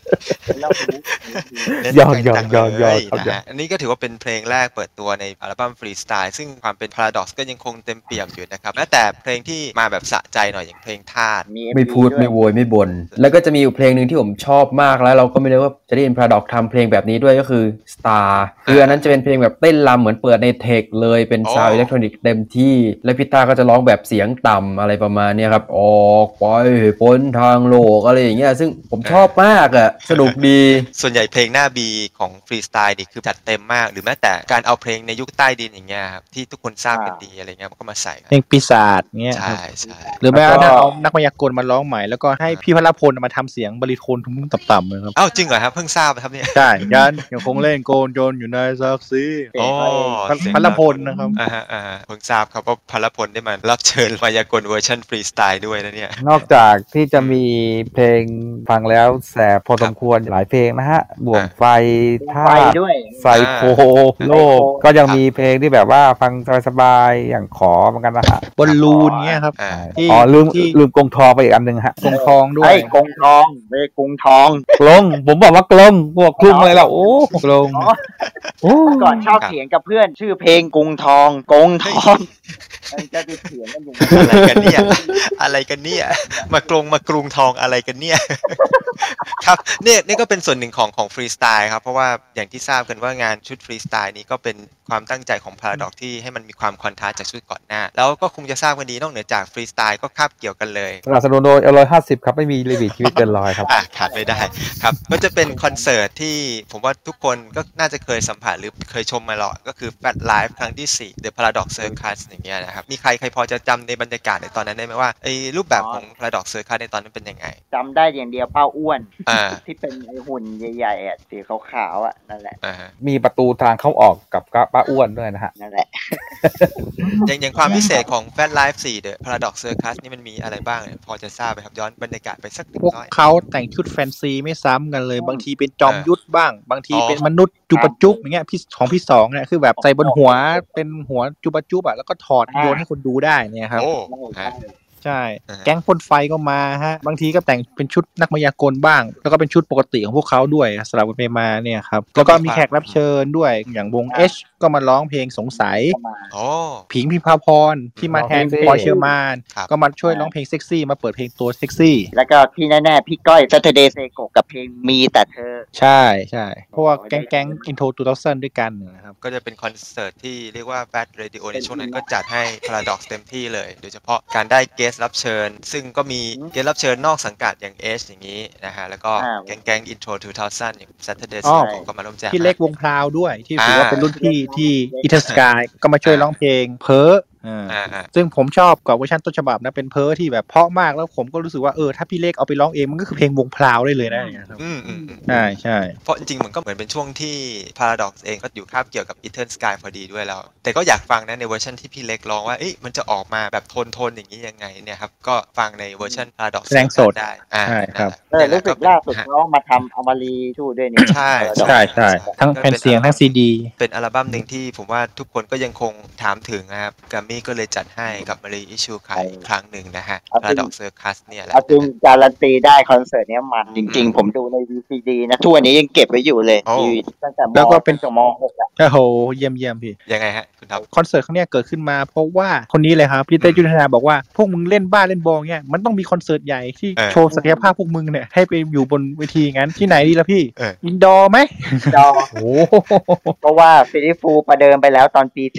เล่นยอดกันจังยอดเลยครับนะฮะอันนี้ก็ถือว่าเป็นเพลงแรกเปิดตัวในอัลบั้มฟรีสไตล์ซึ่งความเป็น Paradox ก็ยังคงเต็มเปี่ยมอยู่นะครับแม้แต่เพลงที่มาแบบสะใจหน่อยอย่างเพลงธาตุไม่พูดไม่โวยไม่บ่นแล้วก็จะมีอยู่เพลงหนึ่งที่ผมชอบมากแล้วเราก็ไม่รู้ว่าจะได้ยิน Paradox ทำเพลงแบบนี้ด้วยก็คือ Star คืออันนั้นจะเป็นเพลงแบบเต้นรำเหมือนเปิดในเทคเลยเป็นซาวด์อิเล็กทรอนิกส์เต็มที่และพี่ตาก็จะร้องแบบเสียงต่ำอะไรประมาณนี้ครับออกไปพ้นทางโลกอะไรอย่างเงี้ยซึ่งผมชอบมากอ่ะสนุกดีส่วนใหญ่เพลงหน้าบีของฟรีสไตล์นี่คือจัดเต็มมากหรือแม้แต่การเอาเพลงในยุคใต้ดินอย่างเงี้ยครับที่ทุกคนทราบกันดีอะไรเงี้ยมันก็มาใส่เพลงปีศาจเงี้ยคใช่รับใช่หรือแม้กระทั่งเอานักมายากลมาร้องใหม่แล้วก็ให้พี่พลพลมาทำเสียงบริโทนทุ้มๆต่ำๆเลยครับเอ้าจริงเหรอครับเพิ่งทราบครับเนี่ยใช่ยันยังคงเล่นโกนโจนอยู่ในซักซีอ๋อพลพลนะครับเพิ่งทราบครับว่าพลพลได้มารับเชิญมายากลเวอร์ชันฟรีสไตล์ด้วยนะเนี่ยนอกจากที่จะมีเพลงฟังแล้วแสบพอสมควรหลายเพลงนะฮะบ่วงไฟท่าไฟตุด้วยไซโคโลกก็ยังมีเพลงที่แบบว่าฟังสบายๆอย่างขอเหมือนกันนะฮะบอลลูนเงี้ยครับอ่าที่อ๋อลืมที่ลืมกงทองไปอีกอันหนึ่งฮะกงทองด้วไอ้ยกงทองไม่ใช่กงทองกลงผมบอกว่ากลงพวกคลุงอะไรแล้วโอ้กลงโอ้ก่อนชอบเถียงกับเพื่อนชื่อเพลงกงทองกงทองมันจะไปเถียงกันอย่างนี้อะไรกันเนี่ยอะไรกันเนี่ยมากรุงทองอะไรกันเนี่ย ครับเนี่ยนี่ก็เป็นส่วนหนึ่งของฟรีสไตล์ครับเพราะว่าอย่างที่ทราบกันว่างานชุดฟรีสไตล์นี้ก็เป็นความตั้งใจของ Paradox ที่ให้มันมีความคอนทราสต์จากชุดก่อนหน้าแล้วก็คงจะทราบกันดีนอกเหนือจากฟรีสไตล์ก็คาบเกี่ยวกันเลยสนับสนุนโดย150ครับไม่มีลิมิตชีวิตเกินร้อยครับขาดไม่ได้ครับก็จะเป็นคอนเสิร์ตที่ผมว่าทุกคนก็น่าจะเคยสัมผัสหรือเคยชมมาหรอกก็คือ Fat Live ครั้งที่ 4 The Paradox Circus อย่างเงี้ยนะครับมีใครพอจะจำในบรรยากาศในตอนนั้นได้ไหมว่าไอ้รูปแบบของ Paradox Circus ในตอนนั้นเป็นยังไงจำได้อย่างเดียวเป้าอ้วนอ่าที่เป็นไอ้หุ่นใหญ่ๆอ่ะสีขาวๆอ่ะนั่นแหละมีประตูทางเข้าออกกับป้าอ้วนด้วยนะฮะนั่นแหละอย่างความพิเศษของ Fat Live 4 The Paradox Circus นี่มันมีอะไรบ้างเนี่ยพอจะทราบไหมครับย้อนบรรยากาศไปสักพวกน้อยเขาแต่งชุดแฟนซีไม่ซ้ำกันเลย บางทีเป็นจอมยุทธบ้าง บางทีอ๋อเป็นมนุษย์จุบจุบอย่างเงี้ยพี่ของพี่สองเนี่ยคือแบบใส่บนหัวเป็นหัวจุบจุบอะแล้วก็ถอดโยนให้คนดูได้เนี่ยครับโอ้ฮะใช่อ่าฮะแก๊งพ่นไฟก็มาฮะ บางทีก็แต่งเป็นชุดนักมายากลบ้าง แล้วก็เป็นชุดปกติของพวกเขาด้วยสลับกันไปมาเนี่ยครับ แล้วก็มีแขกรับเชิญด้วย อย่างวง H ก็มาร้องเพลงสงสัยโอ้ผิงพิมพาพรที่มาแทนร้องเพลงพลอยเชอร์มานครับก็มาช่วยร้องเพลงเซ็กซี่มาเปิดเพลงตัวเซ็กซี่แล้วก็ที่แน่ๆพี่ก้อย Saturday Seiko กับเพลงมีแต่เธอใช่ใช่เพราะว่าแก๊งอินโทร2000ด้วยกันนะครับก็จะเป็นคอนเสิร์ตที่เรียกว่า Fat Radio ในช่วงนั้นก็จัดให้ Paradox เต็มที่เลย โดยเฉพาะการได้เกสรับเชิญ ซึ่งก็มีเกสรับเชิญนอกสังกัดอย่าง H อย่างนี้นะฮะ แล้วก็อ่าแก๊ง Intro 2000 อย่าง Saturday อ๋อ Seco ก็มาร่วมแจมที่เล็กวงพราวด้วย ที่ถือว่าเป็นรุ่นพี่ที่อิตาสกายก็มาช่วยร้องเพลงเพ้อซึ่งผมชอบกับเวอร์ชันต้นฉบับนะเป็นเพ้อที่แบบเพราะมากแล้วผมก็รู้สึกว่าถ้าพี่เล็กเอาไปร้องเองมันก็คือเพลงวงพราวได้เลยนะอย่างเงี้ยครับอืมใช่ใช่เพราะจริงๆมันก็เหมือนเป็นช่วงที่ Paradox เองก็อยู่คาบเกี่ยวกับ Eternal Sky พอดีด้วยแล้ว แต่ก็อยากฟังนะในเวอร์ชันที่พี่เล็กร้องว่าเอ๊ะมันจะออกมาแบบโทนอย่างนี้ยังไงเนี่ยครับก็ฟังในเวอร์ชัน Paradox แสดงสดได้ใช่ครับรู้สึกล่าสุดเขามาทำอมรีชูด้วยนี่ใช่ใช่ใช่ทั้งแผ่นเสียงทั้งซีดีเป็นอัลบั้มหนึ่งที่ผมว่าทุกคนก็ยังคงถามถึงนะครับกัมมี่ก็เลยจัดให้กับมารีอิชูไคอีกครั้งหนึ่งนะฮะ Paradox Circus เนี่ยแหละเอาจริงการันตีได้คอนเสิร์ตเนี้ยมันจริงๆ ผมดูใน VCD นะทุกวันนี้ยังเก็บไว้อยู่เลยโอ้ตั้งแต่มแล้วก็เป็นตั้งแต่ม .6 อ่ะโอ้โหเยี่ยมเยี่ยมพี่ยังไงฮะคุณท็อปคอนเสิร์ตครั้งเนี้ยเกิดขึ้นมาเพราะว่าคนนี้เลยครับพี่เต้ยุทธนาบอกว่าพวกมึงเล่นบ้าเล่นบอลเงี้ยมันต้องมีคอนเสิร์ตใหญ่ที่โชว์ศักยภาพพวกมึงเนี่ยให้ไปอยู่บนเวทีงั้นที่ไหนดีล่ะพี่อินดอร์ไหมจอโอ้เพราะว่าฟิลิปฟูประเดิมไปแล้วตอนปี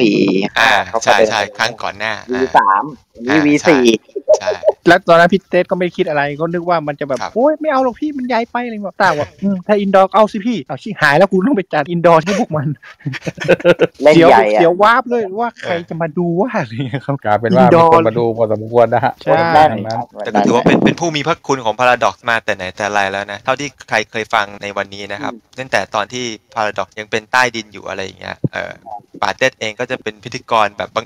4เขาประใช่เดิมใช่ครั้งก่อนหน้า V3 นี่ V4 ใช่แล้วตอนนั้นพี่เต้ก็ไม่ได้คิดอะไรก็นึกว่ามันจะแบบครับโอ๊ยไม่เอาหรอกพี่มันใหญ่ไปอะไรแบบต่างว่าถ้าอินดอร์เอาสิพี่เอาชิหายแล้วกูต้องไปจัดอินดอร์ให้พวกมันเล่นเสียวใหญ่อะเสียววาบเลยว่าใครจะมาดูว่าอะไรเงี้ยครับกลายเป็นว่ามีคนมาดูพอสมควรนะฮะใช่แน่นดังนั้นแต่ก็ถือว่าเป็นผู้มีพระคุณของ Paradox มาแต่ไหนแต่ไรแล้วนะ เท่าที่ใครเคยฟังในวันนี้นะครับตั้งแต่ตอนที่ Paradox ยังเป็นใต้ดินอยู่อะไรอย่างเงี้ยปาเต็ดเองก็จะเป็นพิธีกรแบบบังเอิญนะฮะ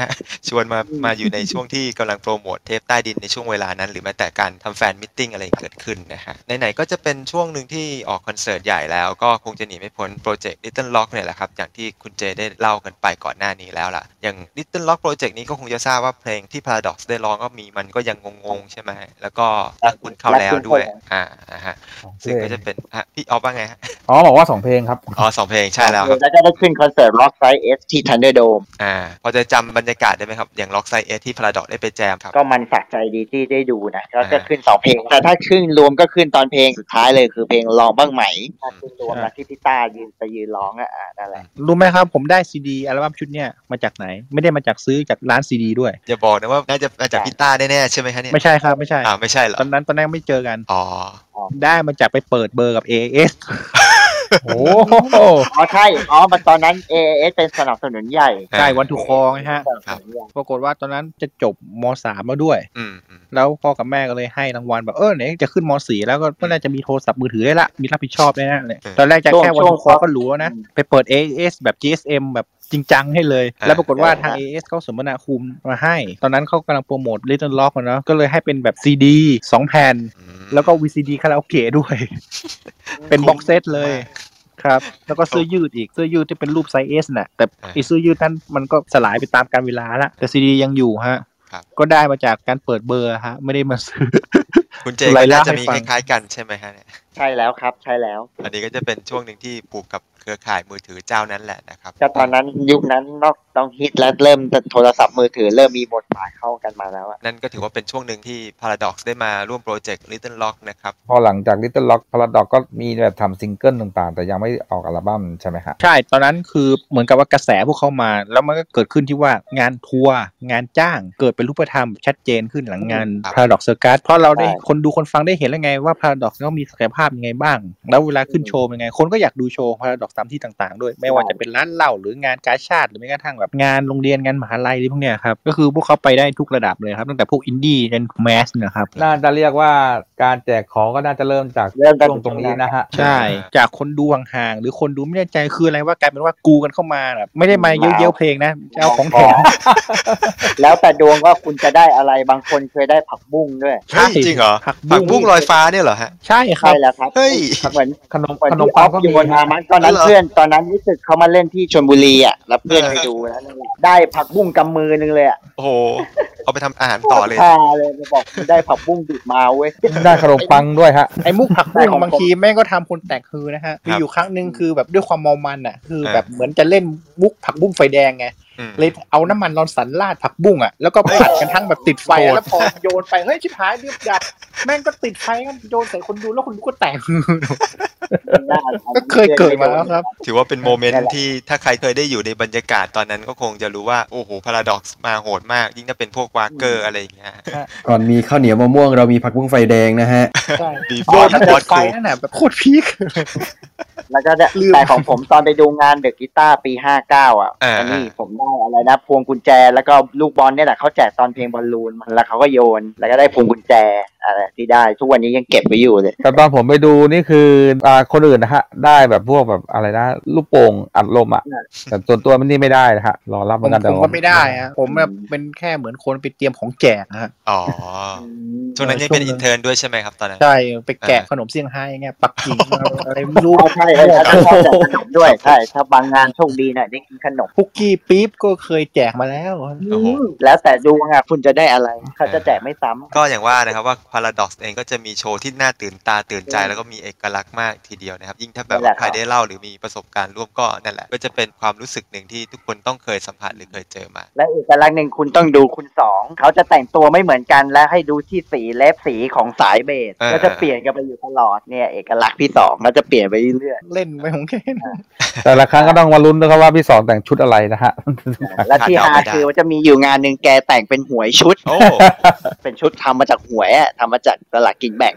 ฮะชวนมาอยู่ในช่วงที่กำลังโปรโมทเทปใต้ดินในช่วงเวลานั้นหรือแม้แต่การทำแฟนมิทติ้งอะไรเกิดขึ้นนะฮะไหนๆก็จะเป็นช่วงหนึ่งที่ออกคอนเสิร์ตใหญ่แล้วก็คงจะหนีไม่พ้นโปรเจกต์ Little Rock เนี่ยแหละครับอย่างที่คุณเจได้เล่ากันไปก่อนหน้านี้แล้วล่ะอย่าง Little Rock โปรเจกต์นี้ก็คงจะทราบว่าเพลงที่ Paradox ได้ร้องก็มีมันก็ยังงงๆใช่ไหมแล้วก็รักคุณเข้าแล้วด้วยฮะซึ่งก็จะเป็นพี่ออฟว่าไงฮะบอกว่า2 เพลงครับ 2 เพลงใช่แล้วครับแล้วก็ได้ขึ้นคอนเสิร์ต Rockside S ที่ Thunderdome พอจะจำบรรยากาศได้ไหมครับอย่าง Rockside S ที่ Paradox ได้ไปแจมครับก็มันสะใจดีที่ได้ดูนะแล้วก็ขึ้น2 เพลงแต่ถ้าขึ้นรวมก็ขึ้นตอนเพลงสุดท้ายเลยคือเพลงลองบ้างไหมถ้าขึ้นรวมนะที่พี่ต้ายืนร้องนั่นแหละรู้ไหมครับผมได้ซีดีอัลบั้มชุดเนี้ยมาจากไหนไม่ได้มาจากซื้อจากร้านซีดีด้วยอย่าบอกนะว่าน่าจะมาจากพี่ต้าแน่ๆใช่ไหมคะเนี่ยไม่ใช่ครับไม่ใช่ไม่ใช่เหรอตอนนั้นไม่เจอกันได้มาจากไปเปิดเบอร์กับ AS โอ้ใช่มันตอนนั้น AS เป็นสนับสนุนใหญ่ใช่วันทูคอไงฮะปรากฏว่าตอนนั้นจะจบม.3 แล้วด้วยแล้วพ่อกับแม่ก็เลยให้รางวัลแบบไหนจะขึ้นม.4 แล้วก็น่าจะมีโทรศัพท์มือถือได้ละมีรับผิดชอบได้นะเลยตอนแรกจะแค่วันทูคอก็รู้แล้วนะไปเปิด AS แบบ GSM แบบจริงจังให้เลยแล้วปรากฏว่าทาง AS เขาสมนาคุณมาให้ตอนนั้นเขากำลังโปรโมท Little Rock นะก็เลยให้เป็นแบบ CD 2 แผ่นแล้วก็ VCD คาราโอเกะด้วยเป็นบ็อกเซตเลยครับแล้วก็เสื้อยืดอีกเสื้อยืดที่เป็นรูปไซส์ S น่ะแต่ไอ้เสื้อยืดนั้นมันก็สลายไปตามกาลเวลาละแต่ CD ยังอยู่ฮะก็ได้มาจากการเปิดเบอร์ฮะไม่ได้มาซื้อคุณเจก็น่าจะมีคล้ายๆกันใช่ไหมฮะเนี่ยใช่แล้วครับใช่แล้วอันนี้ก็จะเป็นช่วงหนึ่งที่ผูกกับเครือข่ายมือถือเจ้านั้นแหละนะครับก็ตอนนั้นยุคนั้นต้องฮิตและเริ่มโทรศัพท์มือถือเริ่มมีบทบาทเข้ากันมาแล้วนั่นก็ถือว่าเป็นช่วงหนึ่งที่ Paradox ได้มาร่วมโปรเจกต์ Little Rock นะครับพอหลังจาก Little Rock Paradox ก็มีแบบทำซิงเกิลต่างๆแต่ยังไม่ออกอัลบั้มใช่ไหมครับใช่ตอนนั้นคือเหมือนกับว่ากระแสพวกเขามาแล้วมันก็เกิดขึ้นที่ว่างานทัวร์งานจ้างเกิดเป็นรูปธรรมชัดเจนขึ้นหลังงาน Paradox Circus เพราะเราได้คนดูคนฟังได้เห็นแล้วไงว่า Paradox เขามีศักยภาพยังไงบ้างแล้วเวลาขึ้นโชว์เป็นไงคนก็อยากดูโชว์ Paradox ตามที่ต่างๆด้วยไม่ว่าจะเป็นร้านเหล้าหรืองานกาชาดหรือแม้กระทั่งแบบงานโรงเรียนงานมหาลัยอะไรพวกเนี้ยครับก็คือพวกเขาไปได้ทุกระดับเลยครับตั้งแต่พวกอินดี้จนแมสนะครับน่าจะเรียกว่าการแจกของก็น่าจะเริ่มจากช่วงตรงนี้นะฮะใช่จากคนดูห่างๆหรือคนดูไม่แน่ใจคืออะไรว่ากลายเป็นว่ากูกันเข้ามาแบบไม่ได้มาเย้ๆเพลงนะเจ้าของแถมแล้วแต่ดวงว่าคุณจะได้อะไรบางคนเคยได้ผักบุ้งด้วยใช่จริงเหรอผักบุ้งลอยฟ้าเนี่ยเหรอฮะใช่ครับใช่แล้วครับเฮ้ยเหมือนขนมปังก็มีตอนนั้นเพื่อนตอนนั้นรู้สึกเขามาเล่นที่ชลบุรีแล้วเพื่อนไปดูแล้วได้ผักบุ้งกำมือนึงเลยโอ้โหเอาไปทำอาหารต่อเลยเลยบอกได้ผักบุ้งดิบมาเว้ยได้ขนมปังด้วยฮะไอ้มุกผักบุ้งบางทีแม่งก็ทำคนแตกคือนะฮะมีอยู่ครั้งนึงคือแบบด้วยความเมามันคือแบบเหมือนจะเล่นมุกผักบุ้งไฟแดงไงเลยเอาน้ำมันร้อนสันราดผักบุ้งแล้วก็ผัดกันทั้งแบบติดไฟแล้วพอโยนไปเฮ้ยชิบหายเดือดดับแม่งก็ติดไฟกันโยนใส่คนดูแล้วคนดูก็แตกก็เคยเกิดมาแล้วครับถือว่าเป็นโมเมนต์ที่ถ้าใครเคยได้อยู่ในบรรยากาศตอนนั้นก็คงจะรู้ว่าโอ้โห Paradox มาโหดมากยิ่งถ้าเป็นพวกวากเกอร์อะไรอย่างเงี้ยก่อนมีข้าวเหนียวมะม่วงเรามีผักบุ้งไฟแดงนะฮะดีโดนไฟนั่นแหละแบบโคตรพีคแล้วก็แต่ของผมตอนไปดูงานเดอะกีตาร์ปี59อันนี้ผมได้อะไรนะพวงกุญแจแล้วก็ลูกบอลเนี่ยแหละเขาแจกตอนเพลงบอลลูนแล้วเขาก็โยนแล้วก็ได้พวงกุญแจอะไรที่ได้ทุกวันนี้ยังเก็บไว้อยู่เลยแต่ตอนผมไปดูนี่คือคนอื่นนะฮะได้แบบพวกแบบอะไรนะลูกโป่งอัดลมแต่ส่วนตัวมันนี่ไม่ได้นะฮะรอรับเหมือนกันแต่ผมก็ไม่ได้ผมแบบเป็นแค่เหมือนคนไปเตรียมของแจกฮะช่วงนั้นยังเป็นอินเทอร์นด้วยใช่ไหมครับตอนนั้นใช่ไปแกะขนมเซี่ยงไฮ้ไงปักกิ่งอะไรไม่รู้ใช่ถ้าชอบแจกขนมด้วยใช่ถ้าบางงานโชคดีหน่อยได้กินขนมคุกกี้ปี๊บก็เคยแจกมาแล้วแล้วแต่ดูคุณจะได้อะไรเขาจะแจกไม่ซ้ำก็อย่างว่านะครับว่า Paradox เองก็จะมีโชว์ที่น่าตื่นตาตื่นใจแล้วก็มีเอกลักษณ์มากทีเดียวนะครับยิ่งถ้าแบบใครได้เล่าหรือมีประสบการณ์ร่วมก็นั่นแหละก็จะเป็นความรู้สึกหนึ่งที่ทุกคนต้องเคยสัมผัสหรือเคยเจอมาและเอกลักษณ์หนึ่งคุณต้องดูคุณ2เขาจะแต่งตัวไม่เหมือนกันและให้ดูที่สีเล็บสีของสายเบสก็จะเปลี่ยนกันไปอยู่ตลอดเนี่ยเอกลักษณ์พี่2ก็จะเปลี่ยนไปเรื่อยๆเล่นไปของแค่แต่ละครั้งก็ต้องมาลุ้นนะครับว่าพี่2แต่งชุดอะไรนะฮะและที่ฮาคือว่าจะมีอยู่งานนึงแกแต่งเป็นหวยชุดเป็นชุดทำมาจากหวยทำมาจากสลากกินแบ่ง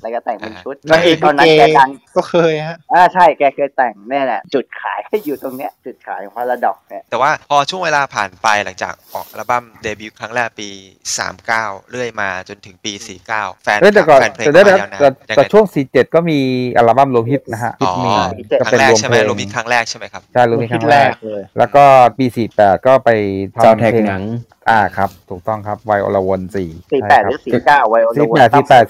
แล้วก็แต่งเป็นชุดนางเอกตอนนั้นแกดังก็เคยฮะใช่แกเคยแต่งนี่แหละจุดขายก็อยู่ตรงเนี้ยจุดขายของพาราดอกเนี่ยแต่ว่าพอช่วงเวลาผ่านไปหลังจากออกอัลบั้มเดบิวต์ครั้งแรกปี39เรื่อยมาจนถึงปี49แฟนเพลงก็มายาวนานแต่ช่วง47ก็มีอัลบั้มรวมฮิตนะฮะอ๋อก็ครั้เป็นงแรรกวมใช่เพไหมลงรวมฮิตครั้งแรกใช่ไหมครับใช่รวมฮิตครั้งแรกเลยแล้วก็ปี48ก็ไปซาวด์แทร็กเพลงหนังครับถูกต้องครับไวโอลวน4 48หรือ49ไวโอลวน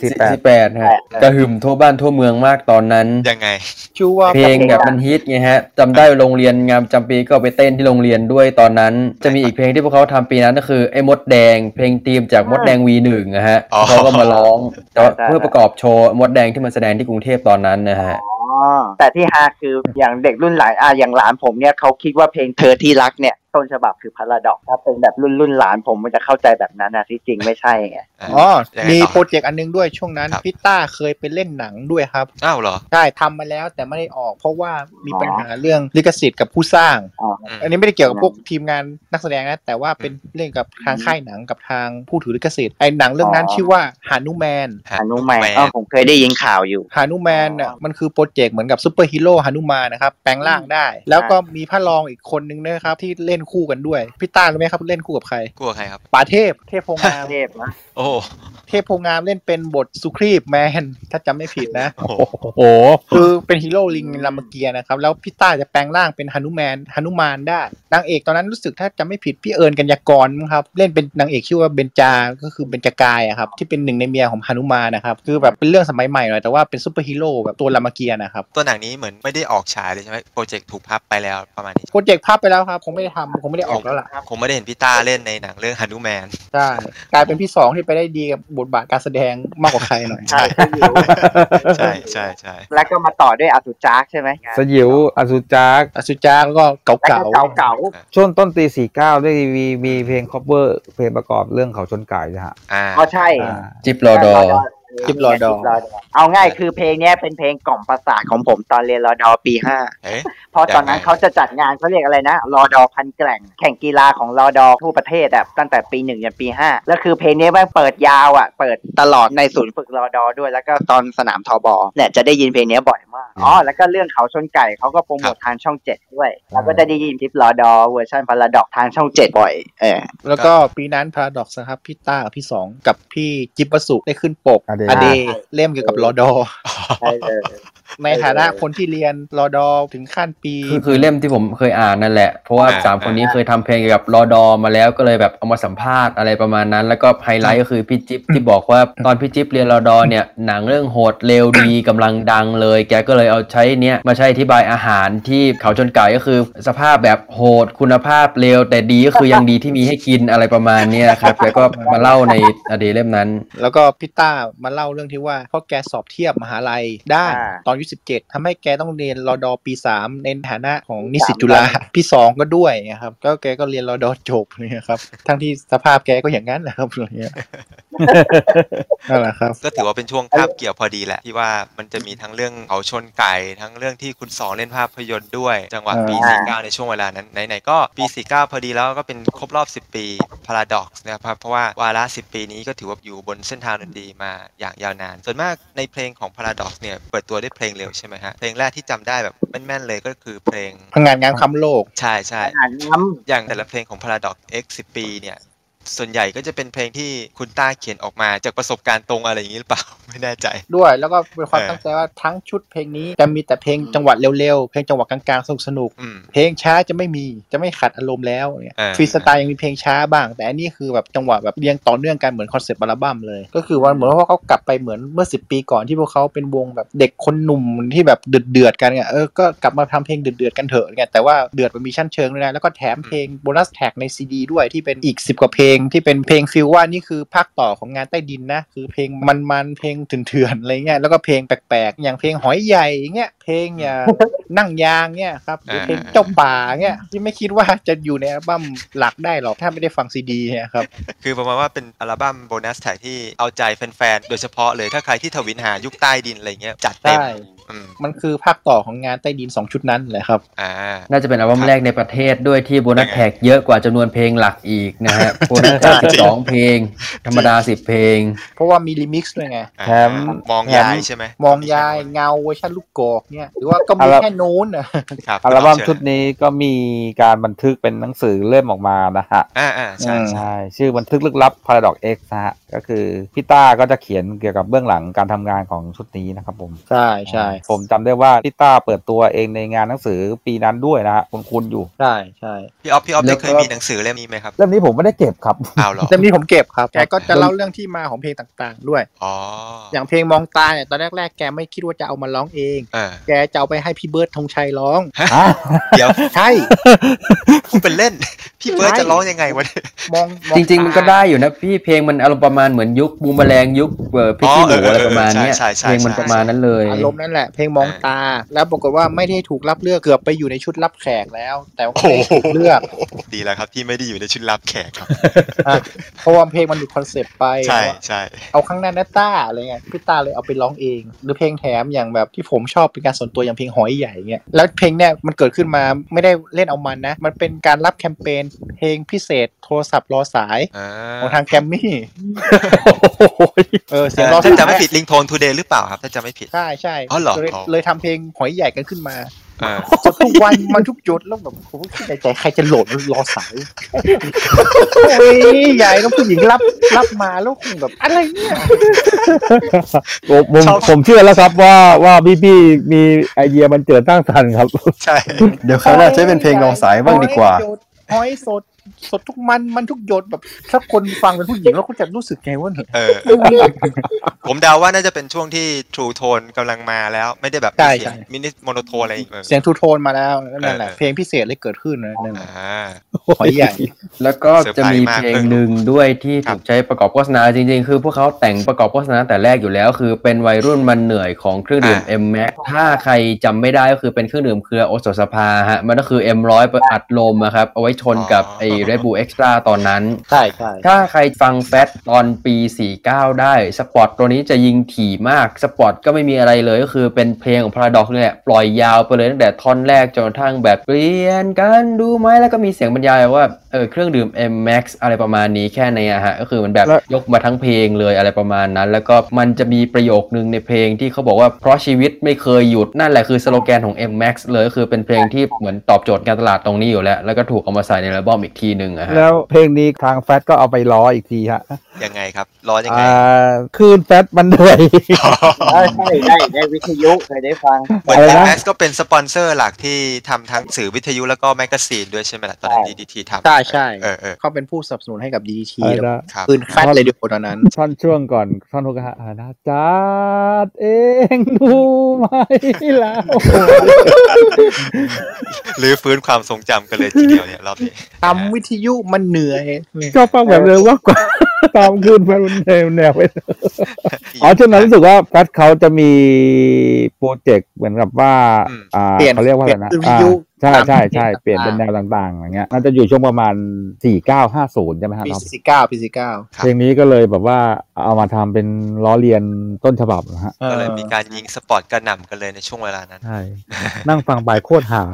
48 ฮะกระหึ่มทั่วบ้านทั่วเมืองมากตอนนั้นยังไงชื่อว่าเพลงแบบมันฮิตไงฮะจำได้โรงเรียนงามจำปีก็ไปเต้นที่โรงเรียนด้วยตอนนั้นจะมีอีกเพลงที่พวกเขาทำปีนั้นก็คือไอ้มดแดงเพลงธีมจากมดแดง V1 นะฮะอ๋อเขาก็มาร้องแต่ว่าเพื่อประกอบโชว์มดแดงที่มาแสดงที่กรุงเทพตอนนั้นนะฮะแต่ที่ฮาคืออย่างเด็กรุ่นหลานอย่างหลานผมเนี่ยเขาคิดว่าเพลงเธอที่รักเนี่ยต้นฉบับคือพาราดอกถ้าเป็นแบบรุ่นหลานผมมันจะเข้าใจแบบนั้นนะที่จริงไม่ใช่ไงอ๋อยังไงมีต่อโปรเจกต์อันนึงด้วยช่วงนั้นครับพี่ต้าเคยไปเล่นหนังด้วยครับอ้าวเหรอใช่ทำมาแล้วแต่ไม่ได้ออกเพราะว่ามีปัญหาเรื่องลิขสิทธิ์กับผู้สร้างอ๋ออันนี้ไม่ได้เกี่ยวกับพวกทีมงานนักแสดงนะแต่ว่าเป็นเรื่องกับทางค่ายหนังกับทางผู้ถือลิขสิทธิ์ไอ้หนังเรื่องนั้นชื่อว่าหานุแมนอนุแมนผมเคยได้ยินข่าวอยู่หานุแมนน่ะมันคือโปรเจกต์เหมือนกับซูเปอร์ฮีโร่หานุมานนะครับแปลงร่างได้ แล้วก็มีพระรองอีกคนนึงนะครับที่เล่นคู่กันด้วยพี่ต้ารู้ไหมครับเล่นคู่กับใครกลัวใครครับป๋าเทพโพงามเทพนะโอ้เทพโพงามเล่นเป็นบทสุครีบแมนถ้าจำไม่ผิดนะโหโอ้โหคือเป็นฮีโร่ลิงรามเกียรติ์นะครับแล้วพี่ต้าจะแปลงร่างเป็นหนุมานได้นางเอกตอนนั้นรู้สึกถ้าจำไม่ผิดพี่เอิญกัญญากรมั้งครับเล่นเป็นนางเอกชื่อว่าเบญจาก็คือเบญจกายอะครับที่เป็นหนึ่งในเมียของหนุมานนะครับคือแบบเป็นเรื่องสมัยใหม่หน่อยแต่ว่าเป็นซูเปอร์ฮีโร่แบบตัวรามเกียรติ์นะครับตัวหนังนี้เหมือนไม่ได้ออกฉายเลยใช่ไหมโปรเจกต์ถูกพับไปแล้วประมาณนี้โปรเจกต์ภาพไปแล้วครับคงไม่ได้ทำคงไม่ได้ออกแล้วล่ะคงไม่ได้เห็นพี่ต้าเล่นในหนังเรื่องฮานุแมนใช่กลายเป็นพี่สองที่ไปได้ดีกับบทบาทการแสดงมากกว่าใครหน่อยใช่ก็อยู่ใช่ใช่ใช่แล้วก็มาต่อด้วยอสุจักใช่ไหมสยิวอสุจักอสุจาแล้วก็เก่าแล้วก็เก่าช่วงต้นปี49ได้มีเพลง cover เพลงประกอบเรื่องเขาชนไก่นะฮะๆอ๋อใช่จิบรอดอจิบรอดอเอาง่ายคือเพลงเนี้ยเป็นเพลงกล่อมประสาทของผมตอนเรียนรอดอปี5 เอ๊ะเพราะตอนนั้นเขาจะจัดงานเขาเรียกอะไรนะรอดอพันแกล่งแข่งกีฬาของรอดอทั่วประเทศอ่ะตั้งแต่ปี1ยันปี5แล้วคือเพลงนี้แม่งเปิดยาวอ่ะเปิดตลอดในศูนย์ฝึกรอดอด้วยแล้วก็ตอนสนามทบเนี่ยจะได้ยินเพลงนี้บ่อยมากแล้วก็เรื่องเขาชนไก่เขาก็โปรโมททางช่อง7ด้วยแล้วก็ได้ยินคลิปรอดอเวอร์ชันพาราดอกทางช่อง7บ่อยแล้วก็ปีนั้นพาราดอกซ์ครับพี่ต้ากับพี่สองกับพี่จิ๊บวสุได้ขึ้นปกอเดอเดเล่มเกี่ยวกับรอดอใช่เลยในฐานะคนที่เรียนรอดอถึงขั้นปีคือเล่มที่ผมเคยอ่านนั่นแหละเพราะว่า3คนนี้เคยทำเพลงเกี่ยวกับรอดอมาแล้วก็เลยแบบเอามาสัมภาษณ์อะไรประมาณนั้นแล้วก็ไฮไลท์ก็คือพี่จิ๊บที่บอกว่าตอนพี่จิ๊บเรียนรอดอเนี่ยหนังเรื่องโหดเร็วดีกำลังดังเลยแกก็เลยเอาใช้เนี้ยมาใช้อธิบายอาหารที่เขาชนไก่ก็คือสภาพแบบโหดคุณภาพเร็วแต่ดีก็คือยังดีที่มีให้กินอะไรประมาณเนี้ยครับแกก็มาเล่าในอดีตเล่มนั้นแล้วก็พี่ต้ามาเล่าเรื่องที่ว่าเพราะแกสอบเทียบมหาลัยได้ตอนอายุ17ทำให้แกต้องเรียนรอดอปี3ในฐานะของนิสิตจุฬาพี่สองก็ด้วยนะครับก็แกก็เรียนรอดอจบเนี่ยครับทั้งที่สภาพแกก็อย่างนั้นแหละครับอะไรเงี้ยนั่นแหละครับก็ถือว่าเป็นช่วงคาบเกี่ยวพอดีแหละที่ว่ามันจะมีทั้งเรื่องเขาชนไก่ทั้งเรื่องที่คุณสองเล่นภาพยนตร์ด้วยจังหวะปี49ในช่วงเวลานั้นไหนๆก็ปี49พอดีแล้วก็เป็นครบรอบ10ปี Paradox นะครับเพราะว่าวาระ10ปีนี้ก็ถือว่าอยู่บนเส้นทางดนตรีมาอย่างยาวนานส่วนมากในเพลงของ Paradox เนี่ยเปิดตัวด้วยเพลงเร็วใช่ไหมฮะเพลงแรกที่จำได้แบบแม่นๆเลยก็คือเพลงพงานงามคำโลกใช่ใช่อ่านน้ำอย่างแต่ละเพลงของ Paradox X 10 ปีเนี่ยส่วนใหญ่ก็จะเป็นเพลงที่คุณต้าเขียนออกมาจากประสบการณ์ตรงอะไรอย่างนี้หรือเปล่า ไม่แน่ใจด้วยแล้วก็เป็นความตั้งใจว่าทั้งชุดเพลงนี้จะมีแต่เพลงจังหวะเร็วๆเพลงจังหวะกลางๆสนุกอืมเพลงช้าจะไม่ขัดอารมณ์แล้วเนี่ยฟรีสไตล์ยังมีเพลงช้าบ้างแต่อันนี้คือแบบจังหวะแบบเรียงต่อเนื่องกันเหมือนคอนเซ็ปต์อัลบั้มเลยก็คือว่าเหมือนว่าเขากลับไปเหมือนเมื่อ10 ปีก่อนที่พวกเขาเป็นวงแบบเด็กคนหนุ่มที่แบบเดือดกันเนี่ยก็กลับมาทำเพลงเดือดกันเถอะเนี่ยแต่ว่าเดือดมันมีชั้นเชิงด้วยนะแล้วก็แถมเพลงโบนัสแท็กในซีดีด้วยที่เป็นอีก10 กว่าเพลงที่เป็นเพลงฟีลว่านี่คือภาคต่อของงานใต้ดินนะคือเพลงมันๆเพลงเถื่อนๆอะไรเงี้ยแล้วก็เพลงแปลกๆอย่างเพลงหอยใหญ่อย่างเงี้ยเพลงอย่า นั่งยางเนี่ยครับหรือเพลงเจ้าป่าเนี่ยที่ไม่คิดว่าจะอยู่ในอัลบั้มหลักได้หรอกถ้าไม่ได้ฟังซีดีเนี่ยครับคือประมาณว่าเป็นอัลบั้มโบนัสแท็กที่เอาใจแฟนๆโดยเฉพาะเลยถ้าใครที่ทวินหายุคใต้ดินอะไรเงี้ยจัดเต็มใช่ มันคือภาคต่อของงานใต้ดิน2ชุดนั้นแหละครับน่าจะเป็นอัลบั้มแรกในประเทศด้วยที่โบนัสแท็กเยอะกว่าจำนวนเพลงหลักอีกนะฮะโบนัสแท็ก12เพลงธรรมดา10เพลงเพราะว่ามีรีมิกซ์ด้วยไงแถมมองยายใช่ไหมมองยายเงาเวอร์ชันลูกกอกเนี่ยหรือว่าก็มีแค่นู้นนะอัลบั้มชุดนี้ก็มีการบันทึกเป็นหนังสือเล่มออกมานะฮะใช่ชื่อบันทึกลึกลับ Paradox X นะฮะก็คือพี่ต้าก็จะเขียนเกี่ยวกับเบื้องหลังการทำงานของชุดนี้นะครับผมใช่ใช่ผมจำได้ว่าพี่ต้าเปิดตัวเองในงานหนังสือปีนั้นด้วยนะฮะคุณอยู่ใช่ใช่พี่ออฟได้เคยมีหนังสือเล่มนี้ไหมครับเล่มนี้ผมไม่ได้เก็บครับเล่มนี้ผมเก็บครับแกก็จะเล่าเรื่องที่มาของเพลงต่างๆด้วยอย่างเพลงมองตาเนี่ยตอนแรกๆแกไม่คิดว่าจะเอามาร้องเองแกจะเอาไปให้พี่เบิร์ดธงชัยร้องเดี๋ยวใช่คุณเป็นเล่นพี่เบิร์ดจะร้องยังไงวะจริงๆมันก็ได้อยู่นะพี่เพลงมันอารมณ์ประมาณเหมือนยุคบูมแมลงยุคพี่ขี้หนูอะไรประมาณนี้เพลงมันประมาณนั้นเลยอารมณ์นั่นแหละเพลงมองตาแล้วปรากฏว่าไม่ได้ถูกรับเลือกเกือบไปอยู่ในชุดรับแขกแล้วแต่ว่าไม่ถูกเลือกดีแล้วครับที่ไม่ได้อยู่ในชุดรับแขกครับเพราะว่าเพลงมันหลุดคอนเซปต์ไปใช่ใช่เอาข้างหน้าหน้าต้าอะไรเงี้ยพี่ต้าเลยเอาไปร้องเองหรือเพลงแถมอย่างแบบที่ผมชอบเป็นการส่วนตัวอย่างเพลงหอยใหญ่เงี้ยแล้วเพลงเนี้ยมันเกิดขึ้นมาไม่ได้เล่นเอามันนะมันเป็นการรับแคมเปญเพลงพิเศษโทรศัพท์รอสายของทางแกรมมี่เสียงร้องถ้าจะไม่ผิดลิงโทนทูเดย์หรือเปล่าครับถ้าจะไม่ผิดใช่ใช่เลยทำเพลงหอยใหญ่กันขึ้นมาทุกวันมันทุกจุดแล้วแบบผมคิดในใจใครจะโหลดรอสายโอ้ยใหญ่ต้องผู้หญิงรับมาแล้วคงแบบอะไรเนี่ยผมเชื่อแล้วครับว่าพี่มีไอเดียมันเจิดตั้งสรรค์ครับใช่เดี๋ยวเขาน่าจะเป็นเพลงรอสายบ้างดีกว่าหอยสดทุกมันทุกหยดแบบถ้าคนฟังเป็นผู้หญิงแล้วเขาจะรู้สึกไงวะผมเดาว่าน่าจะเป็นช่วงที่ True Tone กำลังมาแล้วไม่ได้แบบเสียงมินิโมโนโทนอะไรเสียง True Tone มาแล้วนั่นแหละเพลงพิเศษเลยเกิดขึ้นนะนั่นแหละหอยใหญ่แล้วก็จะมีเพลงหนึ่งด้วยที่ถูกใช้ประกอบโฆษณาจริงๆคือพวกเขาแต่งประกอบโฆษณาแต่แรกอยู่แล้วคือเป็นวัยรุ่นมันเหนื่อยของเครื่องดื่ม M-Max ถ้าใครจำไม่ได้ก็คือเป็นเครื่องดื่มเครือโอสถสภาฮะมันก็คือ M100 อัดลมครับเอาไว้ชนกับไอ้ Red Bull Extra ตอนนั้นใช่ถ้าใครฟังแฟตตอนปี49ได้สปอตตัวนี้จะยิงถี่มากสปอตก็ไม่มีอะไรเลยก็คือเป็นเพลงของ Paradox นี่แหละปล่อยยาวไปเลยตั้งแต่ท่อนแรกจนกระทั่งแบบเปลี่ยนกันดูไหมแล้วก็มีเสียงบรรยายว่าเครื่องดื่ม M-Max อะไรประมาณนี้แค่นี้ฮะก็คือมันแบบยกมาทั้งเพลงเลยอะไรประมาณนั้นแล้วก็มันจะมีประโยคนึงในเพลงที่เขาบอกว่าเพราะชีวิตไม่เคยหยุดนั่นแหละคือสโลแกนของ M-Max เลยก็คือเป็นเพลงที่เหมือนตอบโจทย์การตลาดตรงนี้อยู่แล้วก็ถูกเอามาใส่ในอัลบั้มอีกทีนึงฮะแล้วเพลงนี้ทางแฟตก็เอาไปล้ออีกทีฮะยังไงครับล้อยังไงคืนแฟตมันด้วยใช่ได้วิทยุเคยได้ฟังเหมือนแม็กซ์ก็เป็นสปอนเซอร์หลักที่ทำทั้งสื่อวิทยุแล้วก็แมกกาซีนด้วยใช่ไหมล่ะตอนนั้น DDT ทำใช่เขาเป็นผู้สนับสนุนให้กับ DDT คืนแฟตเลยดิโอตอนนั้นท่อนช่วงก่อนท่อนฮุกฮะนะจัดเองดูไหมแล้วหรือฟื้นความทรงจำกันเลยทีเดียวเนี่ยรอบนี้ทำวิทยุมันเหนื่อยก็ฟังแบบเลยว่ากว่าตามคืนแฟนแนวไปช่วงนั้นรู้สึกว่าแฟตเขาจะมีโปรเจกต์เหมือนกับว่าเขาเรียกว่าอะไรนะใช่เปลี่ยนเป็นแนวต่างๆอย่างเงี้ยน่าจะอยู่ช่วงประมาณ4950ใช่ไหมครับปี49 เพลงนี้ก็เลยแบบว่าเอามาทำเป็นล้อเลียนต้นฉบับนะฮะก็เลยมีการยิงสปอตกระหน่ำกันเลยในช่วงเวลานั้นใช่นั่งฟังไปโคตรหา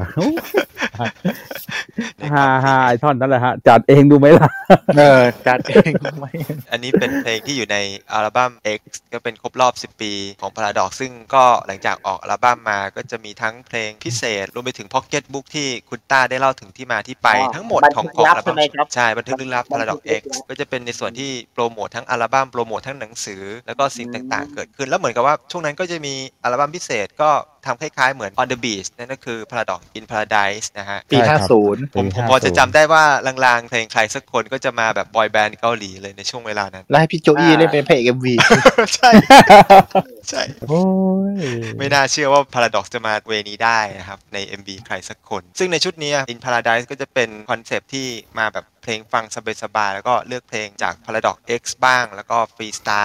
ไอท่อนนั่นแหละฮะจัดเองดูไหมล่ะจัดเองไหมอันนี้เป็นเพลงที่อยู่ในอัลบั้ม X ก็เป็นครบรอบ10ปีของ Paradox ซึ่งก็หลังจากออกอัลบั้มมาก็จะมีทั้งเพลงพิเศษรวมไปถึง Pocket Book ที่คุณต้าได้เล่าถึงที่มาที่ไปทั้งหมดของอัลบั้มใช่บันทึกลึกลับ Paradox X ก็จะเป็นในส่วนที่โปรโมททั้งอัลบั้มโปรโมททั้งหนังสือแล้วก็สิ่งต่างๆเกิดขึ้นแล้วเหมือนกับว่าช่วงนั้นก็จะมีอัลบั้มพิเศษก็ทำคล้ายๆเหมือน On the Beach นั่นก็คือ Paradox in Paradise นะฮะปี50 ผมพอจะจำได้ว่าลางๆเพลงใครสักคนก็จะมาแบบบอยแบนด์เกาหลีเลยในช่วงเวลานั้นแล้วให้พี่โจอี้เล่นเป็นพระเอก MV ใช่ไม่น่าเชื่อว่า Paradox จะมาเวนี้ได้นะครับใน MV ใครสักคนซึ่งในชุดนี้ In Paradise ก็จะเป็นคอนเซปต์ที่มาแบบเพลงฟังสบายๆแล้วก็เลือกเพลงจาก Paradox X บ้างแล้วก็ฟรีสไตล์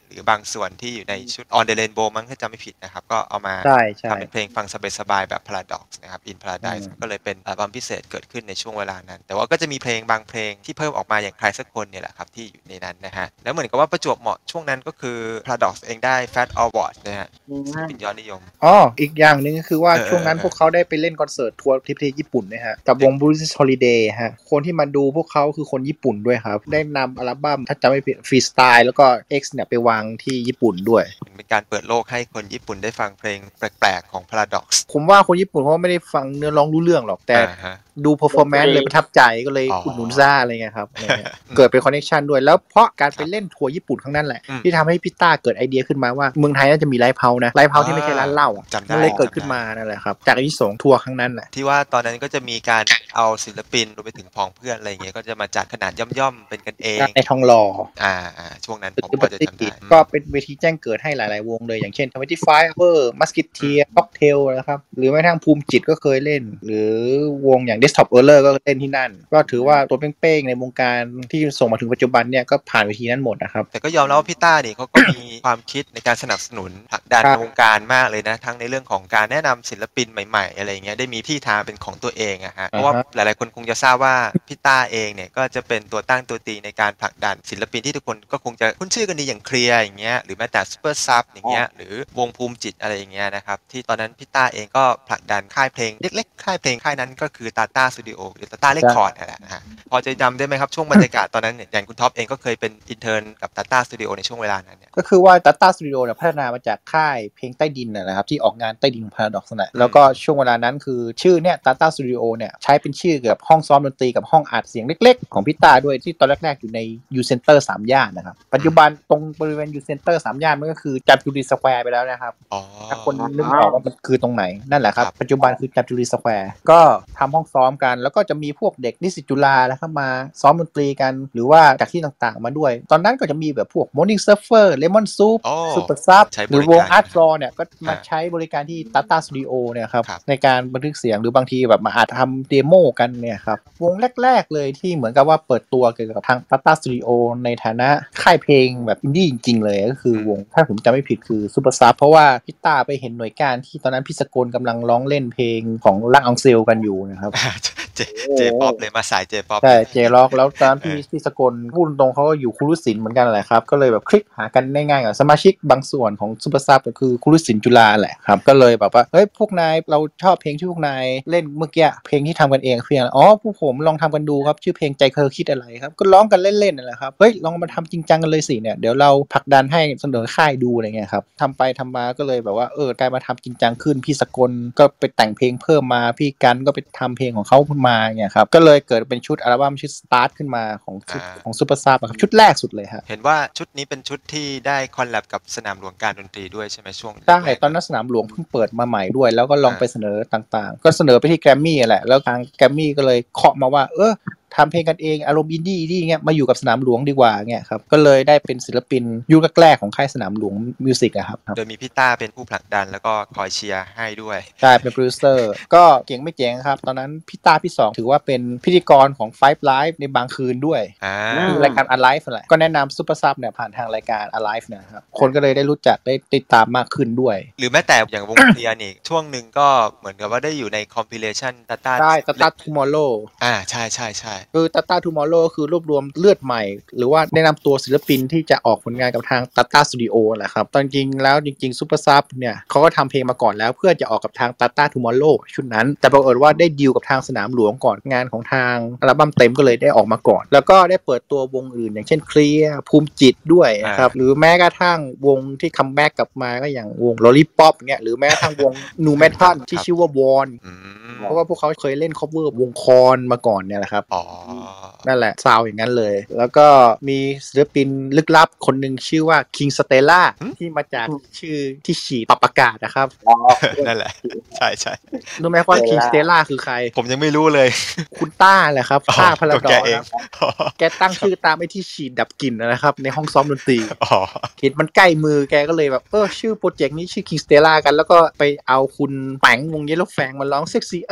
หรือบางส่วนที่อยู่ในชุด On the Rainbow มั้งถ้าจำไม่ผิดนะครับก็เอามาใช่ทำเป็นเพลงฟังสบายๆแบบ Paradox นะครับ In Paradise ก็เลยเป็นอัลบั้มพิเศษเกิดขึ้นในช่วงเวลานั้นแต่ว่าก็จะมีเพลงบางเพลงที่เพิ่มออกมาอย่างใครสักคนเนี่ยแหละครับที่อยู่ในนั้นนะฮะแล้วเหมือนกับว่าประจวบเหมาะช่วงนั้นก็คือ Paradox เองได้ Fat Award นะฮะเป็นยอดนิยมอีกอย่างหนึ่งก็คือว่าช่วงนั้นพวกเขาได้ไปเล่นคอนเสิร์ตทัวร์ที่ประเทศญี่ปุ่นนะฮะกับวง British Holiday ฮะคนที่มาดูพวกเขาคือคนญี่ปุ่นด้วยครับได้นำอัลบั้มถ้าจำไม่ผิด Freestyle แล้วก็ X เนี่ยไปวางที่ญี่ปุ่นด้วยเป็นการเปิดโลกให้คนญี่ปุ่นได้ฟังเพลงแปลกๆของ Paradox ผมว่าคนญี่ปุ่นเขาไม่ได้ฟังเนื้อร้องรู้เรื่องหรอกแต่ดู performance เลยประทับใจก็เลยอุดหนุนซ่าอะไรเงี้ยครับเกิดเป็นคอนเนคชั่นด้วยแล้วเพราะการไปเล่นทัวร์ญี่ปุ่นครั้งนั้นแหละที่ทำให้พี่ต้าเกิดไอเดียขึ้นมาว่าเมืองไทยน่าจะมีไลฟ์เฮาส์นะไลฟ์เฮาส์ที่ไม่ใช่ร้านเหล้ามันเลยเกิดขึ้นมานั่นแหละครับจากที่ส่งทัวร์ครั้งนั้นแหละที่ว่าตอนนั้นก็จะมีการเอาศิลปินรวมไปถึงพ้องเพื่อนอะไรเงี้ยก็จะมาจัดขนาดย่อมๆเป็นกันเองในทองหล่อช่วงนั้นผมก็จะจำได้ก็เป็นเวทีแจ้งเกิดให้หลายๆวงเลยอย่างเช่น25 Hour Musketeer Cocktail นะครับหรือแม้กระทั่งภูมิจิตก็เคยเล่นหรือวงอย่าง Desktop Error ก็เล่นที่นั่นก็ถือว่าตัวเป้งๆในวงการที่ส่งมาถึงปัจจุบันเนี่ยก็ผ่านเวทีนั้นหมดนะครับแต่ก็ยอมรับว่าพี่ต้านี่เขาก็มีความคิดในการสนับสนุนผลักดันวงการมากเลยนะทั้งในเรื่องของการแนะนำศิลปินใหม่ๆอะไรเงี้ยได้มีที่ทางเป็นของตัวเองอะฮะเพราะว่าหลายๆคนคงจะทราบว่าพี่ต้าเองเนี่ยก็จะเป็นตัวตั้งตัวตีในการผลักดันศิลปินที่ทุกคนก็คงจะคุ้นชื่อกันดีอย่างเคลียร์อย่างเงี้ยหรือแม้แต่ซูเปอร์ซับอย่างเงี้ยหรือวงภูมิจิตอะไรอย่างเงี้ยนะครับที่ตอนนั้นพี่ต้าเองก็ผลักดันค่ายเพลงเล็กๆค่ายเพลงค่ายนั้นก็คือ Tata Studio หรือ Tata Record นั่นแหละนะฮะพอจะจำได้ไหมครับช่วงบรรยากาศตอนนั้นเนี่ยอย่างคุณท็อปเองก็เคยเป็นอินเทอร์นกับ Tata Studio ในช่วงเวลานั้นเนี่ยก็คือว่า Tata Studio เนี่ยพัฒนามาจากค่ายเพลงใต้ดินนะครับที่ออกงานใต้ดินของ Paradox นะแล้วก็ช่วงเวลานั้นคือชื่อเนี่ย Tata Studio เนี่ยใช้เป็นชื่อเกี่ยวกับห้องซ้อมดนตรีกับห้องอัดเสียงเล็กๆของพี่ตาด้วยที่ตอนแรกๆอยู่ใน U Center 3 ย่านนะครับปัจจุบันตรงบริเวณ U Center 3 ย่านมันก็คือจัตุรีสแควร์ไปแล้วนะครับถ้าคนนึกออกว่ามันคือตรงไหนนั่นแหละครับปัจจุบันคือจัตุรีสแควร์ก็ทำห้องซ้อมกันแล้วก็จะมีพวกเด็กนิสิตจุฬานะครับมาซ้อมดนตรีกันหรือว่าจากที่ต่างๆมาด้วยตอนนั้นก็จะมีแบบพวก Morning Surfer Lemon Soup Super Sub หรือวง Art Floor เนี่ยก็มาใช้บริการที่ Tata Studio เนี่ยครับในการบันทึกเสียงหรือบางทีแบบมาอาจทำเดโมกันเนี่ยครับวงแรกๆเลยที่เหมือนกับว่าเปิดตัวเกี่ยวกับทาง Tata Studio ในฐานะค่ายเพลงแบบอินดี้จริงๆเลยก็คือวงถ้าผมจำไม่ผิดคือ Super Sub เพราะว่าพี่ต้าไปเห็นหน่วยการที่ตอนนั้นพี่สกลกำลังร้องเล่นเพลงของลักอองเซลกันอยู่นะครับเจป๊อปเลยมาสายเจป๊อปใช่เจร็อกแล้วตอนพี่สกลพูดตรงเขาก็อยู่ครูรุศิลป์เหมือนกันแหละครับก็เลยแบบคลิกหากันได้ง่ายกับสมาชิกบางส่วนของซุปเปอร์ซับก็คือครูรุศิลป์จุฬาแหละครับก็เลยแบบว่าเฮ้ยพวกนายเราชอบเพลงที่พวกนายเล่นเมื่อกี้เพลงที่ทำกันเองเพียงพวกผมลองทำกันดูครับชื่อเพลงใจเธอคิดอะไรครับก็ร้องกันเล่นๆนั่นแหละครับเฮ้ยลองมาทำจริงจังกันเลยสิเนี่ยเดี๋ยวเราผลักดันให้เสนอค่ายดูอะไรเงี้ยครับทำไปทำมาก็เลยแบบว่ากลายมาทำจริงจังขึ้นพี่สกลก็ไปแต่งเพลงเพิ่มมาพี่กันก็ไปทำเพลงของเขาขึ้นมาเนี่ยครับก็เลยเกิดเป็นชุดอัลบั้มชุดสตาร์ทขึ้นมาของซุปเปอร์ซับครับชุดแรกสุดเลยฮะเห็นว่าชุดนี้เป็นชุดที่ได้คอลแลบกับสนามหลวงการดนตรีด้วยใช่ไหมช่วงใช่ตอนนั้นสนามหลวงเพิ่งเปิดมาใหม่ด้วยแล้วก็ลองไปเสนอต่างๆก็เสนอไปที่แกรมมี่แหละแล้วทางแกรมมี่ก็เลยเคาะมาว่าทำเพลงกันเองอารมณ์อินดี้เงี้ยมาอยู่กับสนามหลวงดีกว่าเงี้ยครับก็เลยได้เป็นศิลปินยุคแรกๆของค่ายสนามหลวงมิวสิกอะครับโดยมีพี่ต้าเป็นผู้ผลักดันแล้วก็คอยเชียร์ให้ด้วยใช่เป็นโปรดิวเซอร์ก็เก่งไม่เจ๋งครับตอนนั้นพี่ต้าพี่สองถือว่าเป็นพิธีกรของ Five Live ในบางคืนด้วยรายการ Alive แหละก็แนะนำซุปเปอร์ซับเนี่ยผ่านทางรายการ Alive นะครับคนก็เลยได้รู้จักได้ติดตามมากขึ้นด้วยหรือแม้แต่อย่างวงเคลียร์นี่ช่วงหนึ่งก็เหมือนกับว่าได้อยู่ใน compilation Tata ได้ Tata Tomorrow ใช่คือ Tata Tomorrow คือรวบรวมเลือดใหม่หรือว่าแนะนำตัวศิลปินที่จะออกผลงานกับทาง Tata Studio แหละครับตอนจริงแล้วจริงๆ Super Sub เนี่ยเขาก็ทำเพลงมาก่อนแล้วเพื่อจะออกกับทาง Tata Tomorrow ชุดนั้นแต่ปรากฏว่าได้ดีลกับทางสนามหลวงก่อนงานของทางอัลบั้มเต็มก็เลยได้ออกมาก่อนแล้วก็ได้เปิดตัววงอื่นอย่างเช่นเคลียร์ภูมิจิตด้วยนะครับหรือแม้กระทั่งวงที่คัมแบ็กกลับมาก็อย่างวง Lollipop เนี่ยหรือแม้กระทั่งวง Nu Metal ที่ชื่อว่า Warn เพราะว่าพวกเขาเคยเล่น cover วงคอนมาก่อนเนี่ยแหละครับนั่นแหละซาวอย่างนั้นเลยแล้วก็มีศิลปินลึกลับคนหนึ่งชื่อว่า King Stella ที่มาจากชื่อที่ฉีดปรับอากาศนะครับนั่นแหละใช่รู้ไหมว่า King Stella คือใครผมยังไม่รู้เลยคุณต้าแหละครับต้าพลดอครับแกตั้งชื่อตามไอ้ที่ฉีดดับกลิ่นนะครับในห้องซ้อมดนตรีเห็นมันใกล้มือแกก็เลยแบบชื่อโปรเจกต์นี้ชื่อ King Stella กันแล้วก็ไปเอาคุณแป๋งวงเยลโล่แฟงมาร้อง Sexy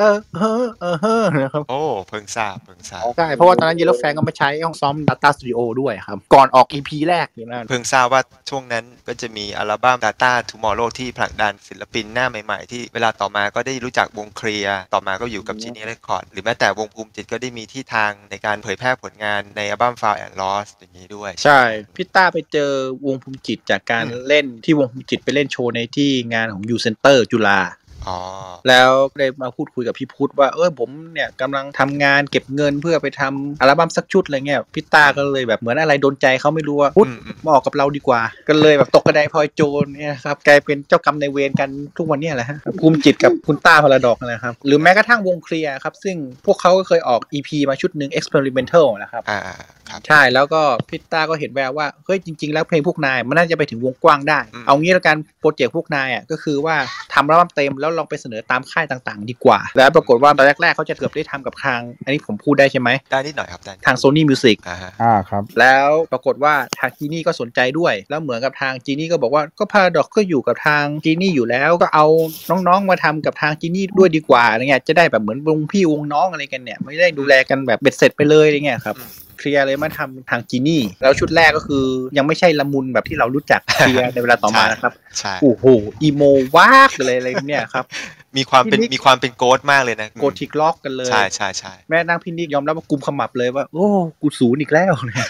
นะครับโอ้เพิ่งทราบใช่เพราะว่าตอนนั้น Yellow Fan ก็มาใช้ห้องซ้อม Data Studio ด้วยครับก่อนออก EP แรกอยู่นั่นเพิ่งทราบว่าช่วงนั้นก็จะมีอัลบั้ม Data Tomorrow ที่ผลักดันศิลปินหน้าใหม่ๆที่เวลาต่อมาก็ได้รู้จักวงเคลียร์ต่อมาก็อยู่กับ Genius Records หรือแม้แต่วงภูมิจิตก็ได้มีที่ทางในการเผยแพร่ผลงานในอัลบั้ม Found and Lost อย่างนี้ด้วยใช่พี่ต้าไปเจอวงภูมิจิตจากการเล่นที่วงภูมิจิตไปเล่นโชว์ในที่งานของ U Center จุฬาแล้วได้มาพูดคุยกับพี่พุทธว่าผมเนี่ยกำลังทำงานเก็บเงินเพื่อไปทำอัลบั้มสักชุดอะไรเงี้ยพี่ต้าก็เลยแบบเหมือนอะไรโดนใจเขาไม่รู้ว่าพุทธมาออกกับเราดีกว่าก็เลยแบบตกกระไดพลอยโจรเนี่ยครับกลายเป็นเจ้ากรรมนายเวรกันทุกวันนี้แหละฮะภูมิจิตกับคุณต้าพาราดอกนะครับหรือแม้กระทั่งวงเคลียร์ครับซึ่งพวกเขาก็เคยออก EP มาชุดหนึ่ง Experimental นะครับใช่แล้วก็พี่ต้าก็เห็นแววว่าเฮ้ยจริงๆแล้วเพลงพวกนายมันน่าจะไปถึงวงกว้างได้เอางี้แล้วกันโปรเจกต์พวกนายก็คือว่าทำอัลบั้มเต็มแล้วลองไปเสนอตามค่ายต่างๆดีกว่าแล้วปรากฏว่าตอนแรกๆเขาจะเกือบได้ทำกับทางอันนี้ผมพูดได้ใช่ไหมได้นิดหน่อยครับทาง Sony Music ครับแล้วปรากฏว่าทางจีนี่ก็สนใจด้วยแล้วเหมือนกับทางจีนี่ก็บอกว่าก็พาราดอกก็อยู่กับทางจีนี่อยู่แล้วก็เอาน้องๆมาทำกับทางจีนี่ด้วยดีกว่าอะไรเงี้ยจะได้แบบเหมือนวงพี่วงน้องอะไรกันเนี่ยไม่ได้ดูแลกันแบบเบ็ดเสร็จไปเลยอะไรเงี้ยครับเคลียร์เลยมาทำทางจีนี่แล้วชุดแรกก็คือยังไม่ใช่ละมุนแบบที่เรารู้จักเคลียร์ในเวลาต่อมานะครับโอ้โหอีโมวากเลยอะไรเนี่ยครับมีความเป็นโกดมากเลยนะโกธิกล็อกกันเลยใช่แม่นางพินิกยอมรับว่ากุมขมับเลยว่าโอ้กูศูนย์อีกแล้ว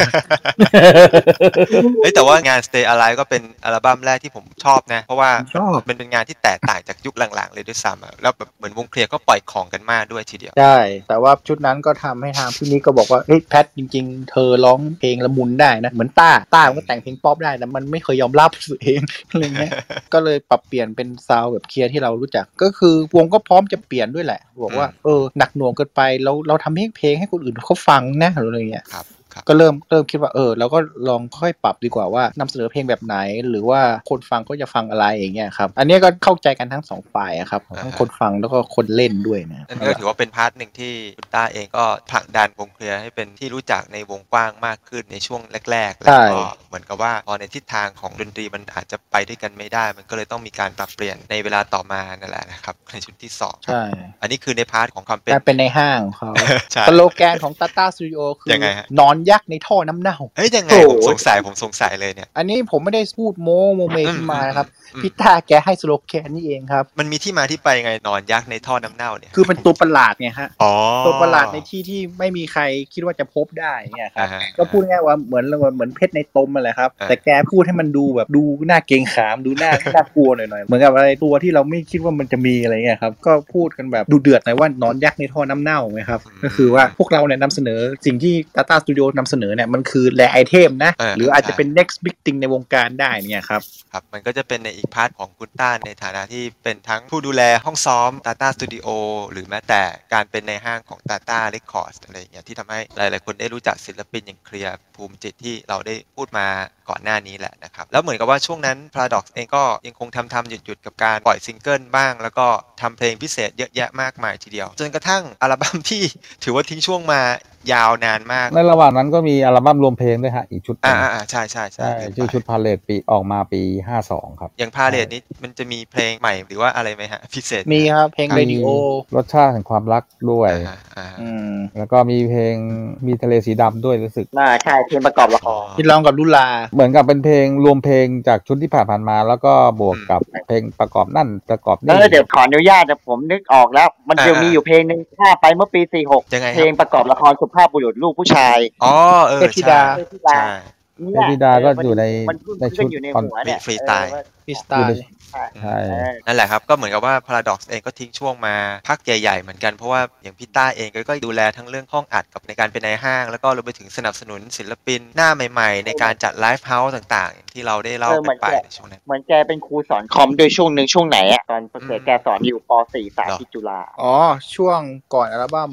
แต่ว่างาน Stay Alive ก็เป็นอัลบั้มแรกที่ผมชอบนะเพราะว่ามันเป็นงานที่แตกต่างจากยุคหลังๆเลยด้วยซ้ำแล้วแบบเหมือนวงเคลียร์ก็ปล่อยของกันมากด้วยทีเดียวใช่แต่ว่าชุดนั้นก็ทำให้ทางพินิกก็บอกว่าเฮ้ยแพทจริงๆเธอร้องเพลงละมุนได้นะเหมือนต้ามันก็แต่งเพลงป๊อปได้แต่มันไม่เคยยอมรับเองอะไรเงี้ยก็เลยปรับเปลี่ยนเป็นซาวด์แบบเคลียร์ที่เรารู้จักก็คือวงก็พร้อมจะเปลี่ยนด้วยแหละบอกว่าหนักหน่วงเกินไปเราทำเพลงให้คนอื่นเขาฟังนะอะไรเงี้ยก็เริ่มคิดว่าเราก็ลองค่อยปรับดีกว่าว่านำเสนอเพลงแบบไหนหรือว่าคนฟังก็จะฟังอะไรอย่างเงี้ยครับอันนี้ก็เข้าใจกันทั้งสองฝ่ายครับทั้งคนฟังแล้วก็คนเล่นด้วยนะนั่นก็ถือว่าเป็นพาร์ทหนึ่งที่คุณต้าเองก็ผลักดันวงเคลียร์ให้เป็นที่รู้จักในวงกว้างมากขึ้นในช่วงแรกๆแล้วก็เหมือนกับว่าพอในทิศทางของดนตรีมันอาจจะไปด้วยกันไม่ได้มันก็เลยต้องมีการปรับเปลี่ยนในเวลาต่อมานั่นแหละนะครับในชุดที่2ใช่อันนี้คือในพาร์ทของความเป็นในห้างเขาสโลแกนของ Data Studio คือนอนยักษ์ในท่อน้ำเน่ายังไงผมสงสัยเลยเนี่ยอันนี้ผมไม่ได้พูดโมเมขึ้นมานะครับพี่ตาแกให้สโลแกนนี่เองครับมันมีที่มาที่ไปไงนอนยักษ์ในท่อน้ำเน่าเนี่ยคือเป็นตัวประหลาดไงฮะตัวประหลาดในที่ไม่มีใครคิดว่าจะพบได้เนี่ยครับก็พูดง่ายว่าเหมือนเพชรในตมอะไรครับแต่แกพูดให้มันดูแบบดูน่าเกรงขามดูน่ากลัวหน่อยเหมือนกับอะไรตัวที่เราไม่คิดว่ามันจะมีอะไรเงี้ยครับก็พูดกันแบบดูเดือดหน่อยว่านอนยักษ์ในท่อน้ำเน่าไงครับก็คือว่าพวกเราเนี่ยนำเสนอสิ่งที่ Data Studio นำเสนอเนี่ยมันคือแรไอเทมนะหรืออาจจะเป็น next big thing ในวงการได้เนี่ยครับมันก็จะเป็นในอีกพาร์ทของคุณต้าในฐานะที่เป็นทั้งผู้ดูแลห้องซ้อม Data Studio หรือแม้แต่การเป็นในห้างของ Data Records อะไรอย่างเงี้ยที่ทำให้หลายๆคนได้รู้จักศิลปินอย่างเคลียร์ภูมิจิตที่เราได้พูดมาก่อนหน้านี้แหละนะครับแล้วเหมือนกับว่าช่วงนั้น Paradox เองก็ยังคงทำหยุดกับการปล่อยซิงเกิลบ้างแล้วก็ทำเพลงพิเศษเยอะแยะมากมายทีเดียวจนกระทั่งอัลบั้มที่ถือว่าทิ้งช่วงมายาวนานมากในระหว่างนั้นก็มีอัลบั้มรวมเพลงด้วยฮะอีกชุดใช่ชื่อชุดพาเลทปีออกมาปี52ครับอย่างพาเลทนี้มันจะมีเพลงใหม่หรือว่าอะไรไหมฮะพิเศษมีครับเพลงเรดิโอรสชาติแห่งความรักด้วยแล้วก็มีเพลงมีทะเลสีดำด้วยรู้สึกใช่เพลงประกอบละครที่ร้องกับลุลาเหมือนกับเป็นเพลงรวมเพลงจากชุดที่ผ่านมาแล้วก็บวกกับเพลงประกอบนั่นประกอบนี่เดี๋ยวขออนุญาตผมนึกออกแล้วมันจะมีอยู่เพลงนึงถ้าไปเมื่อปี46เพลงประกอบละครสุภาพบุรุษลูกผู้ชายเทพธิดาเทพธิดาก็อยู่ในชุดคอนฟรีสไตล์ใช่นั่นแหละครับก็เหมือนกับว่า Paradox เองก็ทิ้งช่วงมาพักใหญ่ๆเหมือนกันเพราะว่าอย่างพี่ต้าเองก็ดูแลทั้งเรื่องห้องอัดกับในการเป็นในห้างแล้วก็รวมไปถึงสนับสนุนศิลปินหน้าใหม่ๆในการจัดไลฟ์เฮาส์ต่างๆที่เราได้เล่ากันไปในช่วงนั้นเหมือนแกเป็นครูสอนคอมโดยช่วงไหนตอนแกสอนอยู่ป .4 สายที่จุฬาช่วงก่อนอัลบั้ม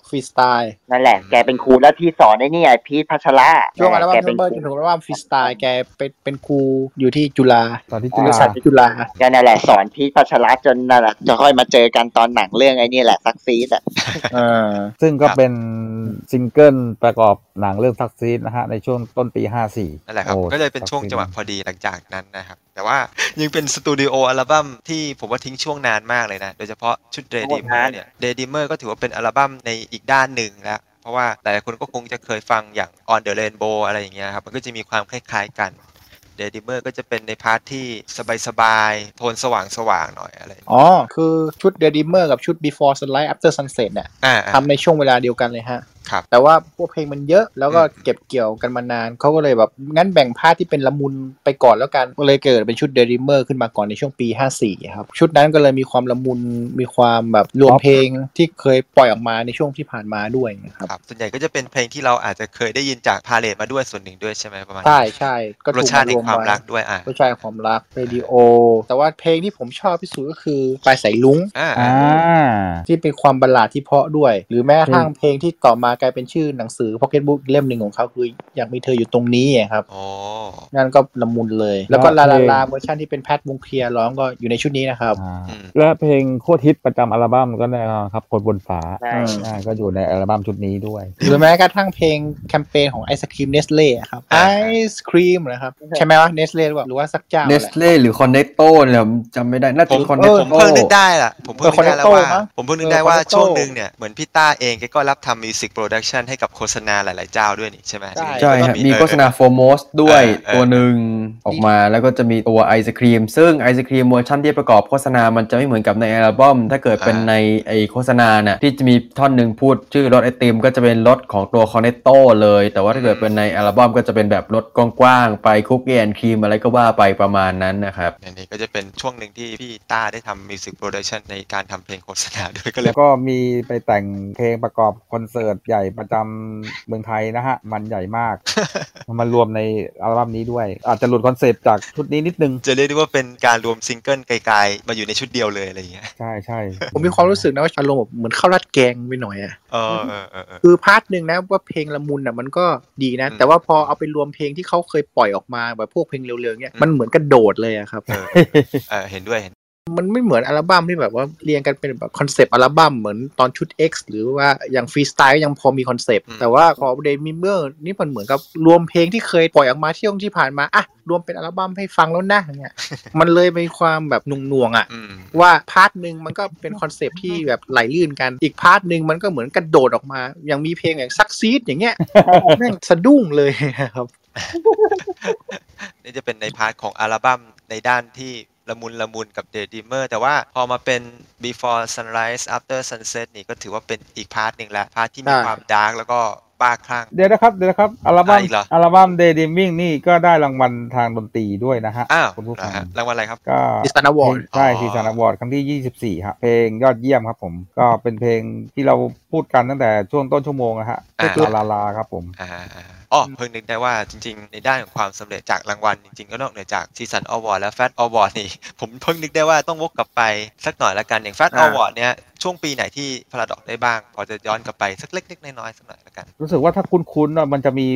ฟรีสไตล์นั่นแหละแกเป็นครูแล้วที่สอนไอ้นี่ไอพีทพัชระช่วงอัลบั้มแกเทเป็มนเบอร์คจรูนถึงอัลบั้มฟรีสไตล์แกเป็นครูอยู่ที่จุฬาตอนที่บริษัทที่จุฬาแกนั่นแหละสอนพีทพัชระจนนั่นแหละจะค่อยมาเจอกันตอนหนังเรื่องไอ้นี่แหละซักซีดอ่ะซึ่งก็เป็นซิงเกิลประกอบหนังเรื่องซักซีดนะฮะในช่วงต้นปี 54 นั่นแหละครับก็เลยเป็นช่วงจังหวะพอดีหลังจากนั้นนะครับแต่ว่ายังเป็นสตูดิโออัลบั้มที่ผมว่าทิ้งช่วงนานมากเลยนะโดยเฉพาะชุด Redeemer เนี่ย Redeemer ก็ถือว่าเป็นอัลบั้มในอีกด้านหนึ่งแล้วเพราะว่าหลายคนก็คงจะเคยฟังอย่าง On the Rainbow อะไรอย่างเงี้ยครับมันก็จะมีความคล้ายๆกันRedeemer ก็จะเป็นในพาร์ทที่สบายๆโทนสว่างๆหน่อยอะไรคือชุด Redeemer กับชุด Before Sunrise After Sunset เนี่ยทำในช่วงเวลาเดียวกันเลยฮะแต่ว่าพวกเพลงมันเยอะแล้วก็เก็บเกี่ยวกันมานานเขาก็เลยแบบงั้นแบ่งพาร์ทที่เป็นละมุนไปก่อนแล้วกันก็เลยเกิดเป็นชุด Redeemer ขึ้นมาก่อนในช่วงปี 54 ครับชุดนั้นก็เลยมีความละมุนมีความแบบรวมเพลงที่เคยปล่อยออกมาในช่วงที่ผ่านมาด้วยครับส่วนใหญ่ก็จะเป็นเพลงที่เราอาจจะเคยได้ยินจากพาเลทมาด้วยส่วนหนึ่งด้วยใช่ไหมประมาณใช่ก็รสชาติในความรักด้วยรสชาติความรักเรดิโอแต่ว่าเพลงที่ผมชอบที่สุดก็คือปลายสายลุ้งที่เป็นความบัลลาดที่เพราะด้วยหรือแม้กระทั่งเพลงที่ต่อมากลายเป็นชื่อหนังสือ Pocket Book เล่มหนึ่งของเขาคืออยากมีเธออยู่ตรงนี้ครับนั่นก็ละมุนเลยแล้วก็ลาเวอร์ชันที่เป็นแพทวงเคลียร์ร้องก็อยู่ในชุดนี้นะครับและเพลงโคตรฮิตประจำอัลบั้มก็แน่นอนครับคนบนฟ้าก็อยู่ในอัลบั้มชุดนี้ด้วยหรือแม้กระทั่งเพลงแคมเปญของไอศครีมเนสเล่ครับไอศครีมนะครับใช่ไหมวะเนสเล่หรือว่าสักเจ้าเนสเล่หรือคอนเนตโต้เนี่ยจำไม่ได้น่าจะคอนเนตโต้ผมเพิ่งนึกได้ล่ะผมเพิ่งนึกได้แล้วว่าช่วงนึงเนี่ยเหมือนพี่ต้าเองก็รับทำมิวสิกโปรดักชันให้กับโฆษณาหลายๆเจ้าด้วยนี่ใช่ไหมใช่ครับมีโฆษณาโฟร์โมสด้วยตัวหนึ่งออกมาแล้วก็จะมีตัวไอศครีมซึ่งไอศครีมเวอร์ชันที่ประกอบโฆษณามันจะไม่เหมือนกับในอัลบั้มถ้าเกิดเป็นในไอโฆษณาน่ะที่จะมีท่อนหนึ่งพูดชื่อรสไอติมก็จะเป็นรสของตัวคอนเนตโต้เลยแต่ว่าถ้าเกิดเป็นในอัลบั้มก็จะเป็นแบบรสกว้างๆไปคุกกี้แอนด์ครีมอะไรก็ว่าไปประมาณนั้นนะครับอันนี้ก็จะเป็นช่วงหนึ่งที่พี่ต้าได้ทำมิวสิกโปรดักชันในการทำเพลงโฆษณาด้วยก็เลยแล้วก็มีไปแต่งเพลงประกอบคอนเสิร์ตใหญ่ประจำเมืองไทยนะฮะมันใหญ่มากมารวมในอัลบั้มนี้ด้วยอาจจะหลุดคอนเซปต์จากชุดนี้นิดนึงจะเรียกได้ว่าเป็นการรวมซิงเกิลไกลๆมาอยู่ในชุดเดียวเลยอะไรอย่างเงี้ยใช่ผมมีความรู้สึกนะว่าอารมณ์แบบเหมือนข้าวราดแกงไปหน่อยคือพาร์ทนึงนะว่าเพลงละมุนอ่ะมันก็ดีนะแต่ว่าพอเอาไปรวมเพลงที่เขาเคยปล่อยออกมาแบบพวกเพลงเร็วๆเงี้ยมันเหมือนกระโดดเลยอะครับเห็นด้วยมันไม่เหมือนอัลบั้มที่แบบว่าเรียงกันเป็นแบบคอนเซปต์อัลบั้มเหมือนตอนชุด X หรือว่าอย่างฟรีสไตล์ยังพอมีคอนเซปต์แต่ว่าพอเดมิเมอร์นี่มันเหมือนกับรวมเพลงที่เคยปล่อยออกมาช่วงที่ผ่านมาอ่ะรวมเป็นอัลบั้มให้ฟังแล้วนะอย่างเงี้ยมันเลยมีความแบบหน่วงๆอ่ะว่าพาร์ทนึงมันก็เป็นคอนเซปต์ที่แบบไหลลื่นกันอีกพาร์ทนึงมันก็เหมือนกระโดดออกมาอย่างมีเพลงอย่างซักซีดอย่างเงี้ยแม่งสะดุ้งเลยครับนี่จะเป็นในพาร์ทของอัลบั้มในด้านที่ละมุนกับ Redeemer แต่ว่าพอมาเป็น Before Sunrise After Sunset นี่ก็ถือว่าเป็นอีกพาร์ทนึงแล้วพาร์ทที่มีความดาร์กแล้วก็บ้าคลั่งเดี๋ยวนะครับอัลบั้ม Daydreaming นี่ก็ได้รางวัลทางดนตรีด้วยนะฮะคุณผู้ฟังรางวัลอะไรครับก็Season Award ใช่ Season Award ครั้งที่24ครับเพลงยอดเยี่ยมครับผมก็เป็นเพลงที่เราพูดกันตั้งแต่ช่วงต้นชั่วโมงนะฮะลาครับผมเพิ่งนึกได้ว่าจริงๆในด้านของความสำเร็จจากรางวัลจริงๆก็นอกเหนือจาก Season Award และ Fat Award นี่ผมเพิ่งนึกได้ว่าต้องวกกลับไปสักหน่อยละกันอย่าง Fat Award เนี่ยช่วงปีไหนที่ Paradox ได้บ้างพอจะย้อนกลับไปสักเล็กๆน้อยๆสักหน่อยละกันรู้สึกว่าถ้าคุ้นๆมันจะมี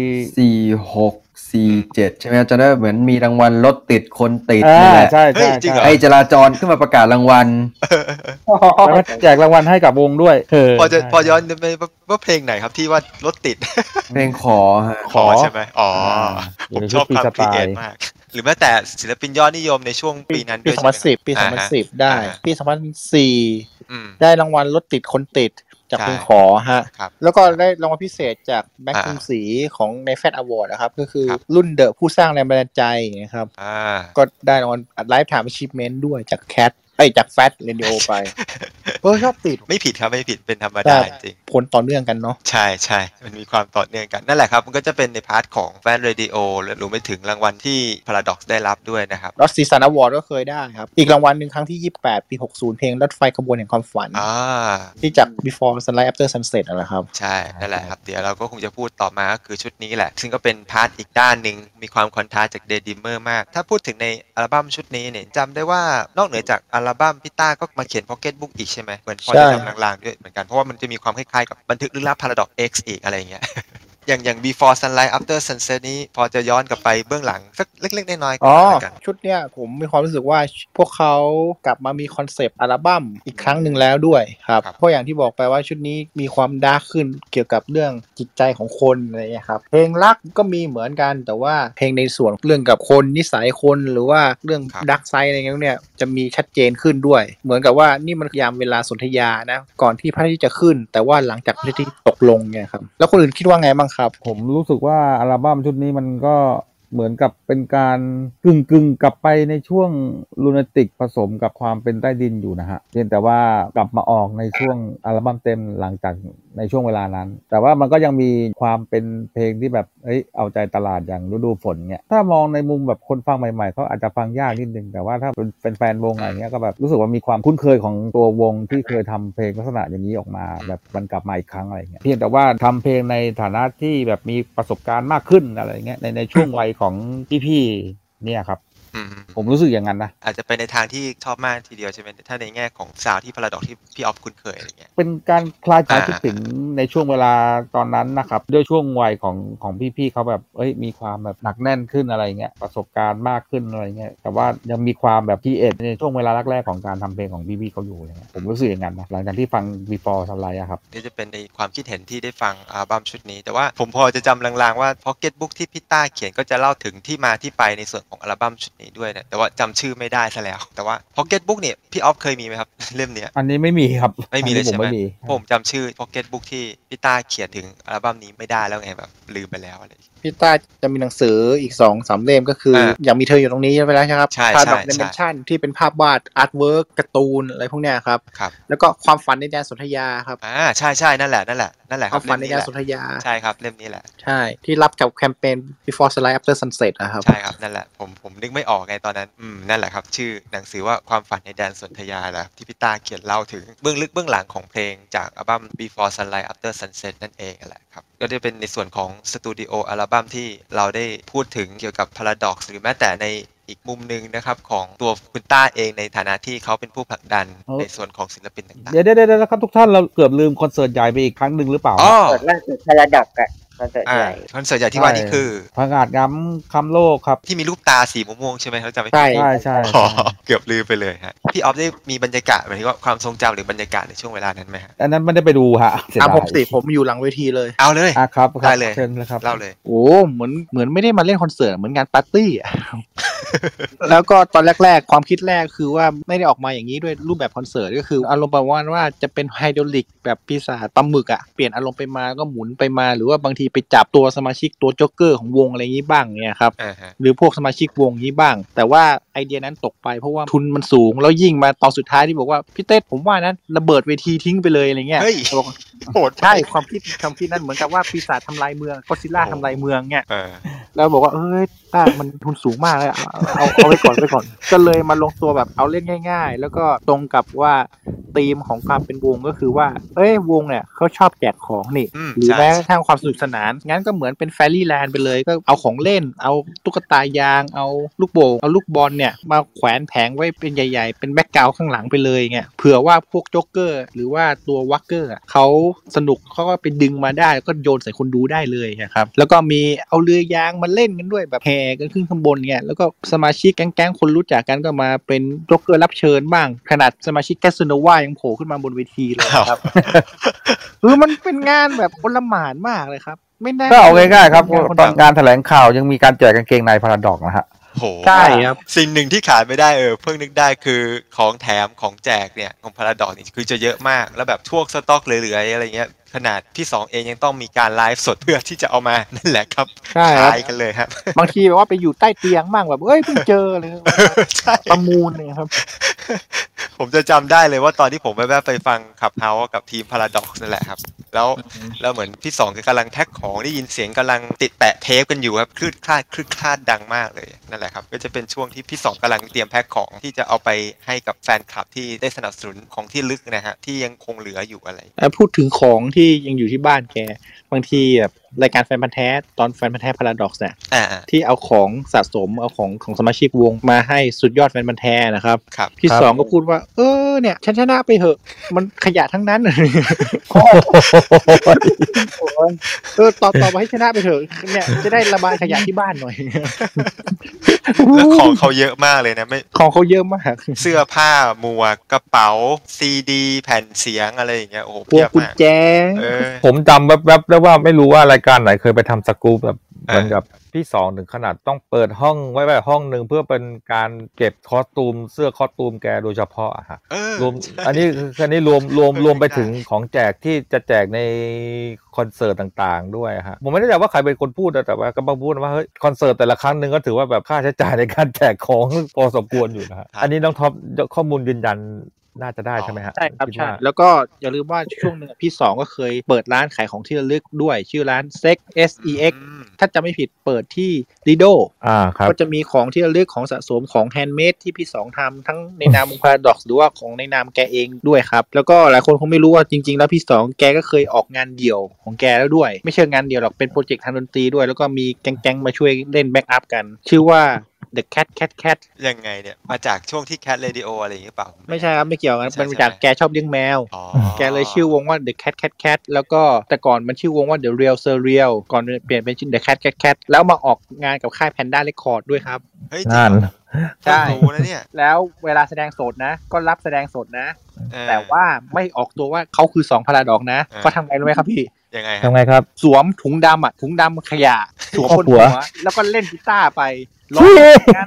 46 47ใช่ไหมจะได้เหมือนมีรางวัลรถติดคนติดนี่แหละใช่ไอ้จราจรขึ้นมาประกาศรางวัลแล้วก็แจกรางวัลให้กับวงด้วยพอย้อนไปว่าเพลงไหนครับที่ว่ารถติดเพลงขอใช่ไหมผมชอบความครีเอทมากหรือแม้แต่ศิลปินยอดนิยมในช่วงปีนั้นด้วยปี2010ได้ปี2004ได้รางวัลรถติดคนติดจากเพลงขอฮะแล้วก็ได้รางวัลพิเศษจากแบ็คกรุงศรีของในแฟตอวอร์ดนะครับก็คือรุ่นเดอะผู้สร้างแรงบันดาลใจนะครับก็ได้รางวัลไลฟ์ไทม์อะชีฟเมนต์ด้วยจากแคทจากแฟตเรดิโอไปชอบติดไม่ผิดครับไม่ผิดเป็นธรรมดาจริงผลต่อเนื่องกันเนาะใช่มันมีความต่อเนื่องกันนั่นแหละครับมันก็จะเป็นในพาร์ทของแฟนเรดิโอและรวมไปถึงรางวัลที่ Paradox ได้รับด้วยนะครับแล้วซีซันอวอร์ดก็เคยได้ครับอีกรางวัลนึงครั้งที่28ปี60เพลงรถไฟขบวนแห่งความฝันที่จาก Before Sunrise After Sunset นั่นแหละครับใช่นั่นแหละครับเดี๋ยวเราก็คงจะพูดต่อมาก็คือชุดนี้แหละซึ่งก็เป็นพาร์ทอีกด้านนึงมีความคอนทราสต์จาก Redeemer มากถ้าพูดถึงในอัลบั้มชุดนี้เนี่ยจำได้ว่านอกเหนือจากอัลลบั้มพี่ต้าก็มาเขียน Pocket Book อีกใช่ไหมเหมือนพอจะจำลางๆด้วยเหมือนกันเพราะว่ามันจะมีความคล้ายๆกับบันทึกลึกลับ Paradox X อีกอะไรอย่างเงี้ย อย่าง Before Sunlight After Sunset นี้พอจะย้อนกลับไปเบื้องหลังสักเล็กๆน้อยๆก็ได้กันชุดเนี้ยผมมีความรู้สึกว่าพวกเขากลับมามีคอนเซปต์อัลบั้มอีกครั้งหนึ่งแล้วด้วยครับเพราะอย่างที่บอกไปว่าชุดนี้มีความดาร์กขึ้นเกี่ยวกับเรื่องจิตใจของคนอะไรอย่างเงี้ยครับเพลงรักก็มีเหมือนกันแต่ว่าเพลงในส่วนเรื่องกับคนนิสัยคนหรือว่าเรื่องดาร์กไซด์อะไรเงี้ยเนี่ยจะมีชัดเจนขึ้นด้วยเหมือนกับว่านี่มันยามเวลาสนธยานะก่อนที่พระอาทิตย์จะขึ้นแต่ว่าหลังจากพระอาทิตย์ตกลงเนี่ยครับแล้วคนอื่นคิดว่าไงบ้างครับผมรู้สึกว่าอัลบั้มชุดนี้มันก็เหมือนกับเป็นการกึ่งกลับไปในช่วงลูนาติกผสมกับความเป็นใต้ดินอยู่นะฮะเพียงแต่ว่ากลับมาออกในช่วงอัลบั้มเต็มหลังจากในช่วงเวลานั้นแต่ว่ามันก็ยังมีความเป็นเพลงที่แบบเอาใจตลาดอย่างฤดูฝนเนี่ยถ้ามองในมุมแบบคนฟังใหม่ๆเขาอาจจะฟังยากนิดนึงแต่ว่าถ้าเป็นแฟนวงอะไรเงี้ยก็แบบรู้สึกว่ามีความคุ้นเคยของตัววงที่เคยทำเพลงลักษณะอย่างนี้ออกมาแบบมันกลับมาอีกครั้งอะไรเงี้ยเพียงแต่ว่าทำเพลงในฐานะที่แบบมีประสบการณ์มากขึ้นอะไรเงี้ยในช่วงวัยของพี่ๆเนี่ยครับผมรู้สึกอย่างนั้นนะอาจจะไปในทางที่ชอบมากทีเดียวใช่ไหมถ้าในแง่ของซาวด์ที่ Paradox ที่พี่ออฟคุ้นเคยอะไรเงี้ยเป็นการคลายความคิดถึงในช่วงเวลาตอนนั้นนะครับด้วยช่วงวัยของพี่ๆเขาแบบมีความแบบหนักแน่นขึ้นอะไรเงี้ยประสบการณ์มากขึ้นอะไรเงี้ยแต่ว่ายังมีความแบบพีเอทในช่วงเวลาแรกๆของการทำเพลงของพี่ๆเขาอยู่เลยผมรู้สึกอย่างนั้นนะหลังจากที่ฟัง Before Sunlight ครับนี่จะเป็นในความคิดเห็นที่ได้ฟังอัลบั้มชุดนี้แต่ว่าผมพอจะจำลางๆว่า Pocket Book ที่พี่ต้าเขียนก็จะเล่าถึงที่มาที่ไปในส่วนของอัลบั้มชุดนี้ด้วยนะแต่ว่าจำชื่อไม่ได้ซะแล้วแต่ว่า Pocket Book เนี่ยพี่ออฟเคยมีไหมครับเล่มเนี้ยอันนี้ไม่มีครับไม่มีเลยใช่ไหมผมจำชื่อ Pocket Book ที่พี่ต้าเขียนถึงอัลบั้มนี้ไม่ได้แล้วไงแบบลืมไปแล้วอะไรพี่ต้าจะมีหนังสืออีก 2-3 เล่มก็คืออย่างมีเธออยู่ตรงนี้ไปแล้วใช่ครับพาราดอกดิเมนชั่นที่เป็นภาพวาดอาร์ตเวิร์กการ์ตูนอะไรพวกเนี้ยครับแล้วก็ความฝันในแดนสนธยาครับใช่นั่นแหละความฝันในแดนสนธยาใช่ครับเล่มนี้แหละใช่ที่รับกับแคมเปญ Before Sunlight After Sunset นะครับใช่ครับนั่นแหละผมนึกไม่ออกไงตอนนั้นนั่นแหละครับชื่อหนังสือว่าความฝันในแดนสนธยาแหละที่พี่ต้าเขียนเล่าถึงเบื้องลึกเบื้องหลังของเพลงจากอัลบั้ม Before Sunlight After Sunset นั่นเองแหละครับก็จะเป็นในส่วนของสตูดิโออัลบั้มที่เราได้พูดถึงเกี่ยวกับ Paradox หรือแม้แต่ในอีกมุมหนึ่งนะครับของตัวคุณต้าเองในฐานะที่เขาเป็นผู้ผลักดันในส่วนของศิลปินต่างๆเดี๋ยวครับทุกท่านเราเกือบลืมคอนเสิร์ตใหญ่ไปอีกครั้งหนึ่งหรือเปล่าคอนเสิร์ตล่าสุด Paradox อะคอนเสิร์ตใหญ่ที่ว่านี่คือผงาดง้ำคำโลกครับที่มีรูปตาสีม่วงๆใช่ไหมเขาจำไม่ผิดใช่เกือบลืมไปเลยฮะพี่ออฟได้มีบรรยากาศหมายถึงว่าความทรงจำหรือบรรยากาศในช่วงเวลานั้นไหมฮะอันนั้นไม่ได้ไปดูฮะผมอยู่หลังเวทีเลยเอาเลยครับได้เลยเชิญเลยครับเล่าเลยโอ้เหมือนไม่ได้มาเล่นคอนเสิร์ตเหมือนงานปาร์ตี้แล้วก็ตอนแรกๆความคิดแรกคือว่าไม่ได้ออกมาอย่างนี้ด้วยรูปแบบคอนเสิร์ตก็คืออารมณ์ประมาณว่าจะเป็นไฮดรอลิกแบบปีศาจปลาหมึกเปลี่ยนอารมณ์ไปมาก็หมุนไปมาหรือว่าบางทีไปจับตัวสมาชิกตัวโจ๊กเกอร์ของวงอะไรอย่างนี้บ้างเนี่ยครับหรือพวกสมาชิกวงนี้บ้างแต่ว่าไอเดียนั้นตกไปเพราะว่าทุนมันสูงแล้วยิ่งมาตอนสุดท้ายที่บอกว่าพี่เต้ผมว่านั้นระเบิดเวทีทิ้งไปเลยอะไรเงี้ยโหดใช่ความคิดนั้นเหมือนกับว่าปีศาจทำลายเมืองก็อดซิลล่าทำลายเมืองเนี่ยแล้วบอกว่ามันทุนสูงมากเลยเอาไว้ก่อนก็เลยมาลงตัวแบบเอาเล่นง่ายๆแล้วก็ตรงกับว่าธีมของความเป็นวงก็คือว่าวงเนี่ยเขาชอบแจกของนี่หรือแม้กระทั่งความสนุกสนานงั้นก็เหมือนเป็นแฟรี่แลนด์ไปเลยก็เอาของเล่นเอาตุ๊กตายางเอาลูกโป่งเอาลูกบอลเนี่ยมาแขวนแผงไว้เป็นใหญ่ๆเป็นแบ็คกราวด์ข้างหลังไปเลยเงี้ยเผื่อว่าพวกโจ๊กเกอร์หรือว่าตัววักเกอร์เขาสนุกเขาก็ไปดึงมาได้ก็โยนใส่คนดูได้เลยครับแล้วก็มีเอาเรือยางมาเล่นกันด้วยแบบแห่กันขึ้นข้างบนเนี่ยแล้วก็สมาชิกแก๊งคนรู้จักกันก็มาเป็นโจ๊กเกอร์รับเชิญบ้างขนาดสมาชิกแคสโซโนวายังโผล่ขึ้นมาบนเวทีเลยครับมันเป็นงานแบบโอลหม่านมากเลยครับไม่ได้ก็เอาง่ายๆครับตอนงานแถลงข่าวยังมีการแจกกางเกงใน Paradox นะฮะใช่ครับสิ่งหนึ่งที่ขาดไม่ได้เพิ่งนึกได้คือของแถมของแจกเนี่ยของ Paradox นี่คือจะเยอะมากแล้วแบบพวกสต็อกเหลือๆอะไรเงี้ยขนาดพี่2เองยังต้องมีการไลฟ์สดเพื่อที่จะเอามานั่นแหละครับขายกันเลยครับบางทีแบบว่าไปอยู่ใต้เตียงบ้างแบบเพิ่งเจอเลยประมูลเลยครับผมจะจำได้เลยว่าตอนที่ผมแวะไปฟังขับเฮาส์กับทีม Paradox นั่นแหละครับแล้วเหมือนพี่2กำลังแท็กของได้ยินเสียงกำลังติดแปะเทปกันอยู่ครับคลืดคลาดดังมากเลยนั่นแหละครับก็จะเป็นช่วงที่พี่2กำลังเตรียมแพ็คของที่จะเอาไปให้กับแฟนคลับที่ได้สนับสนุนของที่ลึกนะฮะที่ยังคงเหลืออยู่อะไรพูดถึงของที่ยังอยู่ที่บ้านแกบางทีแบบรายการแฟนพันธุ์แท้ตอนแฟนพันธุ์แท้ Paradox เนี่ยอ่าที่เอาของสะสมเอาของสมาชิกวงมาให้สุดยอดแฟนพันธุ์แท้นะครับครับพี่สองก็พูดว่าเนี่ยฉันชนะไปเหอะมันขยะทั้งนั้น ต่อมาให้ชนะไปเถอะเนี่ยจะได้ระบายขยะที่บ้านหน่อยแล้วของเขาเยอะมากเลยนะไม่ของเขาเยอะมากเสื้อผ้าหมวกกระเป๋าซีดีแผ่นเสียงอะไรอย่างเงี้ยโอ้โหพวเพีกยบกุญมากแจผมจำแวบๆได้ว่าไม่รู้ว่ารายการไหนเคยไปทำสกู๊ปแบบเหมือนกับพี่สองถึงขนาดต้องเปิดห้องไว้แบบห้องหนึ่งเพื่อเป็นการเก็บคอสตูมเสื้อคอสตูมแกโดยเฉพาะอะฮะรวมอันนี้รวมไปถึงของแจกที่จะแจกในคอนเสิร์ตต่างๆด้วยฮะผมไม่แน่ใจว่าใครเป็นคนพูดแต่ว่าก็มาพูดว่าเฮ้ยคอนเสิร์ตแต่ละครั้งหนึ่งก็ถือว่าแบบค่าใช้จ่ายในการแจกของพอสมควรอยู่นะฮะอันนี้น้องท็อปข้อมูลยืนยันน่าจะได้ใช่ไหมฮะใช่ครับใช่แล้วก็อย่าลืมว่าช่วงหนึ่งพี่สองก็เคยเปิดร้านขายของที่ระลึกด้วยชื่อร้าน SEX ถ้าจะไม่ผิดเปิดที่ Lido ครับก็จะมีของที่ระลึกของสะสมของแฮนด์เมดที่พี่สองทำทั้งในนาม Paradox หรือว่าของในนามแกเองด้วยครับแล้วก็หลายคนคงไม่รู้ว่าจริงๆแล้วพี่สองแกก็เคยออกงานเดี่ยวของแกแล้วด้วยไม่ใช่งานเดี่ยวหรอกเป็นโปรเจกต์ทางดนตรีด้วยแล้วก็มีแก๊งๆมาช่วยเล่นแบ็กอัพกันชื่อว่าThe Cat ยังไงเนี่ยมาจากช่วงที่ Cat Radio อะไรอย่างเงี้ยเปล่าไม่ใช่ครับไม่เกี่ยวกันเป็นจากแกชอบเลี้ยงแมวแกเลยชื่อวงว่า The Cat แล้วก็แต่ก่อนมันชื่อวงว่า The Real Surreal ก่อนเปลี่ยนเป็นชื่อ The Cat แล้วมาออกงานกับค่าย Panda Record ด้วยครับเฮ้ยนั่นใช่รู้นะเนี่ยแล้วเวลาแสดงสดนะก็รับแสดงสดนะแต่ว่าไม่ออกตัวว่าเขาคือ2 Paradox นะก็ทำไงรู้ไหมครับพี่ยังไงทำไงครับสวมถุงดำถุงดำขยะสวมบนหัวแล้วก็เล่นกีตาร์ไปร้องกัน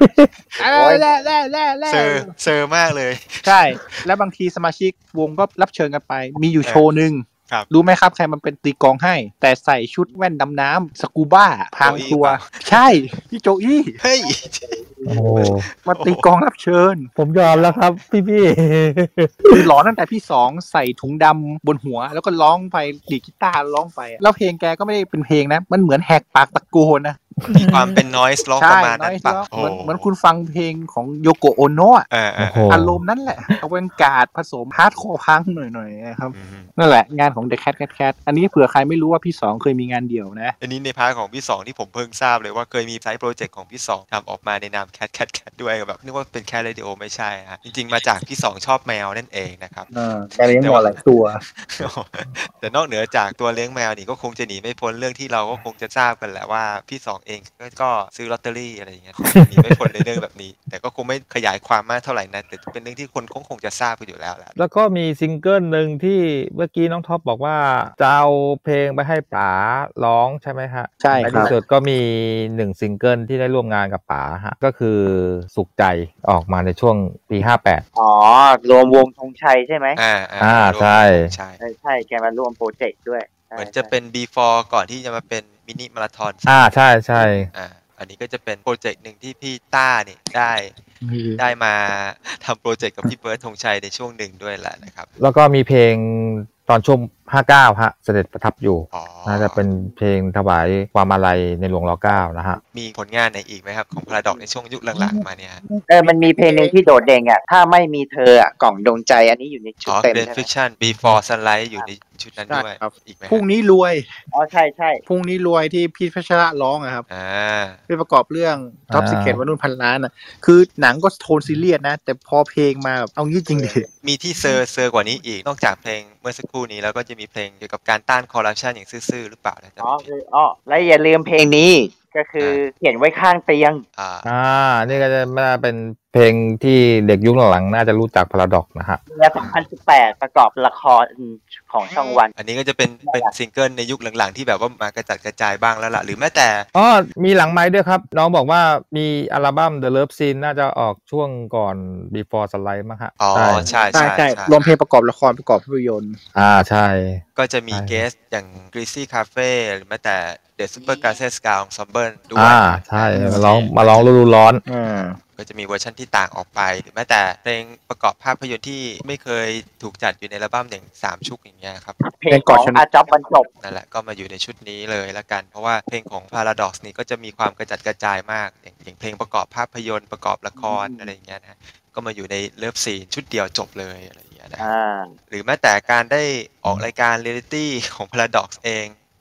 เซอร์มากเลยใช่แล้วบางทีสมาชิกวงก็รับเชิญกันไปมีอยู่โชว์นึงรู้ไหมครับใครมันเป็นตีกองให้แต่ใส่ชุดแว่นดำน้ำสกูบ้าพรางตัวใช่พี่โจอี้เฮ้ยมาตีกองรับเชิญผมยอมแล้วครับพี่คือหลอนตั้งแต่พี่สองใส่ถุงดำบนหัวแล้วก็ร้องไปดีดกีตาร์ร้องไปแล้วเพลงแกก็ไม่ได้เป็นเพลงนะมันเหมือนแหกปากตะโกนนะมีความเป็น noise rock ประมาณนั้นป่ะเหมือนคุณฟังเพลงของโยโกโอโนะอารมณ์นั่นแหละเอาเวนการ์ดผสมฮาร์ดคอร์พังหน่อยๆครับนั่นแหละงานของ The Cat อันนี้เผื่อใครไม่รู้ว่าพี่สองเคยมีงานเดี่ยวนะอันนี้ในพาร์ทของพี่สองที่ผมเพิ่งทราบเลยว่าเคยมีไซต์โปรเจกต์ของพี่สองทำออกมาในนาม Cat ด้วยแบบนึกว่าเป็น Cat Radio ไม่ใช่ฮะจริงๆมาจากพี่สองชอบแมวนั่นเองนะครับแกเลี้ยงหมดหลายตัวแต่นอกเหนือจากตัวเลี้ยงแมวนี่ก็คงจะหนีไม่พ้นเรื่องที่เราก็คงจะทราบกันแหละว่าพี่สองเองก็ซื้อลอตเตอรี่อะไรอย่างเงี้ยหนีไม่พ้นในเรื่องแบบนี้แต่ก็คงไม่ขยายความมากเท่าไหร่นะแต่เป็นเรื่องที่คนคงจะทราบกันอยู่แล้วแหละแล้วก็มีซิงเกิลนึงที่เมื่อกี้น้องท็อปบอกว่าจะเอาเพลงไปให้ป๋าร้องใช่ไหมฮะใช่ครับในที่สุดก็มี1ซิงเกิลที่ได้ร่วมงานกับป๋าฮะก็คือสุขใจออกมาในช่วงปี58 รวมวงธงชัยใช่ไหมใช่ใช่แกมาร่วมโปรเจกต์ด้วยเหมือนจะเป็น before ก่อนที่จะมาเป็นมินิมาราธอนใช่อันนี้ก็จะเป็นโปรเจกต์หนึ่งที่พี่ต้าเนี่ยได้มาทำโปรเจกต์กับพี่เบิร์ดธงชัยในช่วงหนึ่งด้วยแหละนะครับแล้วก็มีเพลงตอนช่วง59ฮะเสด็จประทับอยู่น่าจะเป็นเพลงถวายความอาลัยในหลวงร9นะฮะมีผลงานไหนอีกไหมครับของ Paradox ในช่วงยุคหลังๆมาเนี่ยมันมีเพลงนึงที่โดดเด่นถ้าไม่มีเธอกล่องดวงใจอันนี้อยู่ในชุดเต็ม Fiction Before Sunlight อยู่ในชุดนั้นด้วยอีกไหมพรุ่งนี้รวยใช่พรุ่งนี้รวยที่พี่พัชระร้องครับเป็นประกอบเรื่อง Top Secret วันนุ่นพันล้านคือหนังก็โทนซีเรียสนะแต่พอเพลงมาเอางี้จริงดิมีที่เซอร์กว่านี้อีกนอกจากเพลงเมื่อสักครู่นี้แล้วก็จะมีเพลงเกี่ยวกับการต้านคอร์รัปชันอย่างซื่อๆหรือเปล่านะและอย่าลืมเพลงนี้ก็คือเขียนไว้ข้างเตียงนี่ก็จะมาเป็นเพลงที่เด็กยุคหลังๆน่าจะรู้จัก Paradox นะฮะเมื่อ2018ประกอบละครของช่องวันอันนี้ก็จะเป็นซิงเกิลในยุคหลังๆที่แบบว่ามากระจัดกระจายบ้างแล้วล่ะหรือแม้แต่มีหลังไมค์ด้วยครับน้องบอกว่ามีอัลบั้ม The Love Scene น่าจะออกช่วงก่อน Before Sunlight มั้งฮะใช่รวมเพลงประกอบละครประกอบภาพยนตร์ใช่ก็จะมีเกสอย่าง Greasy Cafe หรือแม้แต่ The Super Garden Sky Ensemble ด้วยใช่มาร้องฤดูร้อนก็จะมีเวอร์ชันที่ต่างออกไปหรือแม้แต่เพลงประกอบภาพยนตร์ที่ไม่เคยถูกจัดอยู่ในอัลบั้มอย่าง3ชุกอย่างเงี้ยครับเพลงของอาจ๊อบบรรจบนั่นแหละก็มาอยู่ในชุดนี้เลยละกันเพราะว่าเพลงของ Paradox นี่ก็จะมีความกระจัดกระจายมากอย่างเพลงประกอบภาพยนตร์ประกอบละครอะไรอย่างเงี้ยนะก็มาอยู่ในเลิฟซีนชุดเดียวจบเลยอะไรอย่างเงี้ยนะหรือแม้แต่การได้ออกรายการเรียลลิตี้ของ Paradox เอง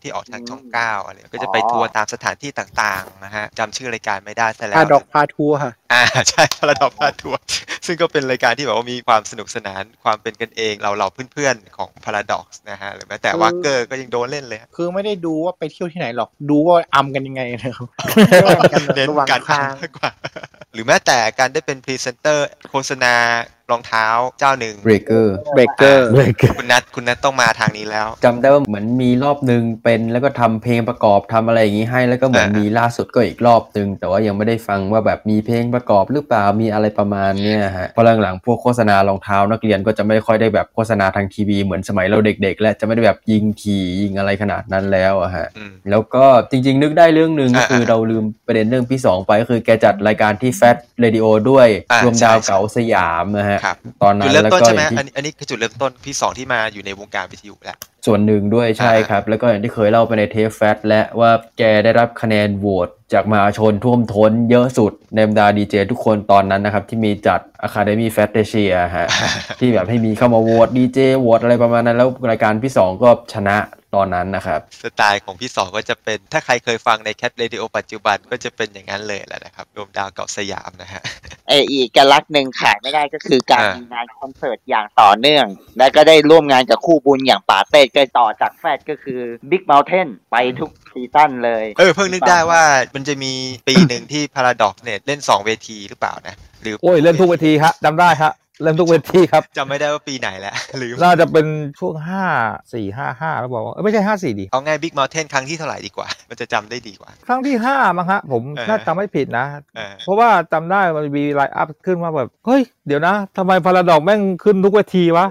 ที่ออกทางช่อง9อะไรก็จะไปทัวร์ตามสถานที่ต่างๆนะฮะจำชื่อรายการไม่ได้ซะแล้ว Paradox พาทัวร์ค่ะใช่ Paradox พาทัวร์ซึ่งก็เป็นรายการที่แบบว่ามีความสนุกสนานความเป็นกันเองเราเพื่อนๆของ Paradox นะฮะหรือแม้แต่วากเกอร์ก็ยังโดนเล่นเลยคือไม่ได้ดูว่าไปเที่ยวที่ไหนหรอกดูว่าอำกันยังไงนะครับเน้นการอ่านมากกว่าหรือแม้แต่การได้เป็นพรีเซนเตอร์โฆษณารองเท้าเจ้าหนึ่ง Breaker คุณนัทต้องมาทางนี้แล้วจำได้ว่าเหมือนมีรอบนึงเป็นแล้วก็ทำเพลงประกอบทำอะไรอย่างนี้ให้แล้วก็เหมือนมีล่าสุดก็อีกรอบนึงแต่ว่ายังไม่ได้ฟังว่าแบบมีเพลงประกอบหรือเปล่ามีอะไรประมาณเนี้ยฮะเพราะหลังๆพวกโฆษณารองเท้านักเรียนก็จะไม่ค่อยได้แบบโฆษณาทางทีวีเหมือนสมัยเราเด็กๆและจะไม่ได้แบบยิงขี่ยิงอะไรขนาดนั้นแล้วอะฮะแล้วก็จริงๆนึกได้เรื่องนึงก็คือเราลืมประเด็นเรื่องพี่2ไปก็คือแกจัดรายการที่ Fat Radio ด้วยรวมดาวเก๋าสยามนะฮะตอนนั้นแล้วก็อันนี้คือจุดเริ่มต้นพี่2ที่มาอยู่ในวงการวิทยุแล้วส่วนหนึ่งด้วยใช่ครับแล้วก็อย่างที่เคยเล่าไปในเทปแฟตและว่าแกได้รับคะแนนโหวตจากมหาชนท่วมท้นเยอะสุดในบรรดาดีเจทุกคนตอนนั้นนะครับที่มีจัด Academy Fantasia ฮะ ที่แบบให้มีเข้ามาโหวตดีเจโหวตอะไรประมาณนั้นแล้วรายการพี่2ก็ชนะตอนนั้นนะครับสไตล์ของพี่2ก็จะเป็นถ้าใครเคยฟังใน Cat Radio ปัจจุบันก็จะเป็นอย่างนั้นเลยแหละนะครับรวมดาวเก่าสยามนะฮะอีกลักษณ์หนึ่งขาดไม่ได้ก็คือการมีงานคอนเสิร์ตอย่างต่อเนื่องและก็ได้ร่วมงานกับคู่บุญอย่างป๋าเต้ก็ต่อจากแฟดก็คือ Big Mountain ไปทุกซีซั่นเลยเพิ่งนึกได้ว่ามันจะมีปีหนึ่งที่ Paradox เนี่ยเล่น2เวทีหรือเปล่านะหรือโอ้ยเล่นทุกเวทีฮะจำได้ฮะเล่นทุกเวทีครับจำไม่ได้ว่าปีไหนแล้วหรือน่าจะเป็นช่วง5 4 5 5แล้วบอกว่าไม่ใช่5 4ดิเอาง่าย Big Mountain ครั้งที่เท่าไหร่ดีกว่ามันจะจำได้ดีกว่าครั้งที่5มั้งฮะผมน่าจำไม่ผิดนะเพราะว่าจำได้มันมีไลน์อัพขึ้นมาแบบเฮ้ยดี๋ยวนะทำไมParadoxแม่งขึ้นทุกเวทีวะ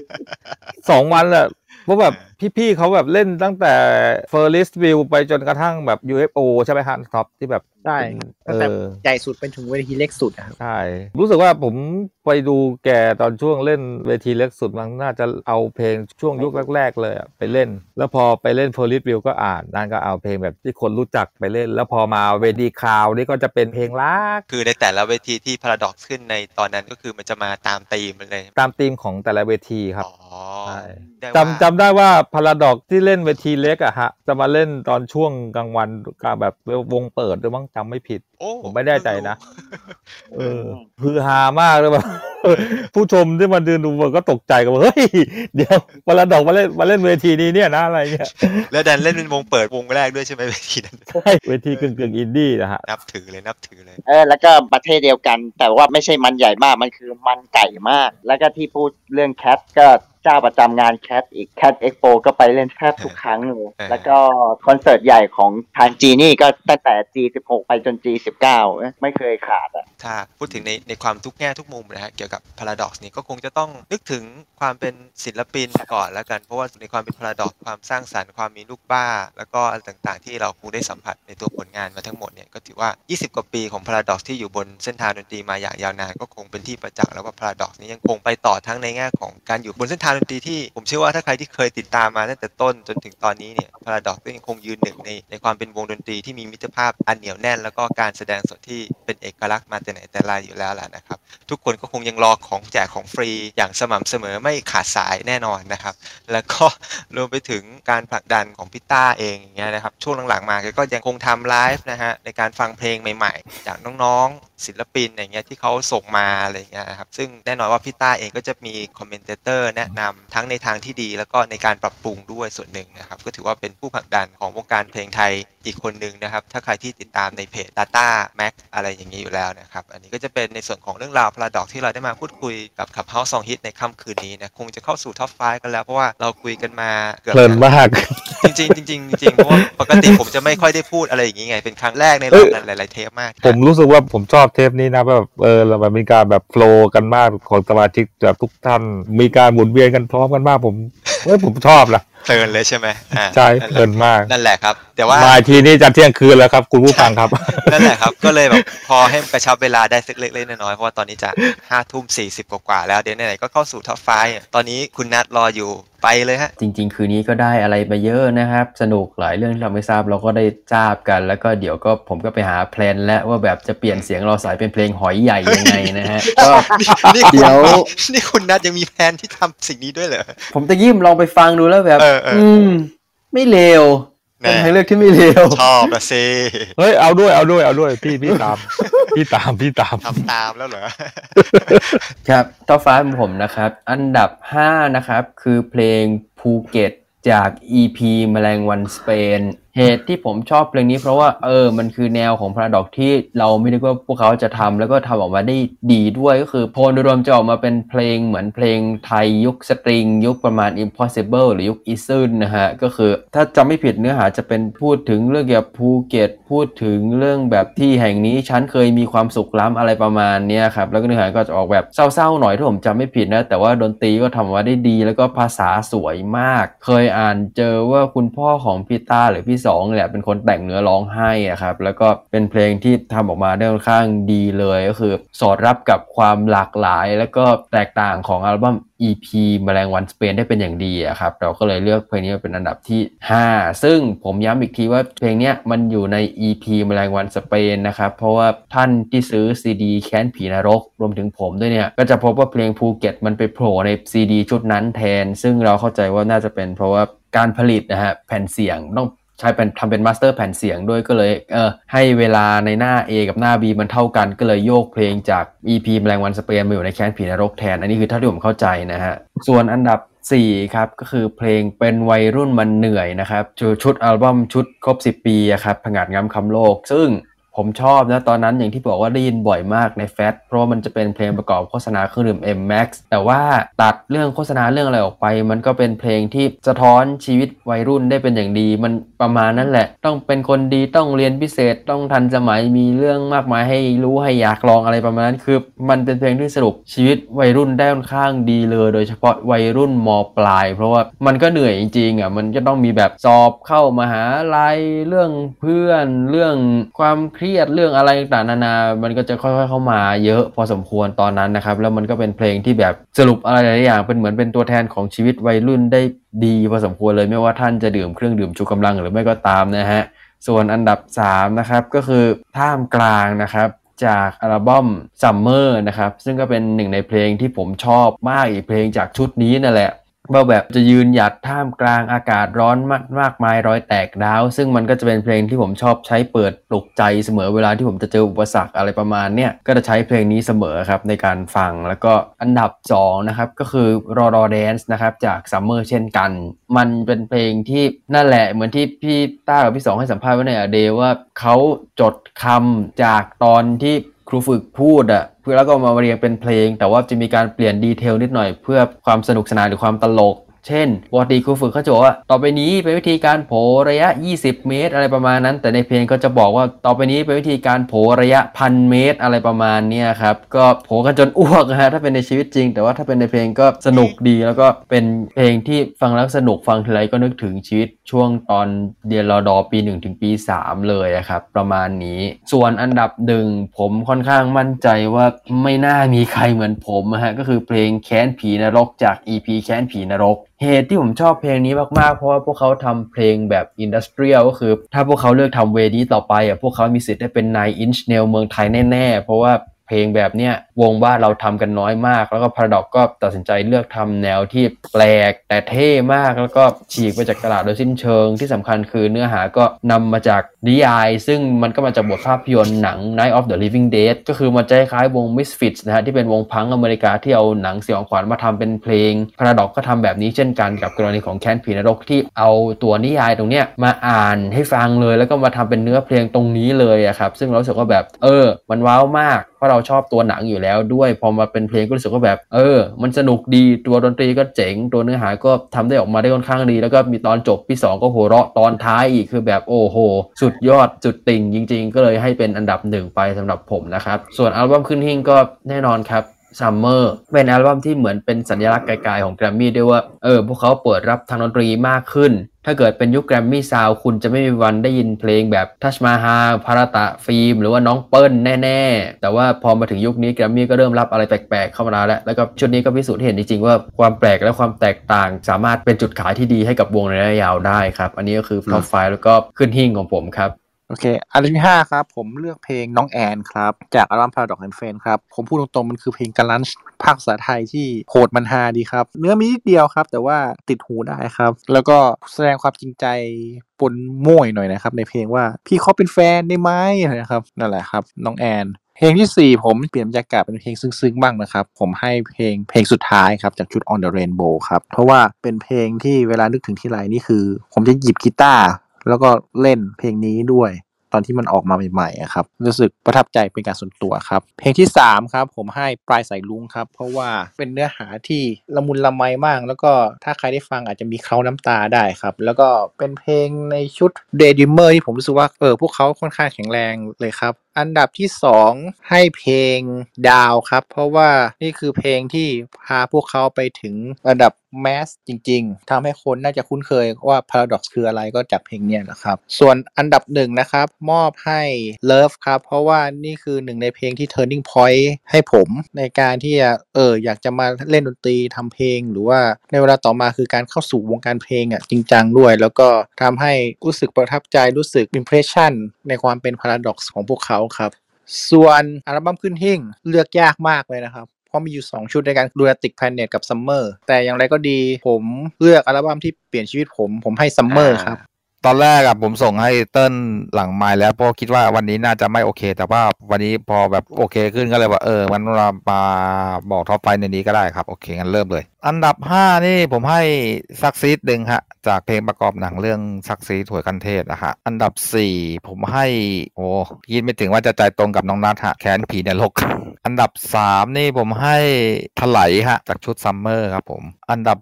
2 วันแหละเพราะแบบพี่ๆเขาแบบเล่นตั้งแต่ First View ไปจนกระทั่งแบบ UFO ใช่ไหมฮะท็อปที่แบบใช่ตั้งแต่ใหญ่สุดเป็นถึงเวทีเล็กสุดครับใช่รู้สึกว่าผมไปดูแกตอนช่วงเล่นเวทีเล็กสุดมันน่าจะเอาเพลงช่วงยุคแรกๆเลยไปเล่นแล้วพอไปเล่น First View ก็นั่นก็เอาเพลงแบบที่คนรู้จักไปเล่นแล้วพอมาเวทีคราวนี่ก็จะเป็นเพลงรักคือในแต่ละเวทีที่ Paradox ขึ้นในตอนนั้นก็คือมันจะมาตามธีมเลยตามธีมของแต่ละเวทีครับใช่จำได้ว่า Paradox ที่เล่นเวทีเล็กอะฮะจะมาเล่นตอนช่วงกลางวันการแบบวงเปิดด้วยมั้งจำไม่ผิดผมไม่แน่ใจนะคือฮามากเลยแบบผู้ชมที่มาดูก็ตกใจกันว่าเฮ้ยเดี๋ยวParadoxมาเล่นเวทีนี้เนี่ยนะอะไรเงี้ยแล้วดันเล่นเป็นวงเปิดวงแรกด้วยใช่ไหมเวทีนั้นใช่เวทีกึ่งอินดี้นะฮะนับถือเลยแล้วก็ประเทศเดียวกันแต่ว่าไม่ใช่มันใหญ่มากมันคือมันไก่มากแล้วก็ที่พูดเรื่องแคทก็เจ้าประจำงานแคทอีกแคทเอ็กโปก็ไปเล่นแทบทุกครั้งเลยแล้วก็คอนเสิร์ตใหญ่ของทางจีนี่ก็ตั้งแต่ G16 ไปจน G19 ไม่เคยขาดถ้าพูดถึงในความทุกแง่ทุกมุมนะฮะเกี่ยวกับ Paradox นี่ก็คงจะต้องนึกถึงความเป็นศิลปินก่อนแล้วกันเพราะว่าในความเป็น Paradox ความสร้างสรรค์ความมีลูกบ้าแล้วก็อะไรต่างๆที่เราคงได้สัมผัสในตัวผลงานมาทั้งหมดเนี่ยก็ถือว่า20 กว่าปีของ Paradox ที่อยู่บนเส้นทางดนตรีมาอย่างยาวนานก็คงเป็นที่ประจักษ์แล้วว่า Paradox นี้ยังคงไปต่อทั้งในแง่ของการอยู่บนเส้นทางดนตรีที่ผมเชื่อว่าถ้าใครที่เคยติดตามมาตั้งแต่ต้นจนถึงตอนนี้เนี่ย Paradox ก็ยังคงยืนหนึ่งในความเป็นวงดนตรีที่มีมิตรภาพอันเหนียวแน่นแล้วก็การแสดงสดที่เป็นเอกลักษณ์มาแต่ไหนแต่ไรอยู่แล้วแหละนะครับทุกคนก็คงยังรอของแจกของฟรีอย่างสม่ำเสมอไม่ขาดสายแน่นอนนะครับแล้วก็รวมไปถึงการผลักดันของพี่ต้าเองอย่างเงี้ยนะครับช่วงหลังๆมาก็ยังคงทำไลฟ์นะฮะในการฟังเพลงใหม่ๆจากน้องๆศิลปินอย่างเงี้ยที่เขาส่งมาอะไรเงี้ยนะครับซึ่งแน่นอนว่าพี่ต้าเองก็จะมีคอมเมนเตอร์แนะนำทั้งในทางที่ดีแล้วก็ในการปรับปรุงด้วยส่วนหนึ่งนะครับก็ถือว่าเป็นผู้ผลักดันของวงการเพลงไทยอีกคนนึงนะครับถ้าใครที่ติดตามในเพจ Data Max อะไรอย่างนี้อยู่แล้วนะครับอันนี้ก็จะเป็นในส่วนของเรื่องราว Paradox ที่เราได้มาพูดคุยกับ Clubhouse Song Hit ในค่ำคืนนี้นะคงจะเข้าสู่ท็อป 5 กันแล้วเพราะว่าเราคุยกันมาเกือบเพลินมากจริงเพราะว่าปกติผมจะไม่ค่อยได้พูดอะไรอย่างนี้ไงเป็นครั้งแรกในรอบหลายๆเทปมากผมรู้สึกว่าผมชอบเทปนี้นะแบบเราแบบมีการแบบโฟลว์กันมากของสมาชิกแบบทุกท่านมีการหมุนเวียนกันพร้อมกันมากผมชอบนะเพลินเลยใช่ไหมใช่เพลินมากนั่นแหละครับแต่ว่ามาทีนี้จะเที่ยงคืนแล้วครับคุณผู้ฟังครับนั่นแหละครับก็เลยแบบพอให้กระชับเวลาได้สักเล็กๆน้อยๆเพราะว่าตอนนี้จะ 5:40 กว่าๆแล้วเดี๋ยวไหนๆก็เข้าสู่ท็อป 5ตอนนี้คุณนัทรออยู่ไปเลยฮะจริงๆคืนนี้ก็ได้อะไรไปเยอะนะครับสนุกหลายเรื่องที่เราไม่ทราบเราก็ได้ทราบกันแล้วก็เดี๋ยวก็ผมก็ไปหาแพลนแล้วว่าแบบจะเปลี่ยนเสียงเราสายเป็นเพลงหอยใหญ่ยังไงนะฮะก็เดี๋ยวนี่คุณนัทยังมีแพลนที่ทำสิ่งนี้ด้วยเหรอผมจะยิ้มลองไปฟังดูแล้วแบบไม่เลวเป็นทางเลือกที่ไม่เลวชอบนะสิเฮ้ยเอาด้วยพี่ตามทำตามแล้วเหรอครับท็อป5ของผมนะครับอันดับ5นะครับคือเพลงภูเก็ตจาก EP แมลงวันสเปนเหตุที่ผมชอบเพลงนี้เพราะว่ามันคือแนวของ Paradox ที่เราไม่นึกว่าพวกเขาจะทำแล้วก็ทำออกมาได้ดีด้วยก็คือโทนโดยรวมจะออกมาเป็นเพลงเหมือนเพลงไทยยุคสตริงยุคประมาณ Impossible หรือยุคอีซึนนะฮะก็คือถ้าจำไม่ผิดเนื้อหาจะเป็นพูดถึงเรื่องเกี่ยวกับภูเก็ตพูดถึงเรื่องแบบที่แห่งนี้ฉันเคยมีความสุขล้ำอะไรประมาณนี้ครับแล้วก็เนื้อหาก็จะออกแบบเศร้าๆหน่อยถ้าผมจำไม่ผิดนะแต่ว่าดนตรีก็ทำออกมาได้ดีแล้วก็ภาษาสวยมากเคยอ่านเจอว่าคุณพ่อของพี่ต้าหรือพี่สองแหละเป็นคนแต่งเนื้อร้องให้ครับแล้วก็เป็นเพลงที่ทำออกมาได้ค่อนข้างดีเลยก็คือสอดรับกับความหลากหลายแล้วก็แตกต่างของอัลบั้ม EP แมลงวันสเปนได้เป็นอย่างดีครับเราก็เลยเลือกเพลงนี้เป็นอันดับที่5ซึ่งผมย้ำอีกทีว่าเพลงนี้มันอยู่ใน EP แมลงวันสเปนนะครับเพราะว่าท่านที่ซื้อ CD แค้นผีนรกรวมถึงผมด้วยเนี่ยก็จะพบว่าเพลงภูเก็ตมันไปโผล่ใน CD ชุดนั้นแทนซึ่งเราเข้าใจว่าน่าจะเป็นเพราะว่าการผลิตนะฮะแผ่นเสียงต้องใช้เป็นทำเป็นมาสเตอร์แผ่นเสียงด้วยก็เลยให้เวลาในหน้า A กับหน้า B มันเท่ากันก็เลยโยกเพลงจาก EP แมลงวันสเปนมาอยู่ในแค้นผีนรกแทนอันนี้คือเท่าที่ผมเข้าใจนะฮะส่วนอันดับ4ครับก็คือเพลงเป็นวัยรุ่นมันเหนื่อยนะครับชุดอัลบั้มชุดครบ10ปีครับผงาดง้ำคำโลกซึ่งผมชอบนะตอนนั้นอย่างที่บอกว่าได้ยินบ่อยมากในแฟตเพราะมันจะเป็นเพลงประกอบโฆษณาเครื่องดื่ม M-Max แต่ว่าตัดเรื่องโฆษณาเรื่องอะไรออกไปมันก็เป็นเพลงที่สะท้อนชีวิตวัยรุ่นได้เป็นอย่างดีมันประมาณนั้นแหละต้องเป็นคนดีต้องเรียนพิเศษต้องทันสมัยมีเรื่องมากมายให้รู้ให้อยากลองอะไรประมาณนั้นคือมันเป็นเพลงที่สรุปชีวิตวัยรุ่นได้ค่อนข้างดีเลยโดยเฉพาะวัยรุ่นม.ปลายเพราะว่ามันก็เหนื่อยจริงๆมันจะต้องมีแบบสอบเข้ามหาลัยเรื่องเพื่อนเรื่องความเครียดเรื่องอะไรต่างๆนานามันก็จะค่อยๆเข้ามาเยอะพอสมควรตอนนั้นนะครับแล้วมันก็เป็นเพลงที่แบบสรุปอะไรหลายอย่างเป็นเหมือนเป็นตัวแทนของชีวิตวัยรุ่นได้ดีพอสมควรเลยไม่ว่าท่านจะดื่มเครื่องดื่มชูกำลังหรือไม่ก็ตามนะฮะส่วนอันดับ3นะครับก็คือท่ามกลางนะครับจากอัลบั้ม Summer นะครับซึ่งก็เป็นหนึ่งในเพลงที่ผมชอบมากอีกเพลงจากชุดนี้นั่นแหละว่าแบบจะยืนหยัดท่ามกลางอากาศร้อนมากมายรอยแตกร้าวซึ่งมันก็จะเป็นเพลงที่ผมชอบใช้เปิดปลุกใจเสมอเวลาที่ผมจะเจออุปสรรคอะไรประมาณเนี้ยก็จะใช้เพลงนี้เสมอครับในการฟังแล้วก็อันดับ2นะครับก็คือรอแดนซ์นะครับจาก Summer เช่นกันมันเป็นเพลงที่นั่นแหละเหมือนที่พี่ต้ากับพี่สองให้สัมภาษณ์ไว้ในอเดย์ว่าเขาจดคำจากตอนที่ครูฝึกพูดเพื่อแล้วก็มาเรียงเป็นเพลงแต่ว่าจะมีการเปลี่ยนดีเทลนิดหน่อยเพื่อความสนุกสนานหรือความตลกเช่นปกติครูฝึกเขาจะบอกว่าต่อไปนี้เป็นวิธีการโผระยะ20เมตรอะไรประมาณนั้นแต่ในเพลงก็จะบอกว่าต่อไปนี้เป็นวิธีการโผระยะ1,000 เมตรอะไรประมาณนี้ครับก็โผกันจนอ้วกถ้าเป็นในชีวิตจริงแต่ว่าถ้าเป็นในเพลงก็สนุกดีแล้วก็เป็นเพลงที่ฟังแล้วสนุกฟังทีไรก็นึกถึงชีวิตช่วงตอนเรียนรด.ปี1ถึงปี3เลยครับประมาณนี้ส่วนอันดับ1ผมค่อนข้างมั่นใจว่าไม่น่ามีใครเหมือนผมก็คือเพลงแค้นผีนรกจาก EP แค้นผีนรกเหตุที่ผมชอบเพลงนี้มากๆเพราะว่าพวกเขาทำเพลงแบบอินดัสเทรียลก็คือถ้าพวกเขาเลือกทำเวนี้ต่อไปพวกเขามีสิทธิ์ได้เป็น9 Inch Nails เมืองไทยแน่ๆเพราะว่าเพลงแบบเนี้ยวงบ้านเราทำกันน้อยมากแล้วก็ Paradox ก็ตัดสินใจเลือกทำแนวที่แปลกแต่เท่มากแล้วก็ฉีกไปจากตลาดโดยสิ้นเชิงที่สำคัญคือเนื้อหาก็นำมาจากนิยายซึ่งมันก็มาจากบทภาพยนตร์หนัง Night of the Living Dead ก็คือมันจะคล้ายวง Misfits นะฮะที่เป็นวงพังอเมริกาที่เอาหนังสยองขวัญมาทำเป็นเพลง Paradox ก็ทำแบบนี้เช่นกันกับกรณีของแค้นผีนรกที่เอาตัวนิยายตรงเนี้ยมาอ่านให้ฟังเลยแล้วก็มาทำเป็นเนื้อเพลงตรงนี้เลยครับซึ่งเรารู้สึกว่าแบบมันว้าวมากเพราะเราชอบตัวหนังอยู่แล้วด้วยพอมาเป็นเพลงก็รู้สึกว่าแบบมันสนุกดีตัวดนตรีก็เจ๋งตัวเนื้อหาก็ทำได้ออกมาได้ค่อนข้างดีแล้วก็มีตอนจบพี่สองก็หัวเราะตอนท้ายอีกคือแบบโอ้โหสุดยอดจุดติ่งจริงๆก็เลยให้เป็นอันดับ1ไปสำหรับผมนะครับส่วนอัลบั้มขึ้นหิ้งก็แน่นอนครับSummer เป็นอัลบั้มที่เหมือนเป็นสัญลักษณ์ไกลๆของ Grammy ด้วยว่าพวกเขาเปิดรับทางดนตรีมากขึ้นถ้าเกิดเป็นยุค Grammy Sound คุณจะไม่มีวันได้ยินเพลงแบบทัชมาฮาพาราตะฟิล์มหรือว่าน้องเปิ้ลแน่ๆแต่ว่าพอมาถึงยุคนี้ Grammy ก็เริ่มรับอะไรแปลกๆเข้ามาแล้วก็ชุดนี้ก็พิสูจน์ให้เห็นจริงๆว่าความแปลกและความแตกต่างสามารถเป็นจุดขายที่ดีให้กับวงในระยะยาวได้ครับอันนี้ก็คือ Top 5แล้วก็ขึ้นหิ้งของผมครับโอเคอันดับที่5ครับผมเลือกเพลงน้องแอนครับจากอัลบั้ม Paradox and Friends ครับผมพูดตรงๆมันคือเพลงกาลันช์ภาคภาษาไทยที่โหดมันฮาดีครับเนื้อมีนิดเดียวครับแต่ว่าติดหูได้ครับแล้วก็แสดงความจริงใจปนม่วยหน่อยนะครับในเพลงว่าพี่เขาเป็นแฟนได้ไหมนะครับนั่นแหละครับน้องแอนเพลงที่4ผมเปลี่ยนบรรยากาศเป็นเพลงซึ้งๆบ้างนะครับผมให้เพลงสุดท้ายครับจากชุด On the Rainbow ครับเพราะว่าเป็นเพลงที่เวลานึกถึงที่ไรนี่คือผมจะหยิบกีตาร์แล้วก็เล่นเพลงนี้ด้วยตอนที่มันออกมาใหม่ๆครับรู้สึกประทับใจเป็นการส่วนตัวครับเพลงที่3ครับผมให้ปลายสายรุ้งครับเพราะว่าเป็นเนื้อหาที่ละมุนละไมมากแล้วก็ถ้าใครได้ฟังอาจจะมีเคล้าน้ำตาได้ครับแล้วก็เป็นเพลงในชุด Daydreamer ที่ผมรู้สึกว่าพวกเขาค่อนข้างแข็งแรงเลยครับอันดับที่2ให้เพลงดาวครับเพราะว่านี่คือเพลงที่พาพวกเขาไปถึงระดับแมสจริงๆทำให้คนน่าจะคุ้นเคยว่า Paradox คืออะไรก็จากเพลงนี้นะครับส่วนอันดับ1นะครับมอบให้ Love ครับเพราะว่านี่คือหนึ่งในเพลงที่ turning point ให้ผมในการที่จะอยากจะมาเล่นดนตรีทำเพลงหรือว่าในเวลาต่อมาคือการเข้าสู่วงการเพลงจริงจังด้วยแล้วก็ทำให้รู้สึกประทับใจรู้สึก impression ในความเป็น Paradox ของพวกเขาครับส่วนอัลบั้มขึ้นหิ้งเลือกยากมากเลยนะครับเพราะมีอยู่2ชุดในการ Lunatic Planet กับ Summer แต่อย่างไรก็ดีผมเลือกอัลบั้มที่เปลี่ยนชีวิตผมให้ Summer ครับตอนแรกผมส่งให้เติ้ลหลังไมค์แล้วเพราะคิดว่าวันนี้น่าจะไม่โอเคแต่ว่าวันนี้พอแบบโอเคขึ้นก็เลยว่ามันเรามาบอกท็อปไฟในนี้ก็ได้ครับโอเคงั้นเริ่มเลยอันดับ5นี่ผมให้ซักซีดดึงฮะจากเพลงประกอบหนังเรื่องซักซีดถวยคันเทศฮะอันดับ4ผมให้คิดไม่ถึงว่าจะใจตรงกับน้องนัทฮะแค้นผีนรกอันดับ3นี่ผมให้ถลายฮะจากชุดซัมเมอร์ครับผมอันดับ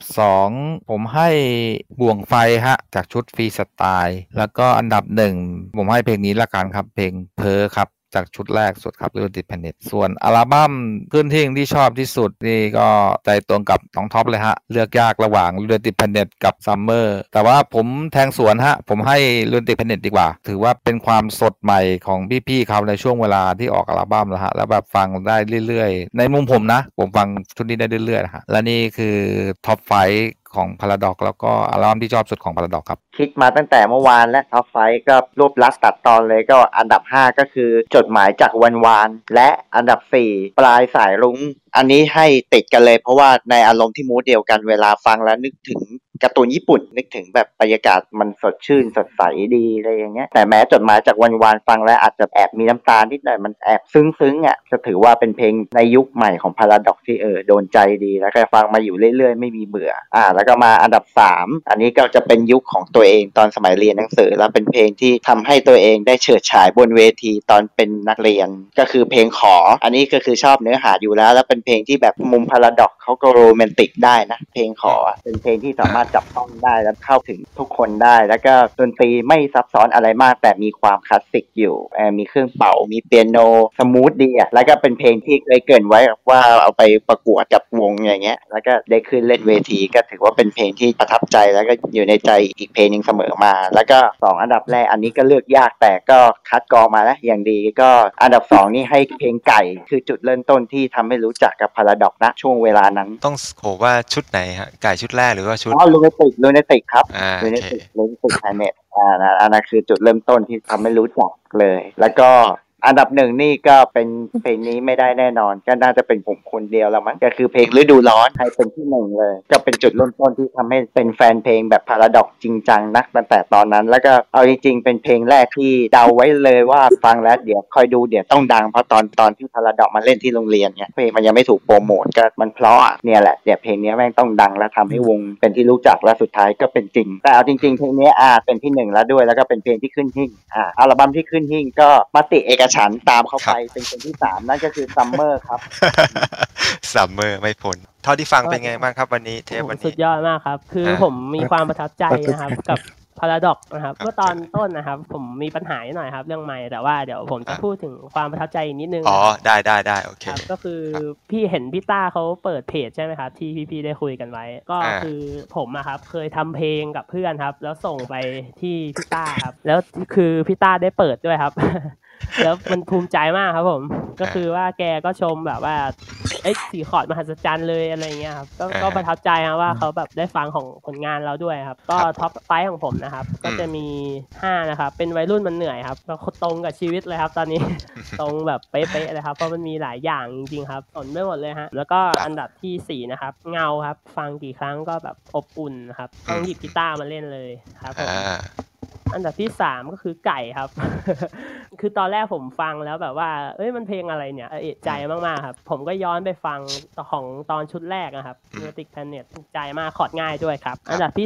2ผมให้บ่วงไฟฮะจากชุดฟรีสไตล์แล้วก็อันดับ1ผมให้เพลงนี้ละกันครับเพลงเพอครับจากชุดแรกสุดครับเรื่อง Dependent ส่วนอัลบั้มขึ้นทิ้งที่ชอบที่สุดนี่ก็ใจตรงกับน้องท็อปเลยฮะเลือกยากระหว่างเรื่อง Dependent กับ Summer แต่ว่าผมแทงสวนฮะผมให้เรื่อง Dependent ดีกว่าถือว่าเป็นความสดใหม่ของพี่ๆเขาในช่วงเวลาที่ออกอัลบั้มแล้วฮะแล้วแบบฟังได้เรื่อยๆในมุมผมนะผมฟังชุดนี้ได้เรื่อยๆนะฮะและนี่คือท็อปไฟของ Paradox แล้วก็อัลบั้มที่ชอบสุดของ Paradox ครับคิดมาตั้งแต่เมื่อวานและท็อปไฟก็รวบลัดตัดตอนเลยก็อันดับ5ก็คือจดหมายจากวันวานและอันดับ4ปลายสายรุ้งอันนี้ให้ติดกันเลยเพราะว่าในอารมณ์ที่มูดเดียวกันเวลาฟังแล้วนึกถึงการ์ตูนญี่ปุ่นนึกถึงแบบบรรยากาศมันสดชื่นสดใสดีอะไรอย่างเงี้ยแต่แม้จดหมายจากวันวานฟังแล้วอาจจะแอบมีน้ำตานิดหน่อยมันแอบซึ้งจะถือว่าเป็นเพลงในยุคใหม่ของ Paradox ที่โดนใจดีแล้วก็ฟังมาอยู่เรื่อยๆไม่มีเบื่อแล้วก็มาอันดับ3อันนี้ก็จะเป็นยุคของตัวเองตอนสมัยเรียนหนังสือแล้วเป็นเพลงที่ทำให้ตัวเองได้เฉิดฉายบนเวทีตอนเป็นนักเรียนก็คือเพลงขออันนี้ก็คือชอบเนื้อหาอยู่แล้วเป็นเพลงที่แบบมุม Paradox เขาก็โรแมนติกได้นะเพลงขอเป็นเพลงที่สามารถจับต้องได้แล้วเข้าถึงทุกคนได้แล้วก็ดนตรีไม่ซับซ้อนอะไรมากแต่มีความคลาสสิกอยู่มีเครื่องเป่ามีเปียโนสมูทดีแล้วก็เป็นเพลงที่เคยเกริ่นไว้ว่าเอาไปประกวดกับวงอย่างเงี้ยแล้วก็ได้ขึ้นเล่นเวทีก็ถือว่าเป็นเพลงที่ประทับใจแล้วก็อยู่ในใจอีกเพลงนึงเสมอมาแล้วก็2อันดับแรกอันนี้ก็เลือกยากแต่ก็คัดกรองมาแล้วอย่างดีก็อันดับ2นี่ให้เพลงไก่คือจุดเริ่มต้นที่ทำให้รู้จักกับ Paradox ณช่วงเวลานั้นต้องโขว่าชุดไหนฮะไก่ชุดแรกหรือว่าชุดลูนาติกครับลูนาติกแพลเน็ตอันนั้นคือจุดเริ่มต้นที่ทำให้รู้จักเลยแล้วก็อันดับ1นี่ก็เป็นเพลงนี้ไม่ได้แน่นอนก็น่าจะเป็นผมคนเดียวแล้วมั้งก็คือเพลงฤดูร้อนให้เป็นที่1เลยก็เป็นจุดเริ่มต้นที่ทำให้เป็นแฟนเพลงแบบ Paradox จริงจังนักตั้งแต่ตอนนั้นแล้วก็เอาจริงๆเป็นเพลงแรกที่เดาไว้เลยว่าฟังแล้วเดี๋ยวคอยดูเดี๋ยวต้องดังเพราะตอนที่ Paradox มาเล่นที่โรงเรียนเนี่ยเพลงมันยังไม่ถูกโปรโมทก็มันเพราะเนี่ยแหละเดี๋ยวเพลงนี้แม่งต้องดังแล้วทำให้วงเป็นที่รู้จักและสุดท้ายก็เป็นจริงแต่เอาจริงๆเพลงนี้เป็นที่1แล้วด้วยแล้วก็เป็นเพลงที่ขึ้นหิ้งอัลบั้มที่ขึ้นหิ้งก็มติเอกฉันท์ตามเข้าไปเป็นคนที่3นั่นก็คือ Summer ครับ Summer ไม่พ้นเท่าที่ฟังเป็นไงบ้างครับวันนี้เทปวันนี้สุดยอดมากครับคือผมมีความประทับใจนะครับกับ Paradox นะครับเมื่อตอนต้นนะครับผมมีปัญหาหน่อยครับเรื่องไมค์แต่ว่าเดี๋ยวผมจะพูดถึงความประทับใจนิดนึงได้โอเคก็คือพี่เห็นพี่ต้าเขาเปิดเพจใช่ไหมครับที่พี่ๆได้คุยกันไว้ก็คือผมครับเคยทำเพลงกับเพื่อนครับแล้วส่งไปที่พี่ต้าครับแล้วคือพี่ต้าได้เปิดด้วยครับแล้วมันภูมิใจมากครับผมก็คือว่าแกก็ชมแบบว่า4 คอร์ดมหัศจรรย์เลยอะไรเงี้ยครับก็ประทับใจครับว่าเขาแบบได้ฟังของผลงานเราด้วยครับก็ท็อปไฟของผมนะครับก็จะมี5นะครับเป็นวัยรุ่นมันเหนื่อยครับก็ตรงกับชีวิตเลยครับตอนนี้ ตรงแบบเป๊ะๆเลยครับเพราะมันมีหลายอย่างจริงๆครับสนไม่หมดเลยฮะแล้วก็อันดับที่4นะครับเงาครับฟังกี่ครั้งก็แบบอบอุ่นครับต้องหยิบกีตาร์มาเล่นเลยครับผมอันดับที่3ก็คือไก่ครับ คือตอนแรกผมฟังแล้วแบบว่ามันเพลงอะไรเนี่ยเอะใจมากๆครับผมก็ย้อนไปฟังของตอนชุดแรกนะครับ Music Planet ถูกใจมากคอร์ดง่ายด้วยครับอันดับที่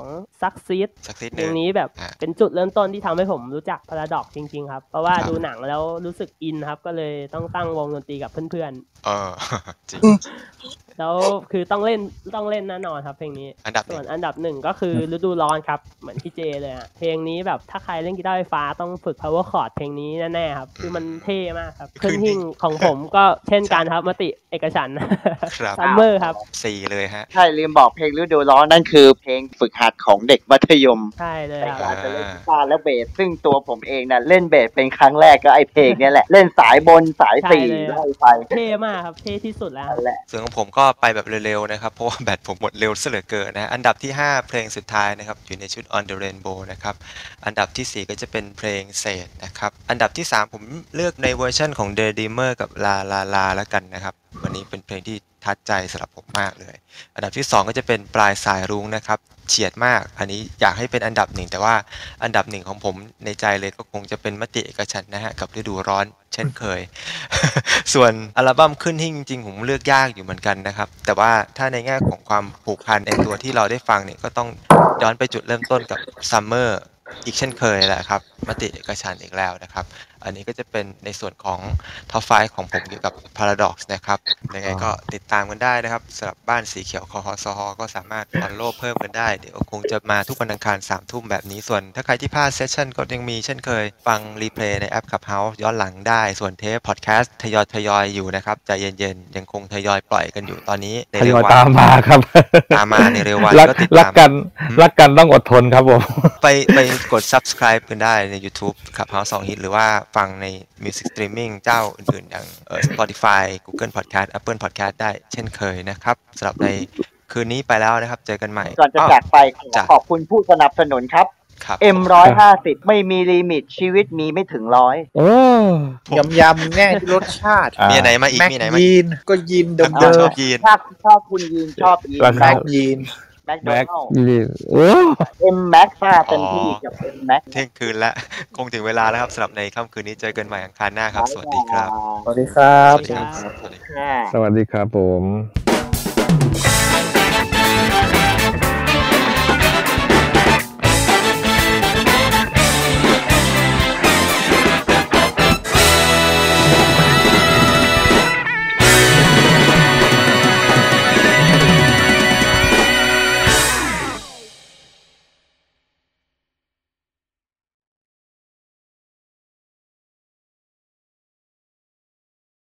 2 Succeed เพลงนี้แบบเป็นจุดเริ่มต้นที่ทำให้ผมรู้จัก Paradox จริงๆครับเพราะว่าดูหนังแล้วรู้สึกอินครับก็เลยต้องตั้งวงดนตรีกับเพื่อนๆจริงแล้วคือต้องเล่นแน่นอนครับเพลงนี้ส่วนอันดับ1ก็คือฤดูร้อนครับเหมือนพี่เจเลยฮะเพลงนี้แบบถ้าใครเล่นกีตาร์ไฟฟ้าต้องฝึก power chord เพลงนี้แน่ๆครับคือมันเท่มากครับขึ้นหิ่งของผมก็เช่นกันครับมติเอกฉันท์ซัมเมอร์ครับ 4เลยฮะใช่ลืมบอกเพลงฤดูร้อนนั่นคือเพลงฝึกหัดของเด็กมัธยมใช่เลยครับการจะเล่นกีตาร์และเบสซึ่งตัวผมเองน่ะเล่นเบสเป็นครั้งแรกก็ไอเพลงนี้แหละเล่นสายบนสาย4ไล่ไปเท่มากครับเท่ที่สุดแล้วส่วนของผมก็ไปแบบเร็วๆนะครับเพราะว่าแบตผมหมดเร็วซะเหลือเกินนะอันดับที่5เพลงสุดท้ายนะครับอยู่ในชุด On the Rainbow นะครับอันดับที่4ก็จะเป็นเพลงเศษนะครับอันดับที่3ผมเลือกในเวอร์ชันของ Daydreamer กับลาแล้วกันนะครับวันนี้เป็นเพลงที่ทัดใจสำหรับผมมากเลยอันดับที่2ก็จะเป็นปลายสายรุ้งนะครับเฉียดมากอันนี้อยากให้เป็นอันดับ1แต่ว่าอันดับ1ของผมในใจเลยก็คงจะเป็นมติเอกฉันท์นะฮะกับฤดูร้อนเช่นเคย ส่วนอัลบั้มขึ้นหิ่งจริงๆผมเลือกยากอยู่เหมือนกันนะครับแต่ว่าถ้าในแง่ของความผูกพันในตัวที่เราได้ฟังเนี่ยก็ต้องย้อนไปจุดเริ่มต้นกับซัมเมอร์อีกเช่นเคยแหละครับมติเอกฉันท์อีกแล้วนะครับอันนี้ก็จะเป็นในส่วนของท็อป5ของผมเกี่ยวกับ Paradox นะครับยังไงก็ติดตามกันได้นะครับสำหรับบ้านสีเขียวคอฮอซอก็สามารถฟอลโล่เพิ่มกันได้เดี๋ยวคงจะมาทุกวันอังคาร 3 ทุ่มแบบนี้ส่วนถ้าใครที่พลาดเซสชั่นก็ยังมีเช่นเคยฟังรีเพลย์ในแอป Clubhouse ย้อนหลังได้ส่วนเทปพอดแคสต์ทยอยอยู่นะครับใจเย็นๆยังคงทยอยปล่อยกันอยู่ตอนนี้ในเร็ววันตามมาครับตามมาในเร็ววันก็ติดตามรักกันต้องอดทนครับผมไปกด subscribe กันได้ใน YouTube Clubhouse 2 Hit หรือว่าฟังใน Music Streaming เจ้าอื่นๆอย่างSpotify Google Podcast Apple Podcast ได้เช่นเคยนะครับสำหรับในคืนนี้ไปแล้วนะครับเจอกันใหม่ก่อนจะจากไปขอบคุณผู้สนับสนุนครับ M150 ไม่มีลิมิตชีวิตมีไม่ถึง100 โอ้ยำแน่ที่รสชาติมีไหนมาอีกมีไหนมายีนก็ยีนเดิมชอบยีนชอบคุณยีนชอบยีนแม็กยีนแม็กโดนัลด์โอ้ M Max เต็มที่กับ M Max เที่ยงคืนแล้วคงถึงเวลาแล้วครับสำหรับในค่ำคืนนี้เจอกันใหม่อังคารหน้าครับสวัสดีครับสวัสดีครับสวัสดีครับผม